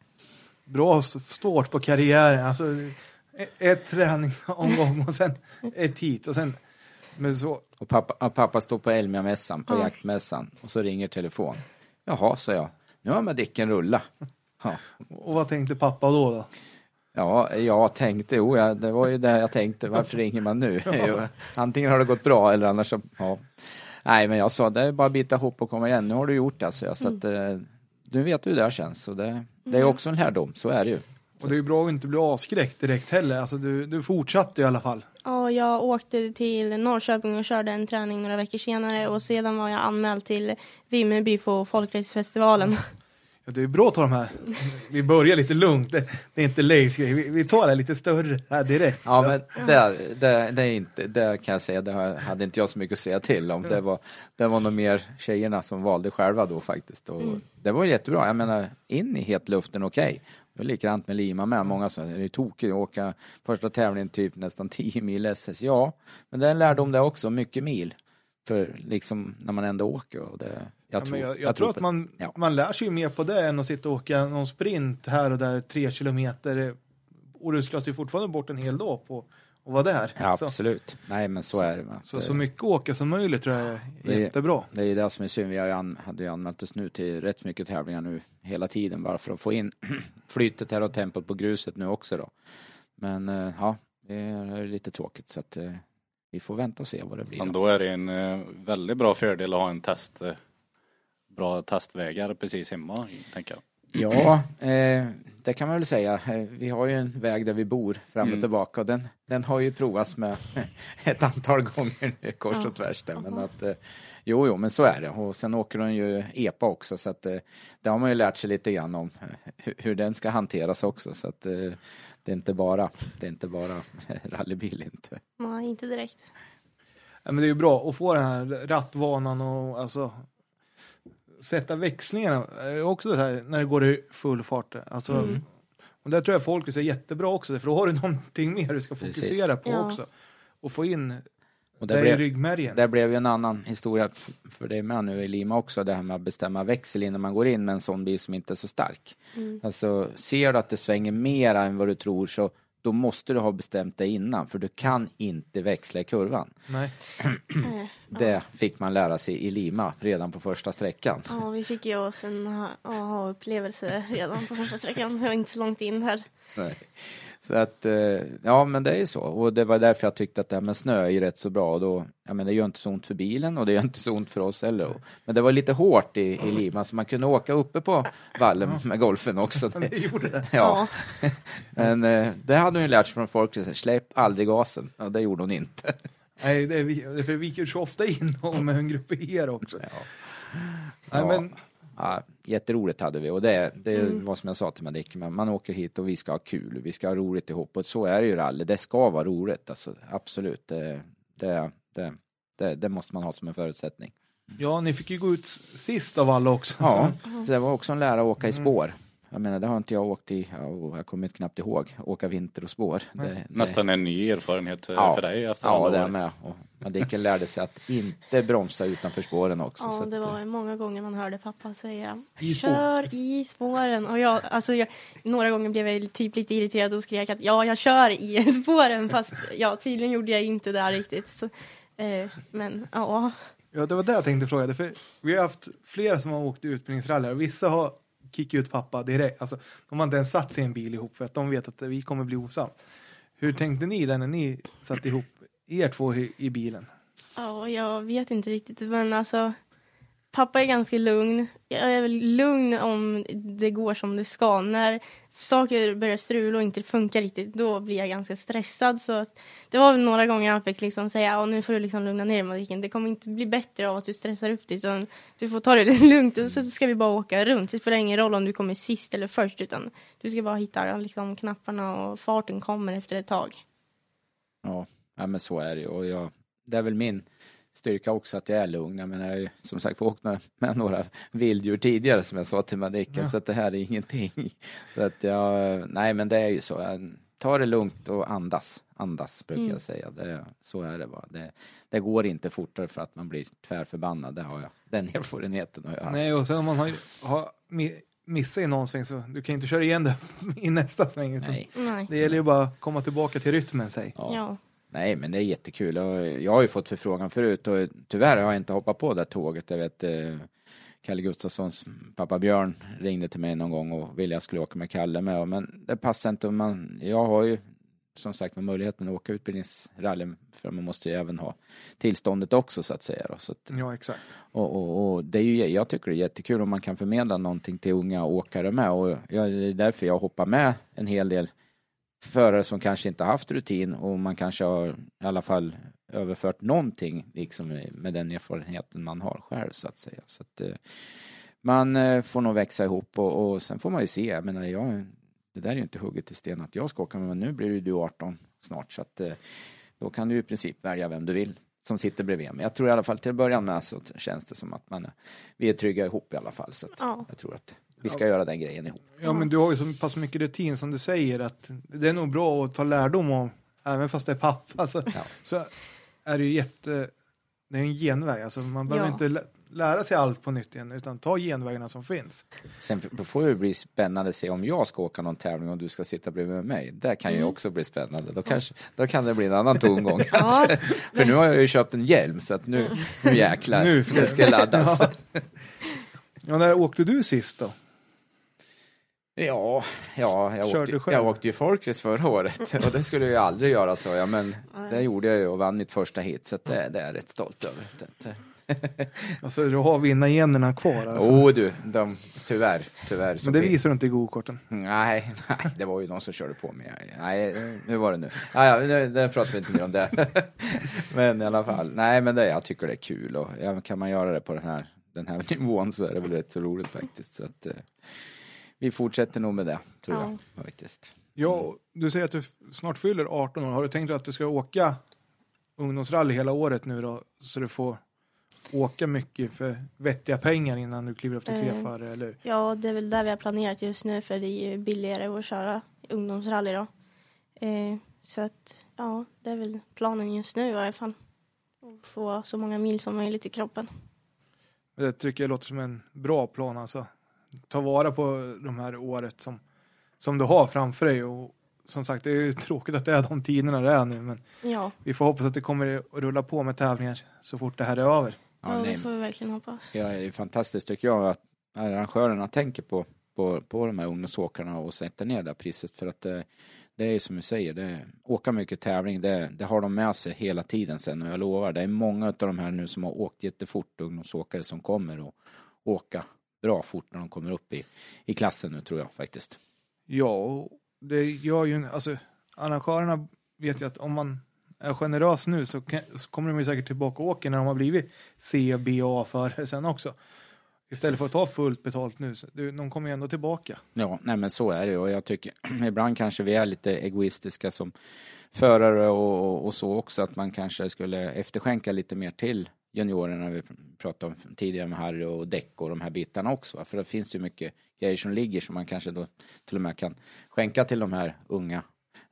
Bra start på karriären. Alltså, ett träning omgång och sen ett hit och sen men så. Och pappa står på Elmia-mässan, på jaktmässan och så ringer telefon. Jaha, sa jag. Nu har man Dicken rulla. Ja. Och vad tänkte pappa då? Ja, jag tänkte, det var ju det jag tänkte. Varför ringer man nu? Antingen har det gått bra eller annars så, ja. Nej, men jag sa, det är bara att bita ihop och komma igen. Nu har du gjort det, så att du vet hur det här känns. Så det är också en lärdom, så är det ju. Och det är ju bra att inte bli avskräckt direkt heller. Alltså du fortsatte i alla fall. Ja, jag åkte till Norrköping och körde en träning några veckor senare. Och sedan var jag anmäld till Vimmerby på Folkracefestivalen. Ja, det är bra att ta de här. Vi börjar lite lugnt. Det är inte Leifs grej. Vi tar det lite större här direkt. Ja, så. Men det är inte, där kan jag säga, det hade inte jag så mycket att säga till om. Det var nog mer tjejerna som valde själva då faktiskt. Och det var jättebra. Jag menar, in i hetluften, okej. Det var likadant med Lima med. Många sa, är det tokigt att åka första tävlingen typ nästan 10 mil SS? Ja, men det är en lärdom det också, mycket mil. För liksom när man ändå åker. Och det, jag tror att man lär sig mer på det än att sitta och åka någon sprint här och där 3 kilometer. Och du slås ju fortfarande bort en hel dag på att vara där. Ja, absolut. Nej, men så är det. Så mycket åka som möjligt tror jag är jättebra. Det är ju det som är synd. Vi hade ju anmält oss nu till rätt mycket tävlingar nu hela tiden. Bara för att få in flytet här och tempot på gruset nu också då. Men ja, det är lite tråkigt så att vi får vänta och se vad det blir. Men då är det en väldigt bra fördel att ha en bra testvägar precis hemma, tänker jag. Ja, det kan man väl säga. Vi har ju en väg där vi bor fram och tillbaka och den har ju provats med ett antal gånger kors och tvärs där. Men att, jo, men så är det. Och sen åker den ju EPA också så att det har man ju lärt sig lite grann om hur den ska hanteras också. Så att det är inte bara rallybil inte. Nej, inte direkt. Ja, men det är ju bra att få den här rattvanan och alltså sätta växlingarna också det här, när det går i full fart. Alltså, och där tror jag folk är jättebra också, för då har du någonting mer du ska fokusera på också. Och få in och det i ryggmärgen. Det blev ju en annan historia för dig med nu i Lima också, det här med att bestämma växel innan man går in med en sån bil som inte är så stark. Alltså, ser du att det svänger mer än vad du tror så då måste du ha bestämt dig innan, för du kan inte växla i kurvan. Nej. Det fick man lära sig i Lima redan på första sträckan. Ja, vi fick ju oss ha upplevelse redan på första sträckan. Det var inte så långt in här. Nej. Så att, ja men det är ju så. Och det var därför jag tyckte att det här med snö är ju rätt så bra. Och då, ja, men det gör inte så ont för bilen och det gör inte så ont för oss heller. Men det var lite hårt i Lima så man kunde åka uppe på vallen med golfen också. Det gjorde det. Ja. Men det hade hon ju lärt sig från folk. Släpp aldrig gasen. Ja, det gjorde hon inte. Nej, för vi gick ju så ofta in med en grupp er också. Ja. Nej, men ja, jätteroligt hade vi och det var som jag sa till Madick, man åker hit och vi ska ha kul, vi ska ha roligt ihop och så är det ju rally, det ska vara roligt alltså, absolut, det måste man ha som en förutsättning. Ja, ni fick ju gå ut sist av alla också. Ja, så det var också en lära att åka i spår. Jag menar, det har inte jag åkt i, och jag kommer inte knappt ihåg, åka vinter och spår. Nästan en ny erfarenhet för dig efter alla år. Det är med. Madicken lärde sig att inte bromsa utanför spåren också. Ja, så det att, var många gånger man hörde pappa säga spår. kör i spåren. Och några gånger blev jag typ lite irriterad och skrek att jag kör i spåren. Fast tydligen gjorde jag inte det riktigt. Så, men ja. Ja, det var det jag tänkte fråga. För vi har haft flera som har åkt utbildningsrally och vissa har kickat ut pappa direkt. Alltså, de har inte ens satt sig i en bil ihop för att de vet att vi kommer bli osams. Hur tänkte ni där när ni satt ihop er två i bilen? Ja, jag vet inte riktigt. Men alltså, pappa är ganska lugn. Jag är väl lugn om det går som det ska. När saker börjar strula och inte funkar riktigt, då blir jag ganska stressad. Så att det var väl några gånger han fick liksom säga, nu får du liksom lugna ner Madicken. Det kommer inte bli bättre av att du stressar upp dig, utan du får ta det lugnt och så ska vi bara åka runt. Det spelar ingen roll om du kommer sist eller först, utan du ska bara hitta liksom knapparna och farten kommer efter ett tag. Ja, men så är det ju. Och det är väl min styrka också att jag är lugn. Jag menar, jag har ju som sagt åkt med några vilddjur tidigare som jag sa till Madicken, så att det här är ingenting. Så att nej, men det är ju så. Jag tar det lugnt och andas brukar jag säga. Så är det bara. Det går inte fortare för att man blir tvärförbannad. Det har jag. Den erfarenheten har jag haft. Nej, och sen om man har missat i någon sväng så du kan inte köra igen det i nästa sväng. Nej. Det gäller ju bara att komma tillbaka till rytmen, säg. Ja. Nej, men det är jättekul. Och jag har ju fått förfrågan förut och tyvärr har jag inte hoppat på det tåget. Jag vet, Kalle Gustafssons pappa Björn ringde till mig någon gång och ville jag skulle åka med Kalle med. Men det passar inte. Jag har ju som sagt med möjligheten att åka utbildningsrally, för man måste ju även ha tillståndet också så att säga. Då. Så att, ja, exakt. Och det är ju, jag tycker det är jättekul om man kan förmedla någonting till unga åkare med. Och det är därför jag hoppar med en hel del förare som kanske inte har haft rutin, och man kanske har i alla fall överfört någonting liksom med den erfarenheten man har själv så att säga. Så att man får nog växa ihop och sen får man ju se. Jag menar, det där är ju inte hugget i sten att jag ska åka, men nu blir du 18 snart, så att då kan du i princip välja vem du vill som sitter bredvid mig. Jag tror i alla fall till början med så känns det som att vi är trygga ihop i alla fall, så att jag tror att vi ska göra den grejen ihop. Ja, men du har ju så pass mycket rutin som du säger att det är nog bra att ta lärdom om, även fast det är pappa. Så är det ju det är en genväg. Alltså man behöver inte lära sig allt på nytt igen, utan ta genvägarna som finns. Sen får det bli spännande att se om jag ska åka någon tävling och du ska sitta bredvid mig. Det kan ju också bli spännande. Då kan det bli en annan tongång kanske. För nu har jag ju köpt en hjälm, så att nu jäklar. Nu ska jag laddas. Ja, när åkte du sist då? Ja, jag åkte ju folkrace förra året och det skulle jag ju aldrig göra, så jag, men det gjorde jag ju och vann mitt första hit, så att det är jag rätt stolt över. Alltså du har vinnargenerna kvar alltså. Tyvärr. Men det visar du inte i go-karten. Nej, det var ju någon som körde på mig. Nej, hur var det nu? Det pratar vi inte mer om det. Men i alla fall, nej, men jag tycker det är kul, och kan man göra det på den här nivån så är det väl rätt så roligt faktiskt, så att vi fortsätter nog med det, tror jag faktiskt. Ja, du säger att du snart fyller 18 år. Har du tänkt att du ska åka ungdomsrally hela året nu då, så du får åka mycket för vettiga pengar innan du kliver upp till C-förare, eller? Ja, det är väl där vi har planerat just nu, för det är ju billigare att köra ungdomsrally då. Så att, det är väl planen just nu i alla fall. Att få så många mil som möjligt i kroppen. Det tycker jag låter som en bra plan, alltså. Ta vara på de här året som du har framför dig, och som sagt, det är ju tråkigt att det är de tiderna det är nu, men vi får hoppas att det kommer att rulla på med tävlingar så fort det här är över. Ja, det får vi verkligen hoppas. Ja, det är fantastiskt tycker jag att arrangörerna tänker på de här ungdomsåkarna och sätter ner det priset, för att det är som du säger, åka mycket tävling, det har de med sig hela tiden sen, och jag lovar, det är många av de här nu som har åkt jättefort, ungdomsåkare som kommer och åka bra fort när de kommer upp i klassen nu, tror jag faktiskt. Ja, det gör ju, alltså arrangörerna vet ju att om man är generös nu så kommer de ju säkert tillbaka och åka när de har blivit C, B och A-förare sen också. Istället för att ta fullt betalt nu, så de kommer ju ändå tillbaka. Ja, nej men så är det, och jag tycker ibland kanske vi är lite egoistiska som förare och så också, att man kanske skulle efterskänka lite mer till juniorerna, vi pratade om tidigare med Harry och däck och de här bitarna också, för det finns ju mycket grejer som ligger som man kanske då till och med kan skänka till de här unga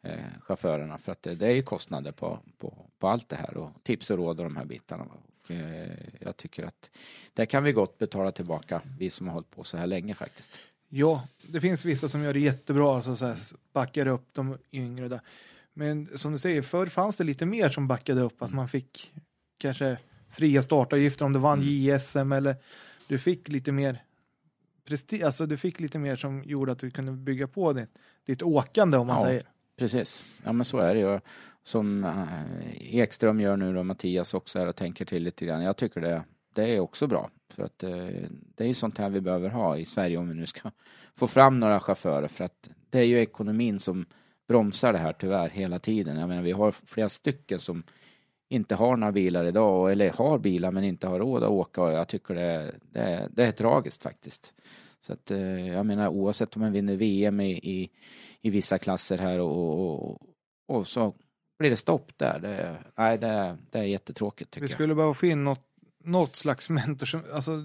chaufförerna. För att det är ju kostnader på allt det här. Och tips och råd och de här bitarna. Och jag tycker att det kan vi gott betala tillbaka, vi som har hållit på så här länge faktiskt. Ja, det finns vissa som gör det jättebra, så här, backar upp de yngre där. Men som du säger, förr fanns det lite mer som backade upp, att man fick kanske fria startavgifter om du vann JSM, eller du fick lite mer alltså du fick lite mer som gjorde att du kunde bygga på ditt åkande, om man säger. Precis. Ja, men så är det ju. Som Ekström gör nu då, Mattias också här och tänker till lite grann. Jag tycker det är också bra. För att det är ju sånt här vi behöver ha i Sverige om vi nu ska få fram några chaufförer. För att det är ju ekonomin som bromsar det här tyvärr hela tiden. Jag menar, vi har flera stycken som inte har några bilar idag, eller har bilar men inte har råd att åka, och jag tycker det är tragiskt faktiskt. Så att jag menar, oavsett om man vinner VM i vissa klasser här och så blir det stopp där. Det är jättetråkigt tycker jag. Vi skulle behöva få in något slags mentor. Alltså,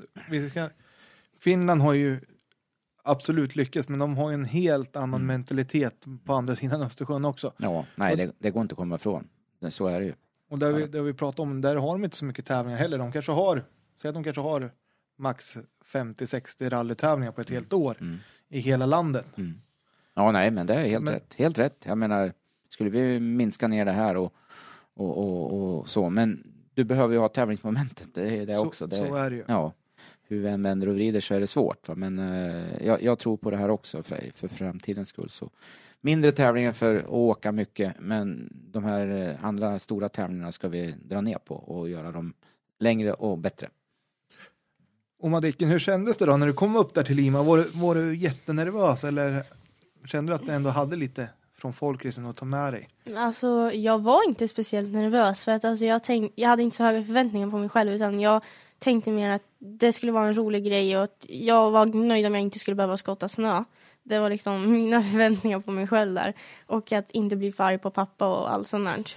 Finland har ju absolut lyckats, men de har ju en helt annan mentalitet på andra sidan Östersjön också. Ja, nej, det går inte att komma ifrån. Så är det ju. Och där vi pratar om, där har de inte så mycket tävlingar heller. De kanske har max 50-60 rallytävlingar på ett helt år i hela landet. Ja, nej, men det är helt rätt. Jag menar, skulle vi minska ner det här och så, men du behöver ju ha tävlingsmomentet, det är det också. Så är det ju. Ja, hur vi än vänder och vrider så är det svårt. Va? Men jag tror på det här också för framtidens skull. Så mindre tävlingar för att åka mycket, men de här andra stora tävlingarna ska vi dra ner på och göra dem längre och bättre. Och Madicken, hur kändes det då när du kom upp där till Lima? Var du jättenervös, eller kände du att du ändå hade lite från folkracen att ta med dig? Alltså, jag var inte speciellt nervös, för att alltså, jag hade inte så höga förväntningar på mig själv, utan jag tänkte mer att det skulle vara en rolig grej och att jag var nöjd om jag inte skulle behöva skotta snö. Det var liksom mina förväntningar på mig själv där. Och att inte bli för arg på pappa och allt sånt där.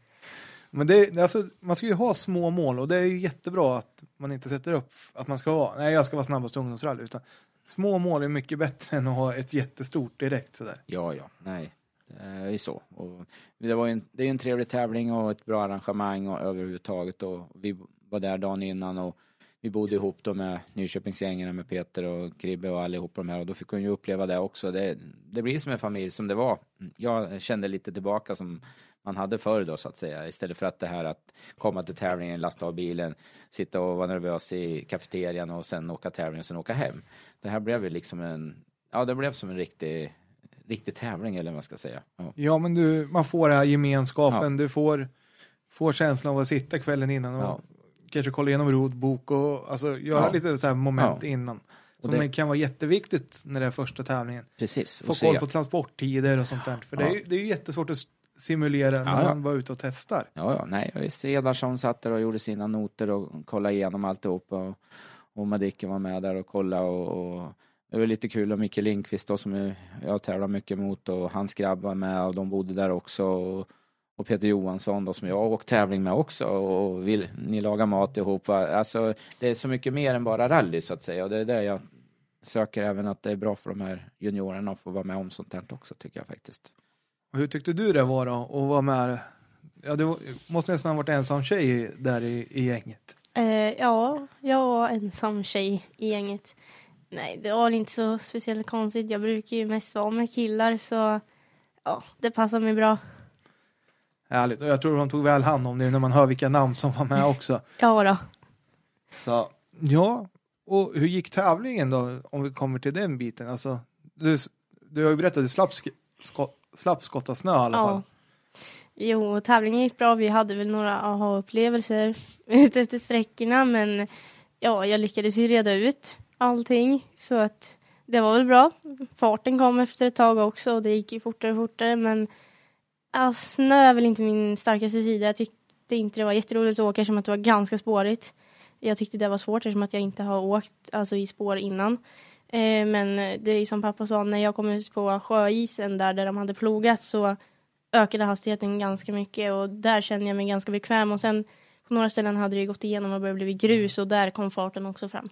Men alltså, man ska ju ha små mål, och det är ju jättebra att man inte sätter upp att man ska vara, jag ska vara snabbast ungdomsrally, utan små mål är mycket bättre än att ha ett jättestort direkt sådär. Ja, nej. Det är ju så. Och det är ju en trevlig tävling och ett bra arrangemang och överhuvudtaget, och vi var där dagen innan och vi bodde ihop då med Nyköpingsgängarna, med Peter och Kribbe och allihop de här, och då fick hon ju uppleva det också. Det blir som en familj som det var. Jag kände lite tillbaka som man hade förr då, så att säga, istället för att det här att komma till tävlingen, lasta av bilen, sitta och vara nervös i kafeterian och sen åka tävlingen och sen åka hem. Det här blev ju liksom det blev som en riktig tävling, eller vad man ska säga. Ja, men man får den här gemenskapen, du får känslan av att sitta kvällen innan och kanske kolla igenom rodbok och alltså göra lite så här moment innan. Som det kan vara jätteviktigt när det är första tävlingen. Precis. Få koll på transporttider och sånt där. För det är ju jättesvårt att simulera när man var ute och testar. Visst, Edarsson satt där och gjorde sina noter och kollade igenom alltihopa, och Madicken var med där och kollade, och det var lite kul, och Micke Lindqvist då, som jag tävlar mycket mot, och hans grabb var med och de bodde där också, och Peter Johansson då, som jag har åkt tävling med också, och ni lagar mat ihop. Alltså det är så mycket mer än bara rally, så att säga, och det är det jag söker, även att det är bra för de här juniorerna att få vara med om sånt här också, tycker jag faktiskt. Och hur tyckte du det var då att vara med? Ja, du måste nästan ha varit ensam tjej där i gänget. Ja, jag var ensam tjej i gänget. Nej, det var inte så speciellt konstigt. Jag brukar ju mest vara med killar, så ja, det passar mig bra. Härligt, och jag tror de tog väl hand om det när man hör vilka namn som var med också. Ja då. Så, ja, och hur gick tävlingen då, om vi kommer till den biten? Alltså, du har ju berättat att du slapp skotta snö i alla fall. Jo, tävlingen gick bra. Vi hade väl några aha-upplevelser ute efter sträckorna, men ja, jag lyckades ju reda ut allting, så att det var väl bra. Farten kom efter ett tag också, och det gick ju fortare och fortare, men snö är väl inte min starkaste sida. Jag tyckte inte det var jätteroligt att åka, som att det var ganska spårigt. Jag tyckte det var svårt eftersom att jag inte har åkt i spår innan. Men det är som pappa sa, när jag kom ut på sjöisen där de hade plogat, så ökade hastigheten ganska mycket, och där kände jag mig ganska bekväm, och sen på några ställen hade det gått igenom och började bli grus, och där kom farten också fram.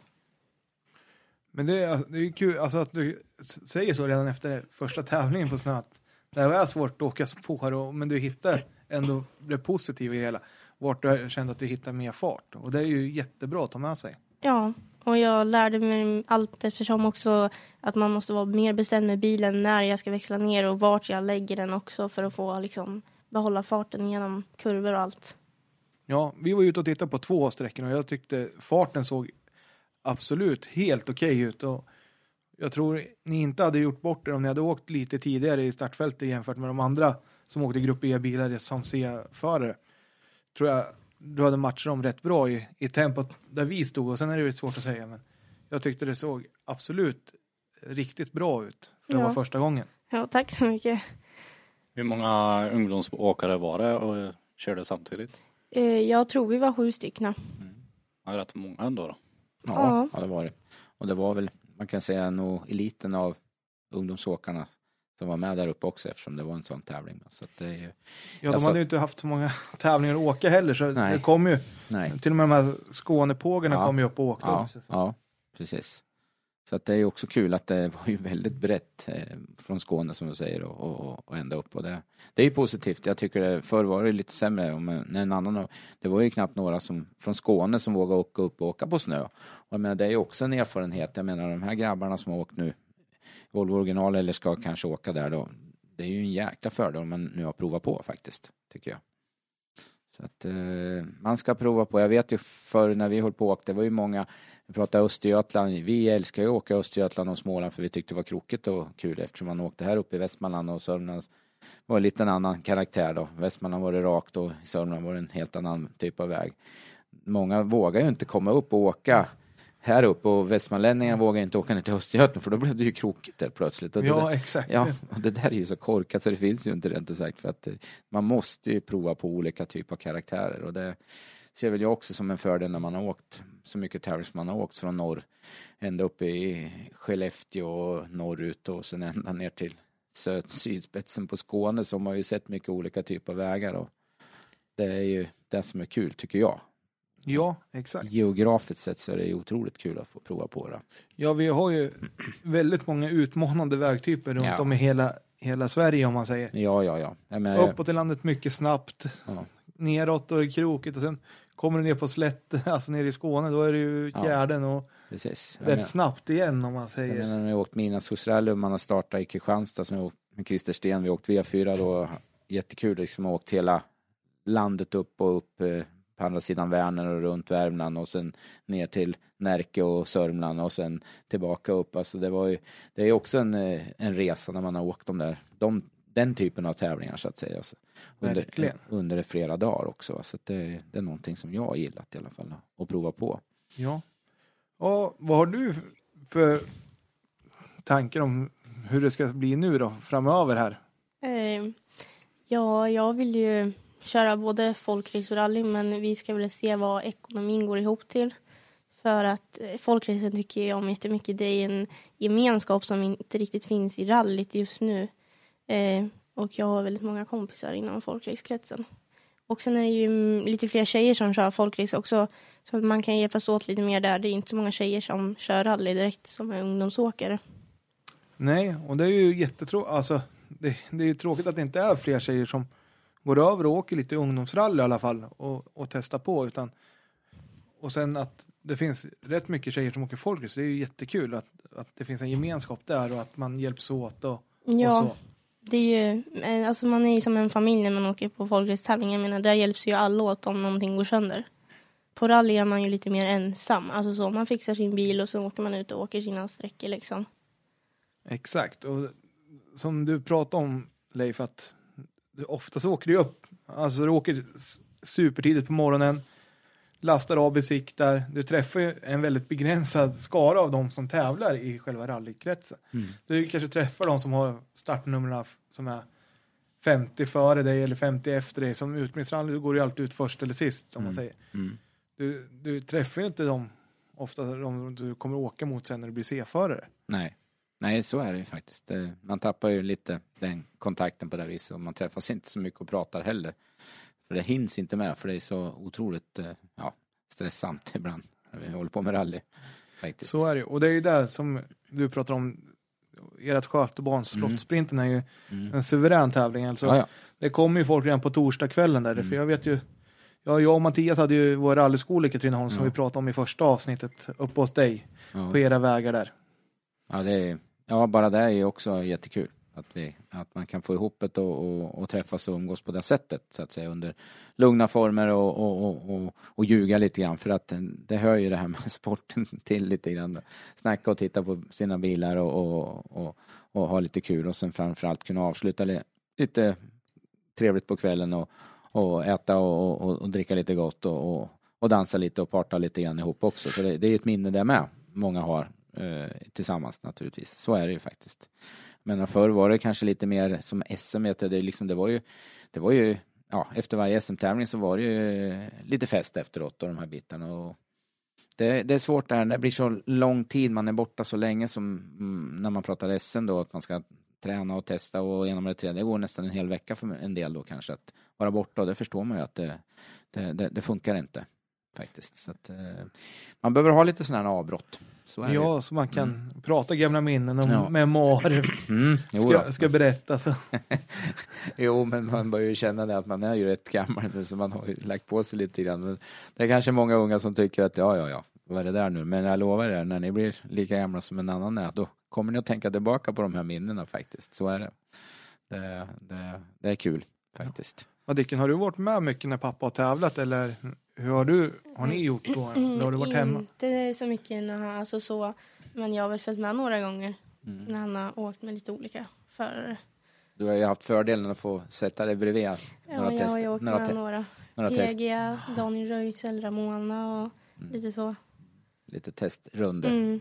Men det är ju kul alltså, att du säger så redan efter första tävlingen på snö, att det var svårt att åka på, men du hittade ändå det positiva i det hela. Vart du kände att du hittade mer fart. Och det är ju jättebra att ta med sig. Ja, och jag lärde mig allt eftersom också att man måste vara mer bestämd med bilen när jag ska växla ner och vart jag lägger den också för att få liksom behålla farten genom kurvor och allt. Ja, vi var ute och tittade på 2 sträckor och jag tyckte farten såg absolut helt okej ut. Och jag tror ni inte hade gjort bort det om ni hade åkt lite tidigare i startfältet jämfört med de andra som åkte grupp E-bilar som C-förare. Tror jag du hade matchat dem rätt bra i tempot där vi stod, och sen är det svårt att säga, men jag tyckte det såg absolut riktigt bra ut för det var första gången. Ja, tack så mycket. Hur många ungdomsåkare var det och körde samtidigt? Jag tror vi var 7 stycken. Ja, rätt många ändå då. Ja, det var det. Och det var väl, man kan säga, nog eliten av ungdomsåkarna som var med där uppe också, eftersom det var en sån tävling. Så att det är ju, ja, de hade ju inte haft så många tävlingar att åka heller, så det kom ju, till och med de här Skånepågarna kom ju upp och åkte. Ja, precis. Så att det är ju också kul att det var ju väldigt brett från Skåne som du säger och ända upp. Och det är ju positivt. Jag tycker det förr var det lite sämre. Men en annan, det var ju knappt några från Skåne som vågade åka upp och åka på snö. Och jag menar, det är ju också en erfarenhet. Jag menar, de här grabbarna som har åkt nu Volvo original eller ska kanske åka där då. Det är ju en jäkla fördel om man nu har provat på faktiskt, tycker jag. Så att man ska prova på. Jag vet ju förr när vi höll på och åkte, det var ju många, vi pratade Östergötland, vi älskar ju att åka Östergötland och Småland för vi tyckte det var krokigt och kul, eftersom man åkte här uppe i Västmanland och Sörmland var lite en annan karaktär då. Västmanland var det rakt och i Sörmland var det en helt annan typ av väg. Många vågar ju inte komma upp och åka här uppe, och västmanlänningar vågar inte åka ner till Östergötland för då blev det ju krokigt där plötsligt. Och ja, exakt. Ja, och det där är ju så korkat så det finns ju inte rent sagt, för att man måste ju prova på olika typer av karaktärer, och det ser väl jag också som en fördel när man har åkt så mycket tävling som man har åkt från norr ända uppe i Skellefteå och norrut och sen ända ner till sydspetsen på Skåne, som har ju sett mycket olika typer av vägar, och det är ju det som är kul, tycker jag. Ja, exakt. Geografiskt sett så är det ju otroligt kul att få prova på det. Ja, vi har ju väldigt många utmanande vägtyper runt om i hela Sverige, om man säger. Ja. Uppåt i landet mycket snabbt. Ja. Neråt och krokigt, och sen kommer du ner på slätt, alltså ner i Skåne, då är det ju Gärden och rätt snabbt igen, om man säger. Sen när vi åkt Midnattsskjutsrally och man har startat i Kristianstad som jag åkt med Christer Sten, vi åkt V4 då, jättekul liksom, att åkt hela landet upp och upp på andra sidan Värnen och runt Värmland och sen ner till Närke och Sörmland och sen tillbaka upp. Alltså det är också en resa när man har åkt den typen av tävlingar så att säga. Alltså, under flera dagar också. Så att det är någonting som jag har gillat i alla fall att prova på. Ja. Och vad har du för tankar om hur det ska bli nu då framöver här? Ja, jag vill ju köra både folkrace och rally, men vi ska väl se vad ekonomin går ihop till. För att folkracen tycker jag om jättemycket. Det är en gemenskap som inte riktigt finns i rallyt just nu. Och jag har väldigt många kompisar inom folkracekretsen. Och sen är det ju lite fler tjejer som kör folkrace också. Så att man kan hjälpas åt lite mer där. Det är inte så många tjejer som kör rally direkt som är ungdomsåkare. Nej, och det är ju jättetråkigt. Alltså, det är ju tråkigt att det inte är fler tjejer som går över och åker lite ungdomsrally i alla fall. Och testar på. Och sen att det finns rätt mycket tjejer som åker folkrace. Det är ju jättekul att det finns en gemenskap där och att man hjälps åt och så. Det är ju, alltså man är ju som en familj när man åker på folkracetävlingar. Jag menar, där hjälps ju alla åt om någonting går sönder. På rally är man ju lite mer ensam. Alltså så, man fixar sin bil och så åker man ut och åker sina sträckor liksom. Exakt, och som du pratade om, Leif, att ofta så åker du upp. Alltså du åker supertidigt på morgonen, lastar av, besiktar. Du träffar ju en väldigt begränsad skara av de som tävlar i själva rallykretsen. Du kanske träffar de som har startnumren som är 50 före dig eller 50 efter dig. Som utbildningsrally, du går ju alltid ut först eller sist, som man säger. Du träffar ju inte dem ofta de du kommer åka mot sen när du blir C-förare. Nej, så är det ju faktiskt. Man tappar ju lite den kontakten på det viset och man träffas inte så mycket och pratar heller. För det hinns inte med, för det är så otroligt stressamt ibland när vi håller på med rally. Faktiskt. Så är det, och det är ju där som du pratar om ert Skötebarns slottsprinten är ju en suverän tävling. Alltså, det kommer ju folk redan på torsdagskvällen där. För jag vet ju, jag och Mattias hade ju vår rallyskola i Katrineholm som vi pratade om i första avsnittet uppe hos dig på era vägar där. Ja, bara det är ju också jättekul. Att man kan få ihop det och träffas och umgås på det sättet så att säga under lugna former och ljuga lite grann för att det hör ju det här med sporten till lite grann. Snacka och titta på sina bilar och ha lite kul och sen framförallt kunna avsluta lite trevligt på kvällen och äta och dricka lite gott och dansa lite och parta lite grann ihop också. Så det är ett minne där med många har tillsammans naturligtvis. Så är det ju faktiskt. Men förr var det kanske lite mer som SM, det var ju efter varje SM-tävling så var det ju lite fest efteråt och de här bitarna och det är svårt där, det blir så lång tid, man är borta så länge som när man pratar SM då, att man ska träna och testa och genom det går nästan en hel vecka för en del då kanske att vara borta och det förstår man ju att det funkar inte faktiskt. Så att man behöver ha lite sådana här avbrott. Så så man kan prata gamla minnen och memoarer. Ska berätta så. Jo, men man börjar ju känna det att man är ju rätt gammal nu så man har ju lagt på sig lite grann. Men det är kanske många unga som tycker att ja, vad är det där nu? Men jag lovar er, när ni blir lika gamla som en annan är, då kommer ni att tänka tillbaka på de här minnena faktiskt. Så är det. Det är kul faktiskt. Dicken, har du varit med mycket när pappa har tävlat eller hur har ni gjort då? Har du varit hemma? Inte så mycket när han, alltså så, men jag har väl följt med några gånger när han har åkt med lite olika förare. Du har ju haft fördelen att få sätta dig bredvid några tester. Ja, jag har ju åkt med några. PGA, Daniel Röjtsel, Ramona och lite så. Lite testrunder.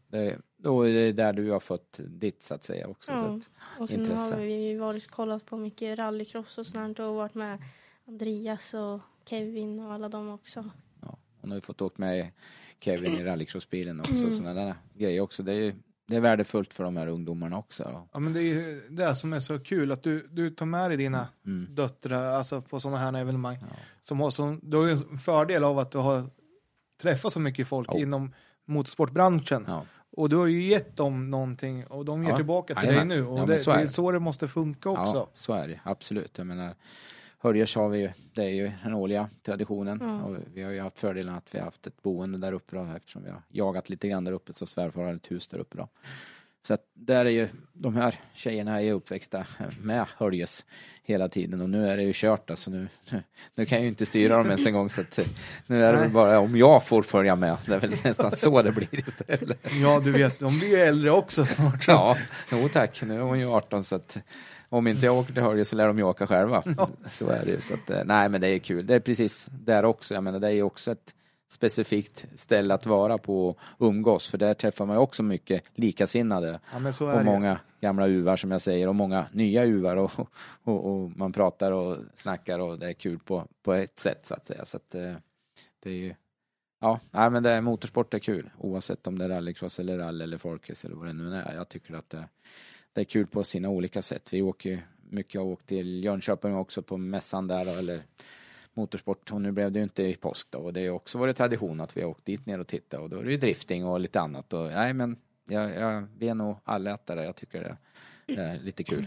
Då är det där du har fått ditt så att säga också. Så att, och sen har vi kollat på mycket rallycross och sånt och varit med Andreas och Kevin och alla dem också. Ja, och nu har vi fått åka med Kevin i rallycrossbilen också. Sådana där grejer också. Det är värdefullt för de här ungdomarna också. Ja, men det är ju det som är så kul att du tar med dig dina döttrar alltså på sådana här evenemang. Ja. Du har ju en fördel av att du har träffat så mycket folk inom motorsportbranschen. Ja. Och du har ju gett dem någonting och de ger tillbaka till dig nu. Och det är så det måste funka också. Ja, så är det. Absolut. Jag menar, Höljes har vi ju, det är ju den årliga traditionen. Och vi har ju haft fördelen att vi har haft ett boende där uppe då, eftersom vi har jagat lite grann där uppe så svärfar har ett hus där uppe då. Så att där är ju, de här tjejerna är uppväxta med Höljes hela tiden och nu är det ju kört alltså nu kan jag ju inte styra dem ens en gång så att nu är det väl bara om jag får följa med, det är väl nästan så det blir istället. Ja, du vet, de blir ju äldre också snart. Ja, tack, nu är hon ju 18 så att om inte jag åker till Höljes så lär de ju åka själva. Så är det ju, så att nej men det är kul, det är precis där också, jag menar det är ju också ett specifikt ställe att vara på och umgås. För där träffar man ju också mycket likasinnade. Ja, och många gamla uvar som jag säger. Och många nya uvar. Och man pratar och snackar och det är kul på ett sätt så att säga. Så att det är ju... Ja, nej, men det är motorsport är kul. Oavsett om det är rallycross eller rally eller folkrace eller vad det nu är. Jag tycker att det är kul på sina olika sätt. Vi åker ju mycket, har åkt till Jönköping också på mässan där eller... motorsport och nu blev det ju inte i påsk då och det är också varit tradition att vi har åkt dit ner och tittat och då är det ju drifting och lite annat och nej men vi är nog allätare, jag tycker det är lite kul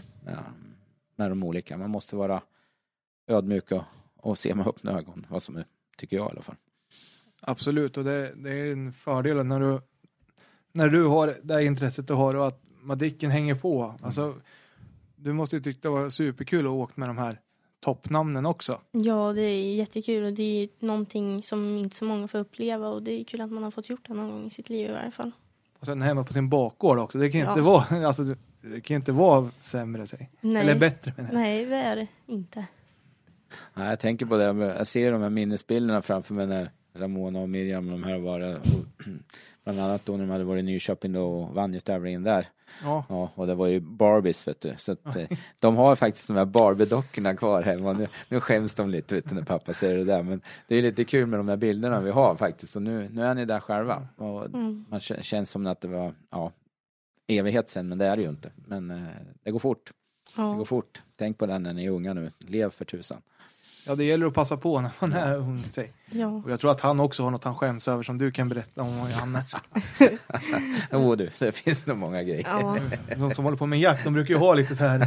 med de olika, man måste vara ödmjuk och se med öppna ögon vad som är, tycker jag i alla fall. Absolut, och det är en fördel när du har det här intresset du har och att Madicken hänger på, alltså du måste ju tycka det var superkul att åka med de här toppnamnen också. Ja, det är jättekul och det är någonting som inte så många får uppleva och det är kul att man har fått gjort det någon gång i sitt liv i varje fall. Och sen hemma på sin bakgård också. Det kan inte vara, alltså, det kan inte vara sämre sig. Nej. Eller bättre. Nej, det är det inte. Nej, jag tänker på det. Jag ser de här minnesbilderna framför mig när Ramona och Miriam de här var bland annat då när de hade varit i Nyköping då och vann ju tävlingen där. Ja, och det var ju Barbies, vet du. Så att, de har faktiskt de här Barbie-dockorna kvar hemma. Nu skäms de lite, vet du, när pappa säger det där. Men det är lite kul med de här bilderna vi har faktiskt. Och nu är ni där själva. Och man känns som att det var evighet sen, men det är det ju inte. Men det går fort. Ja. Det går fort. Tänk på den när ni är unga nu. Lev för tusan. Ja, det gäller att passa på när man är ung. Ja. Och jag tror att han också har något han skäms över som du kan berätta om annars. Jo du, det finns nog många grejer. Ja. De som håller på med jakt, de brukar ju ha lite så här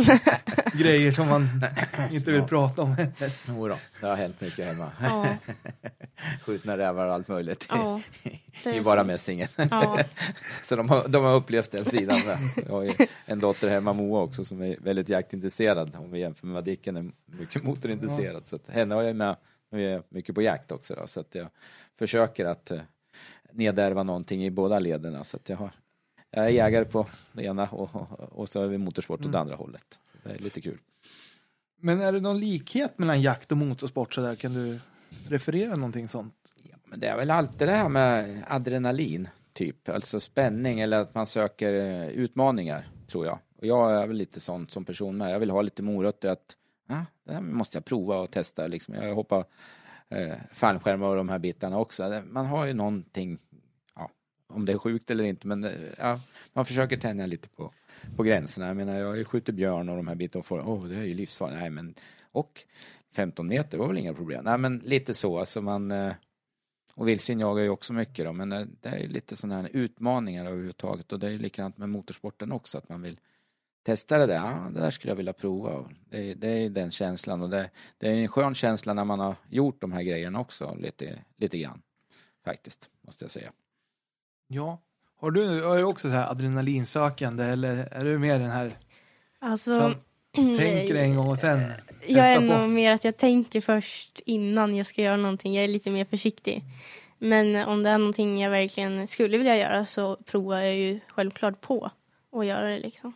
grejer som man inte vill prata om. Jo då, det har hänt mycket hemma. Ja. Skjutna rävar och allt möjligt. Ja, I bara mässingen. Ja. Så de har upplevt den sidan. Jag har ju en dotter hemma, Moa också, som är väldigt jaktintresserad. Om vi jämför med Dicken är mycket motorintresserad. Så att henne har jag med. Vi är mycket på jakt också då, så att jag försöker att nedärva någonting i båda lederna. Så att jag är jägare på det ena och så är vi motorsport åt det andra hållet. Så det är lite kul. Men är det någon likhet mellan jakt och motorsport så där? Kan du referera någonting sånt? Ja, men det är väl alltid det här med adrenalin typ, alltså spänning eller att man söker utmaningar, tror jag. Och jag är väl lite sånt som person med. Jag vill ha lite morötter att det här måste jag prova och testa liksom. Jag hoppar fallskärmar och de här bitarna också. Man har ju någonting, om det är sjukt eller inte, men man försöker tänja lite på gränserna. Jag menar, jag skjuter björn och de här bitarna och får, det är ju livsfarligt. Nej, men, och 15 meter var väl inga problem. Nej, men lite så, alltså man, och vildsvin jagar ju också mycket då, men det är lite sådana här utmaningar överhuvudtaget, och det är likadant med motorsporten också, att man vill testa det där. Ja, det där skulle jag vilja prova. Det är den känslan, och det är en skön känsla när man har gjort de här grejerna också lite grann faktiskt, måste jag säga. Ja. Har du också så här adrenalinsökande, eller är du mer den här som tänker en gång och sen jag är på? nog mer att jag tänker först innan jag ska göra någonting. Jag är lite mer försiktig. Men om det är någonting jag verkligen skulle vilja göra så provar jag ju självklart på att göra det liksom.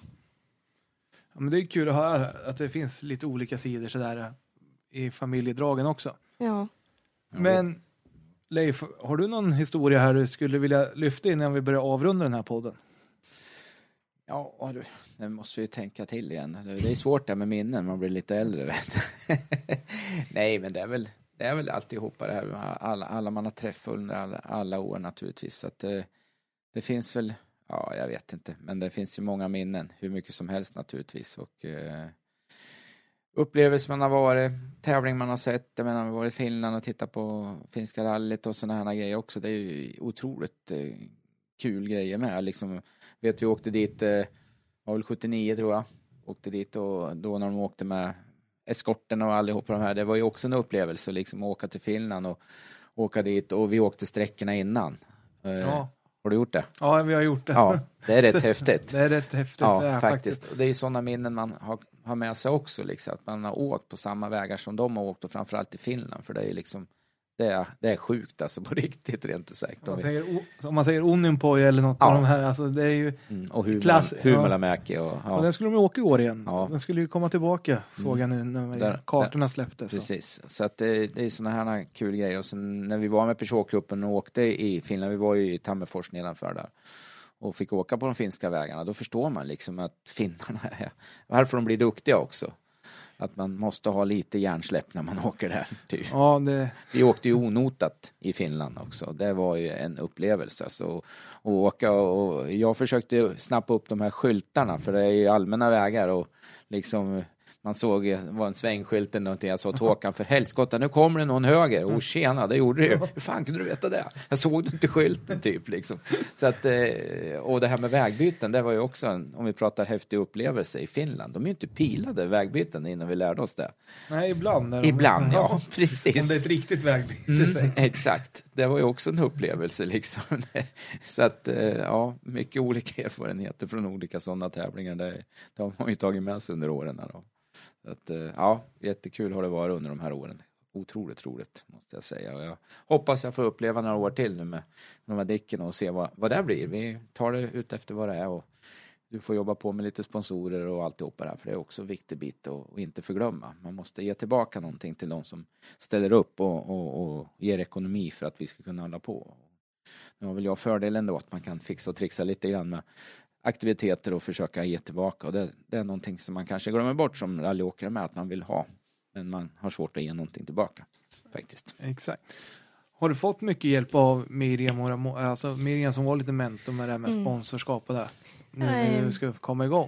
Ja, men det är kul att höra att det finns lite olika sidor så där i familjedragen också. Ja. Men Leif, har du någon historia här du skulle vilja lyfta innan vi börjar avrunda den här podden? Ja, det måste vi ju tänka till igen. Det är svårt där med minnen, man blir lite äldre, vet. Nej, men det är väl alltihopa det här med alla man har träffat under alla år naturligtvis. Så att det finns väl, jag vet inte, men det finns ju många minnen, hur mycket som helst naturligtvis. Och upplevelser man har varit, tävling man har sett, jag menar, man har varit i Finland och tittat på finska rallyt och sådana här grejer också. Det är ju otroligt kul grejer med. Liksom, vet vi åkte dit, var väl 79 tror jag, åkte dit, och då när de åkte med eskorten och allihopa de här, det var ju också en upplevelse liksom, att åka till Finland och åka dit, och vi åkte sträckorna innan. Ja. Har du gjort det? Ja, vi har gjort det. Ja, det är rätt häftigt. Det är rätt häftigt. Ja, det är faktiskt. Och det är ju sådana minnen man har med sig också, liksom, att man har åkt på samma vägar som de har åkt, och framförallt i Finland, för det är ju liksom det är sjukt alltså, på riktigt, rent ut sagt. Om man säger Onnenpoj eller något av de här, alltså det är ju och Humalamäki och den skulle de åka i år igen. Ja. Den skulle ju komma tillbaka, såg jag nu när kartorna släpptes. Precis, så att det är sådana här kul grejer. Och sen när vi var med Peugeot-cupen och åkte i Finland, vi var ju i Tammerfors nedanför där, och fick åka på de finska vägarna, då förstår man liksom att finnarna är, varför de blir duktiga också. Att man måste ha lite hjärnsläpp när man åker där. Typ. Ja, Vi åkte ju onotat i Finland också. Det var ju en upplevelse. Alltså, att åka, och jag försökte snappa upp de här skyltarna, för det är ju allmänna vägar, och liksom man såg, det var en svängskylt eller någonting. Jag sa till Håkan, för helskotta, nu kommer det någon höger. Och tjena, det gjorde det ju. Hur fan kunde du veta det? Jag såg inte skylten typ liksom. Så att, och det här med vägbyten, det var ju också om vi pratar häftig upplevelse i Finland. De är ju inte pilade vägbyten innan vi lärde oss det. Nej, ibland. Ibland, ja, precis. Om det är ett riktigt vägbyte. Exakt. Det var ju också en upplevelse liksom. Så att, mycket olika erfarenheter från olika sådana tävlingar. Det har man ju tagit med sig under åren då. Så att, jättekul har det varit under de här åren. Otroligt roligt, måste jag säga. Och jag hoppas jag får uppleva några år till nu med de här däcken och se vad det blir. Vi tar det ut efter vad det är, och du får jobba på med lite sponsorer och alltihopa där, för det är också en viktig bit att inte förglömma. Man måste ge tillbaka någonting till de som ställer upp och ger ekonomi för att vi ska kunna hålla på. Nu har väl jag fördelen då att man kan fixa och trixa lite grann med aktiviteter och försöka ge tillbaka, och det är någonting som man kanske glömmer bort som rallyåkare med, att man vill ha, men man har svårt att ge någonting tillbaka faktiskt. Exakt. Har du fått mycket hjälp av Miriam, alltså Miriam som var lite mentor med det här med sponsorskap och det när du ska komma igång?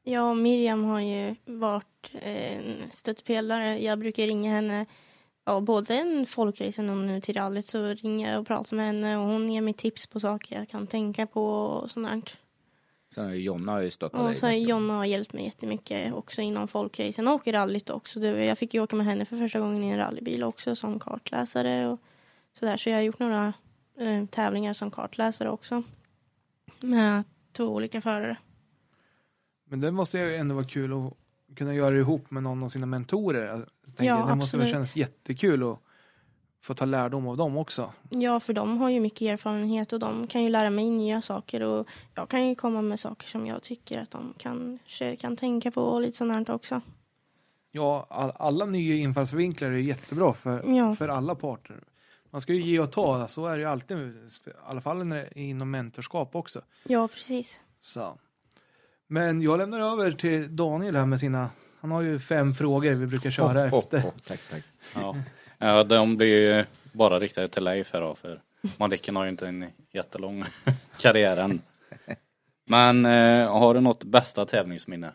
Ja, Miriam har ju varit en stöttpelare. Jag brukar ringa henne, både en folkracen och nu till rallyt, så ringer jag och pratar med henne och hon ger mig tips på saker jag kan tänka på och sånt där. Sen har ju Jonna ju stöttat dig. Och så Jonna har hjälpt mig jättemycket också inom folkracen och i rallyt också. Jag fick ju åka med henne för första gången i en rallybil också som kartläsare och sådär. Så jag har gjort några tävlingar som kartläsare också med 2 olika förare. Men det måste ju ändå vara kul att kunna göra det ihop med någon av sina mentorer. Det måste väl kännas jättekul att få ta lärdom av dem också. Ja, för de har ju mycket erfarenhet och de kan ju lära mig nya saker. Och jag kan ju komma med saker som jag tycker att de kanske kan tänka på och lite sånt här också. Ja, alla nya infallsvinklar är jättebra för alla parter. Man ska ju ge och ta, så är det ju alltid, i alla fall när det är inom mentorskap också. Ja, precis. Så. Men jag lämnar över till Daniel här med sina, han har ju 5 frågor vi brukar köra efter. Tack. Ja, de blir ju bara riktade till Leif här då, för Madicken har ju inte en jättelång karriär än. Men har du något bästa tävlingsminne?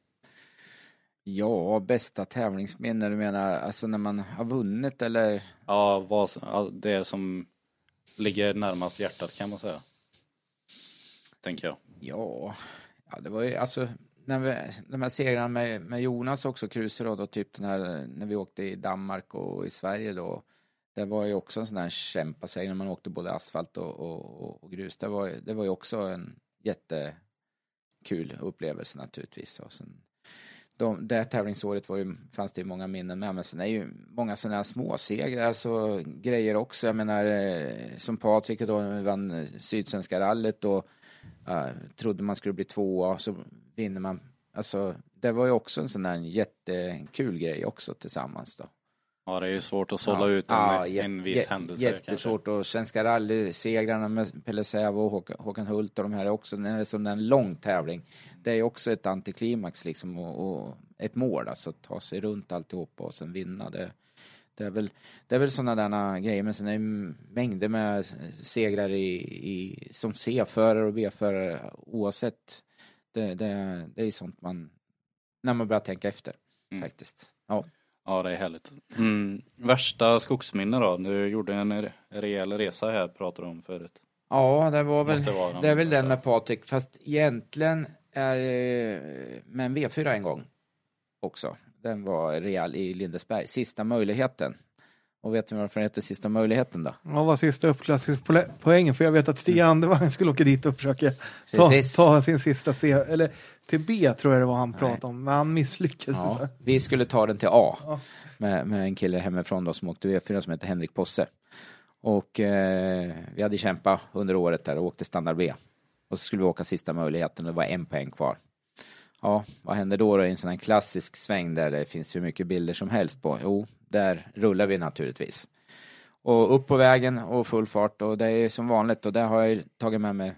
Ja, bästa tävlingsminne, du menar alltså när man har vunnit eller? Ja, det som ligger närmast hjärtat kan man säga. Tänker jag. Ja, det var ju alltså när de här segrarna med Jonas också, Kruse då, typ den här när vi åkte i Danmark och i Sverige då. Det var ju också en sån här kämpaseger när man åkte både asfalt och grus. Det var ju också en jättekul upplevelse naturligtvis. Och sen det tävlingsåret fanns det ju många minnen med, men sen är ju många sådana här små segrar, alltså grejer också. Jag menar som Patrik då vann Sydsvenska rallyt och trodde man skulle bli 2 så vinner man. Alltså det var ju också en sån här jättekul grej också tillsammans då. Ja, det är ju svårt att sålla ut en viss händelse. Jättesvårt. Och Svenska rally-segrarna med Pelle Sävo och Håkan Hult och de här är också, när det är som en lång tävling. Det är också ett antiklimax liksom och ett mål, alltså att ta sig runt alltihopa och sen vinna. Det är väl sådana där grejer, men sen är det mängder med segrar som C-förare och B-förare oavsett. Det är sånt när man börjar tänka efter faktiskt. Ja, det är härligt. Värsta skogsminne då? Du gjorde en rejäl resa här, pratade om förut. Ja, det är väl den med Patrik. Fast egentligen med en V4 en gång också. Den var rejäl i Lindesberg. Sista möjligheten. Och vet du varför det heter sista möjligheten då? Ja, vad sista uppklassningspoängen? För jag vet att Stig Andevang skulle åka dit och försöka ta sin sista C. Eller till B tror jag det var han pratade om. Men han misslyckades. Ja, vi skulle ta den till A. Med en kille hemifrån då som åkte V4 som heter Henrik Posse. Och vi hade kämpat under året där och åkte standard B. Och så skulle vi åka sista möjligheten och det var 1 poäng kvar. Ja, vad händer då i en sån här klassisk sväng där det finns hur mycket bilder som helst på? Jo, där rullar vi naturligtvis. Och upp på vägen och full fart, och det är som vanligt, och där har jag tagit med mig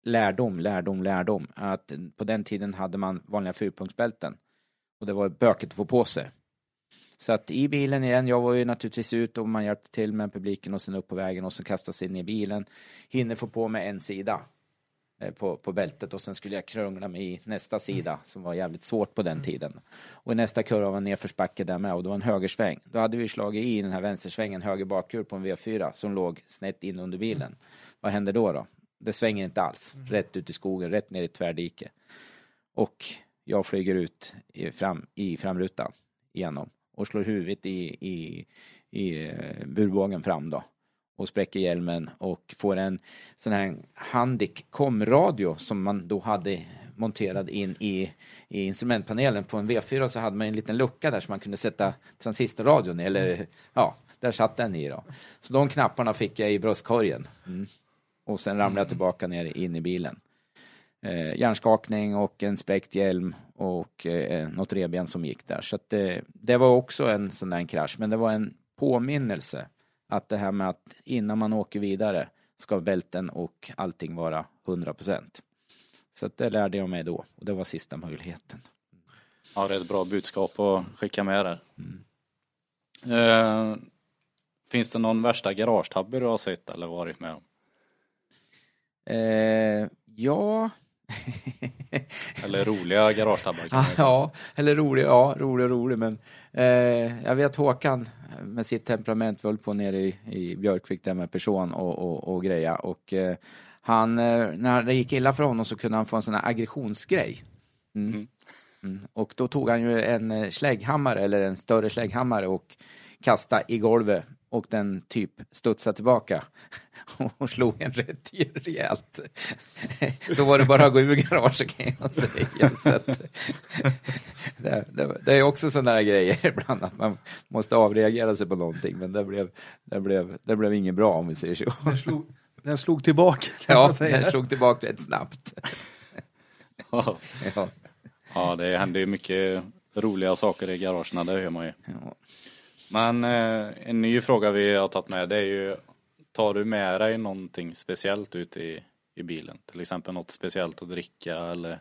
lärdom. Att på den tiden hade man vanliga 4-punktsbälten. Och det var böket att få på sig. Så att i bilen igen, jag var ju naturligtvis ut och man hjälpte till med publiken och sen upp på vägen och så kastas in i bilen. Hinner få på med en sida på bältet och sen skulle jag kröngla mig i nästa sida som var jävligt svårt på den tiden. Och i nästa kurva var en nedförsbacke där med och det var en högersväng. Då hade vi slagit i den här vänstersvängen höger bakhjul på en V4 som låg snett in under bilen. Vad hände då? Det svänger inte alls. Rätt ut i skogen, rätt ner i tvärdike. Och jag flyger ut i framrutan igenom och slår huvudet i burbågen fram då. Och spräcker hjälmen och får en sån här Handic komradio som man då hade monterad in i instrumentpanelen på en V4, så hade man en liten lucka där så man kunde sätta transistorradion eller ja, där satt den i då. Så de knapparna fick jag i bröstkorgen. Och sen ramlade jag tillbaka ner in i bilen. Hjärnskakning och en spräckt hjälm och något reben som gick där. Så att det var också en sån där krasch, men det var en påminnelse att det här med att innan man åker vidare ska bälten och allting vara 100%. Så att det lärde jag mig då. Och det var sista möjligheten. Ja, det är ett bra budskap att skicka med där. Finns det någon värsta garagetabbe du har sett eller varit med om? Ja, Eller roliga garagetabbar. Ja, eller rolig. Men jag vet Håkan med sitt temperament höll på nere i Björkvik där med person och greja. Och han, när det gick illa för honom så kunde han få en sån här aggressionsgrej. Och då tog han ju en slägghammare eller en större slägghammare och kastade i golvet. Och den typ studsade tillbaka och slog en rätt rejält. Då var det bara att gå ur garaget kan jag säga. Så att, det är också sådana här grejer ibland att man måste avreagera sig på någonting. Men det blev inget bra om vi säger så. Den slog tillbaka kan man säga. Den slog tillbaka rätt snabbt. Ja, det händer ju mycket roliga saker i garagerna, det hör man ju. Ja. Men en ny fråga vi har tagit med, det är ju, tar du med dig någonting speciellt ut i bilen? Till exempel något speciellt att dricka eller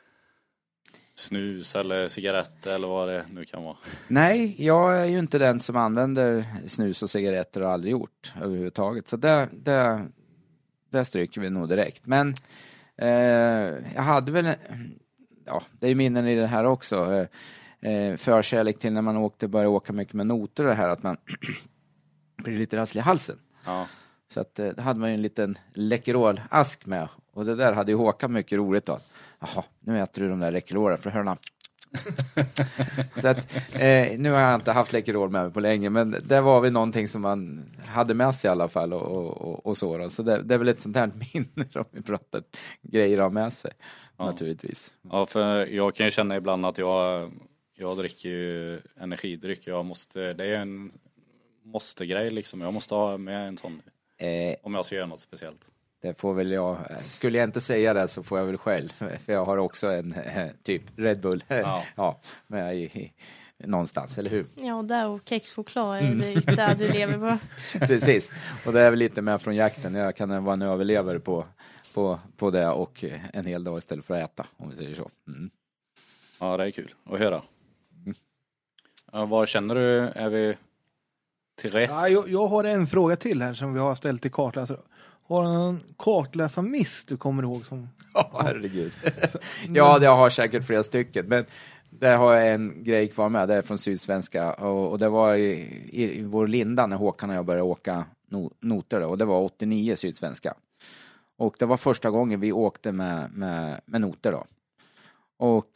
snus eller cigaretter eller vad det nu kan vara? Nej, jag är ju inte den som använder snus och cigaretter och aldrig gjort överhuvudtaget. Så det stryker vi nog direkt. Men jag hade väl, ja, det är minnen i det här också. Förkärlek till när man började åka mycket med noter och det här att man blir lite rasslig i halsen. Ja. Så att då hade man ju en liten Läkerol-ask med. Och det där hade ju Håkan mycket roligt då. Jaha, nu äter du de där Läkerolen för hörna. Så att nu har jag inte haft Läkerol med mig på länge. Men det var väl någonting som man hade med sig i alla fall och så då. Så det är väl ett sånt här minne om vi pratar grejer av med sig. Ja. Naturligtvis. Ja, för jag kan ju känna ibland att jag dricker ju energidryck. Det är en måste-grej liksom. Jag måste ha med en sån om jag ska göra något speciellt. Det får väl jag. Skulle jag inte säga det så får jag väl själv. För jag har också en typ Red Bull med någonstans, eller hur? Ja, där och kexchoklad är det där du lever på. Precis. Och det är väl lite med från jakten. Jag kan vara en överlevare på det och en hel dag istället för att äta, om vi säger så. Mm. Ja, det är kul att höra. Vad känner du? Är vi till rätt? Ja, jag har en fråga till här som vi har ställt till kartläsare. Har du någon kartläsarmiss du kommer ihåg? Herregud. Ja, det har säkert flera stycken. Men det har jag en grej kvar med. Det är från Sydsvenska. Och det var i vår Linda när Håkan och jag började åka noter. Och det var 89 Sydsvenska. Och det var första gången vi åkte med noter då. Och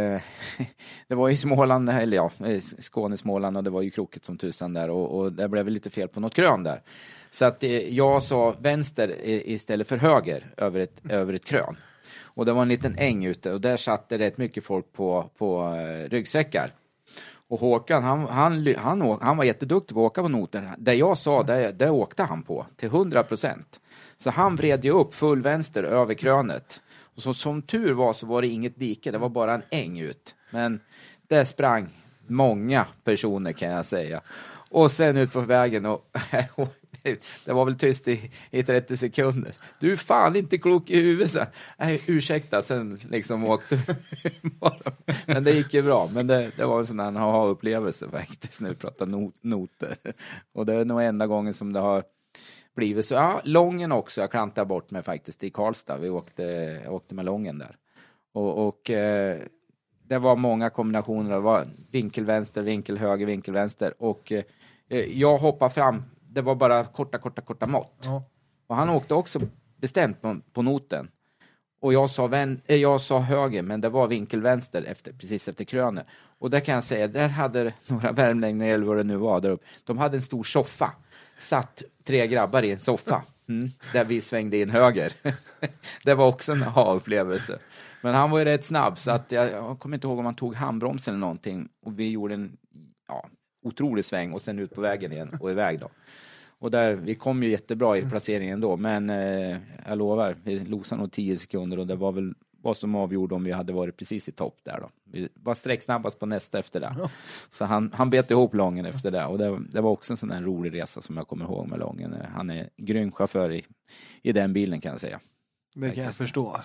det var i Småland, eller ja, Skåne, Småland, och det var ju krokigt som tusan där. Och det blev lite fel på något krön där. Så att jag sa vänster istället för höger över ett krön. Och det var en liten äng ute och där satt det rätt mycket folk på ryggsäckar. Och Håkan, han var jätteduktig på att åka på noter. Det jag sa, det åkte han på till 100%. Så han vred ju upp full vänster över krönet. Och så, som tur var så var det inget dike, det var bara en äng ut. Men där sprang många personer kan jag säga. Och sen ut på vägen och det var väl tyst i 30 sekunder. Du är fan inte klok i huvudet. Så. Ursäkta, sen liksom åkte men det gick ju bra. Men det var en sån här aha-upplevelse faktiskt när vi pratar noter. Och det är nog enda gången som det har blivit så. Ja, Lången också. Jag klantade bort mig faktiskt i Karlstad. Vi åkte med Lången där. Och det var många kombinationer. Det var vinkelvänster, vinkelhöger, vinkelvänster. Och jag hoppade fram. Det var bara korta mått. Ja. Och han åkte också bestämt på noten. Och jag sa höger, men det var vinkelvänster precis efter krönet. Och där kan jag säga, där hade några värmlänningar eller vad det nu var där uppe. De hade en stor soffa. Satt 3 grabbar i en soffa. Där vi svängde in höger. Det var också en aha-upplevelse. Men han var ju rätt snabb så att jag kommer inte ihåg om han tog handbromsen eller någonting. Och vi gjorde en otrolig sväng och sen ut på vägen igen och iväg då. Och där, vi kom ju jättebra i placeringen då, men jag lovar, vi losade nog 10 sekunder och det var väl vad som avgjorde om vi hade varit precis i topp där då. Vi var sträcksnabbast på nästa efter det. Ja. Så han bet ihop Lången efter det och det var också en sån där rolig resa som jag kommer ihåg med Lången. Han är grym chaufför i den bilen kan jag säga. Det kan jag förstå. Alltså.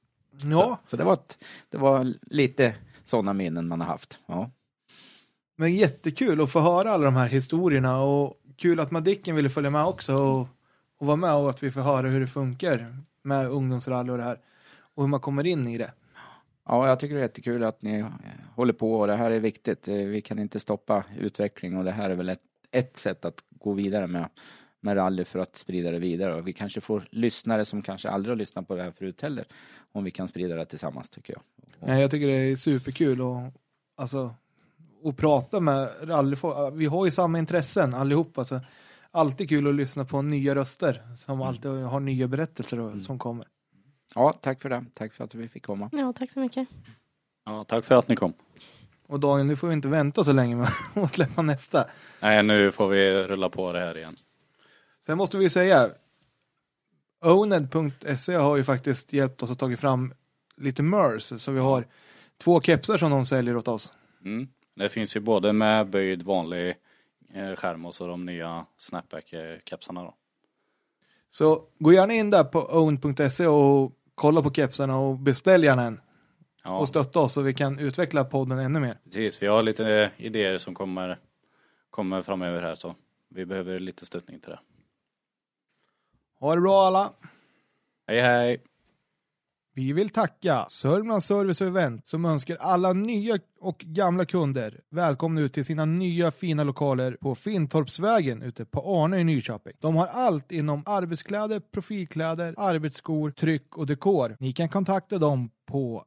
Ja. Så det var lite sådana minnen man har haft. Ja. Men jättekul att få höra alla de här historierna och kul att Madicken ville följa med också och vara med och att vi får höra hur det funkar med ungdomsrally och det här. och hur man kommer in i det. Ja, jag tycker det är jättekul att ni håller på och det här är viktigt. Vi kan inte stoppa utveckling och det här är väl ett sätt att gå vidare med rally för att sprida det vidare. Och vi kanske får lyssnare som kanske aldrig har lyssnat på det här förut heller, om vi kan sprida det tillsammans, tycker jag. Nej, jag tycker det är superkul att prata med rallyfolk. Vi har ju samma intressen allihop. Alltså, alltid kul att lyssna på nya röster som alltid har nya berättelser som kommer. Ja, tack för det. Tack för att vi fick komma. Ja, tack så mycket. Ja, tack för att ni kom. Och Daniel, nu får vi inte vänta så länge med att släppa nästa. Nej, nu får vi rulla på det här igen. Sen måste vi säga, Owned.se har ju faktiskt hjälpt oss att ta fram lite merch. Så vi har 2 kepsar som de säljer åt oss. Det finns ju både med böjd vanlig skärm och så de nya snapback-kepsarna då. Så gå gärna in där på owned.se och kolla på kepsarna och beställ gärna en. Ja. Och stötta oss så vi kan utveckla podden ännu mer. Precis, vi har lite idéer som kommer framöver här, så vi behöver lite stöttning till det. Ha det bra alla! Hej hej! Vi vill tacka Sörmlands Service och Event som önskar alla nya och gamla kunder välkomna ut till sina nya fina lokaler på Finntorpsvägen ute på Arne i Nyköping. De har allt inom arbetskläder, profilkläder, arbetsskor, tryck och dekor. Ni kan kontakta dem på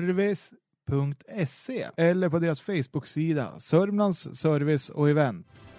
info@sormlands-service.se eller på deras Facebook-sida Sörmlands Service och Event.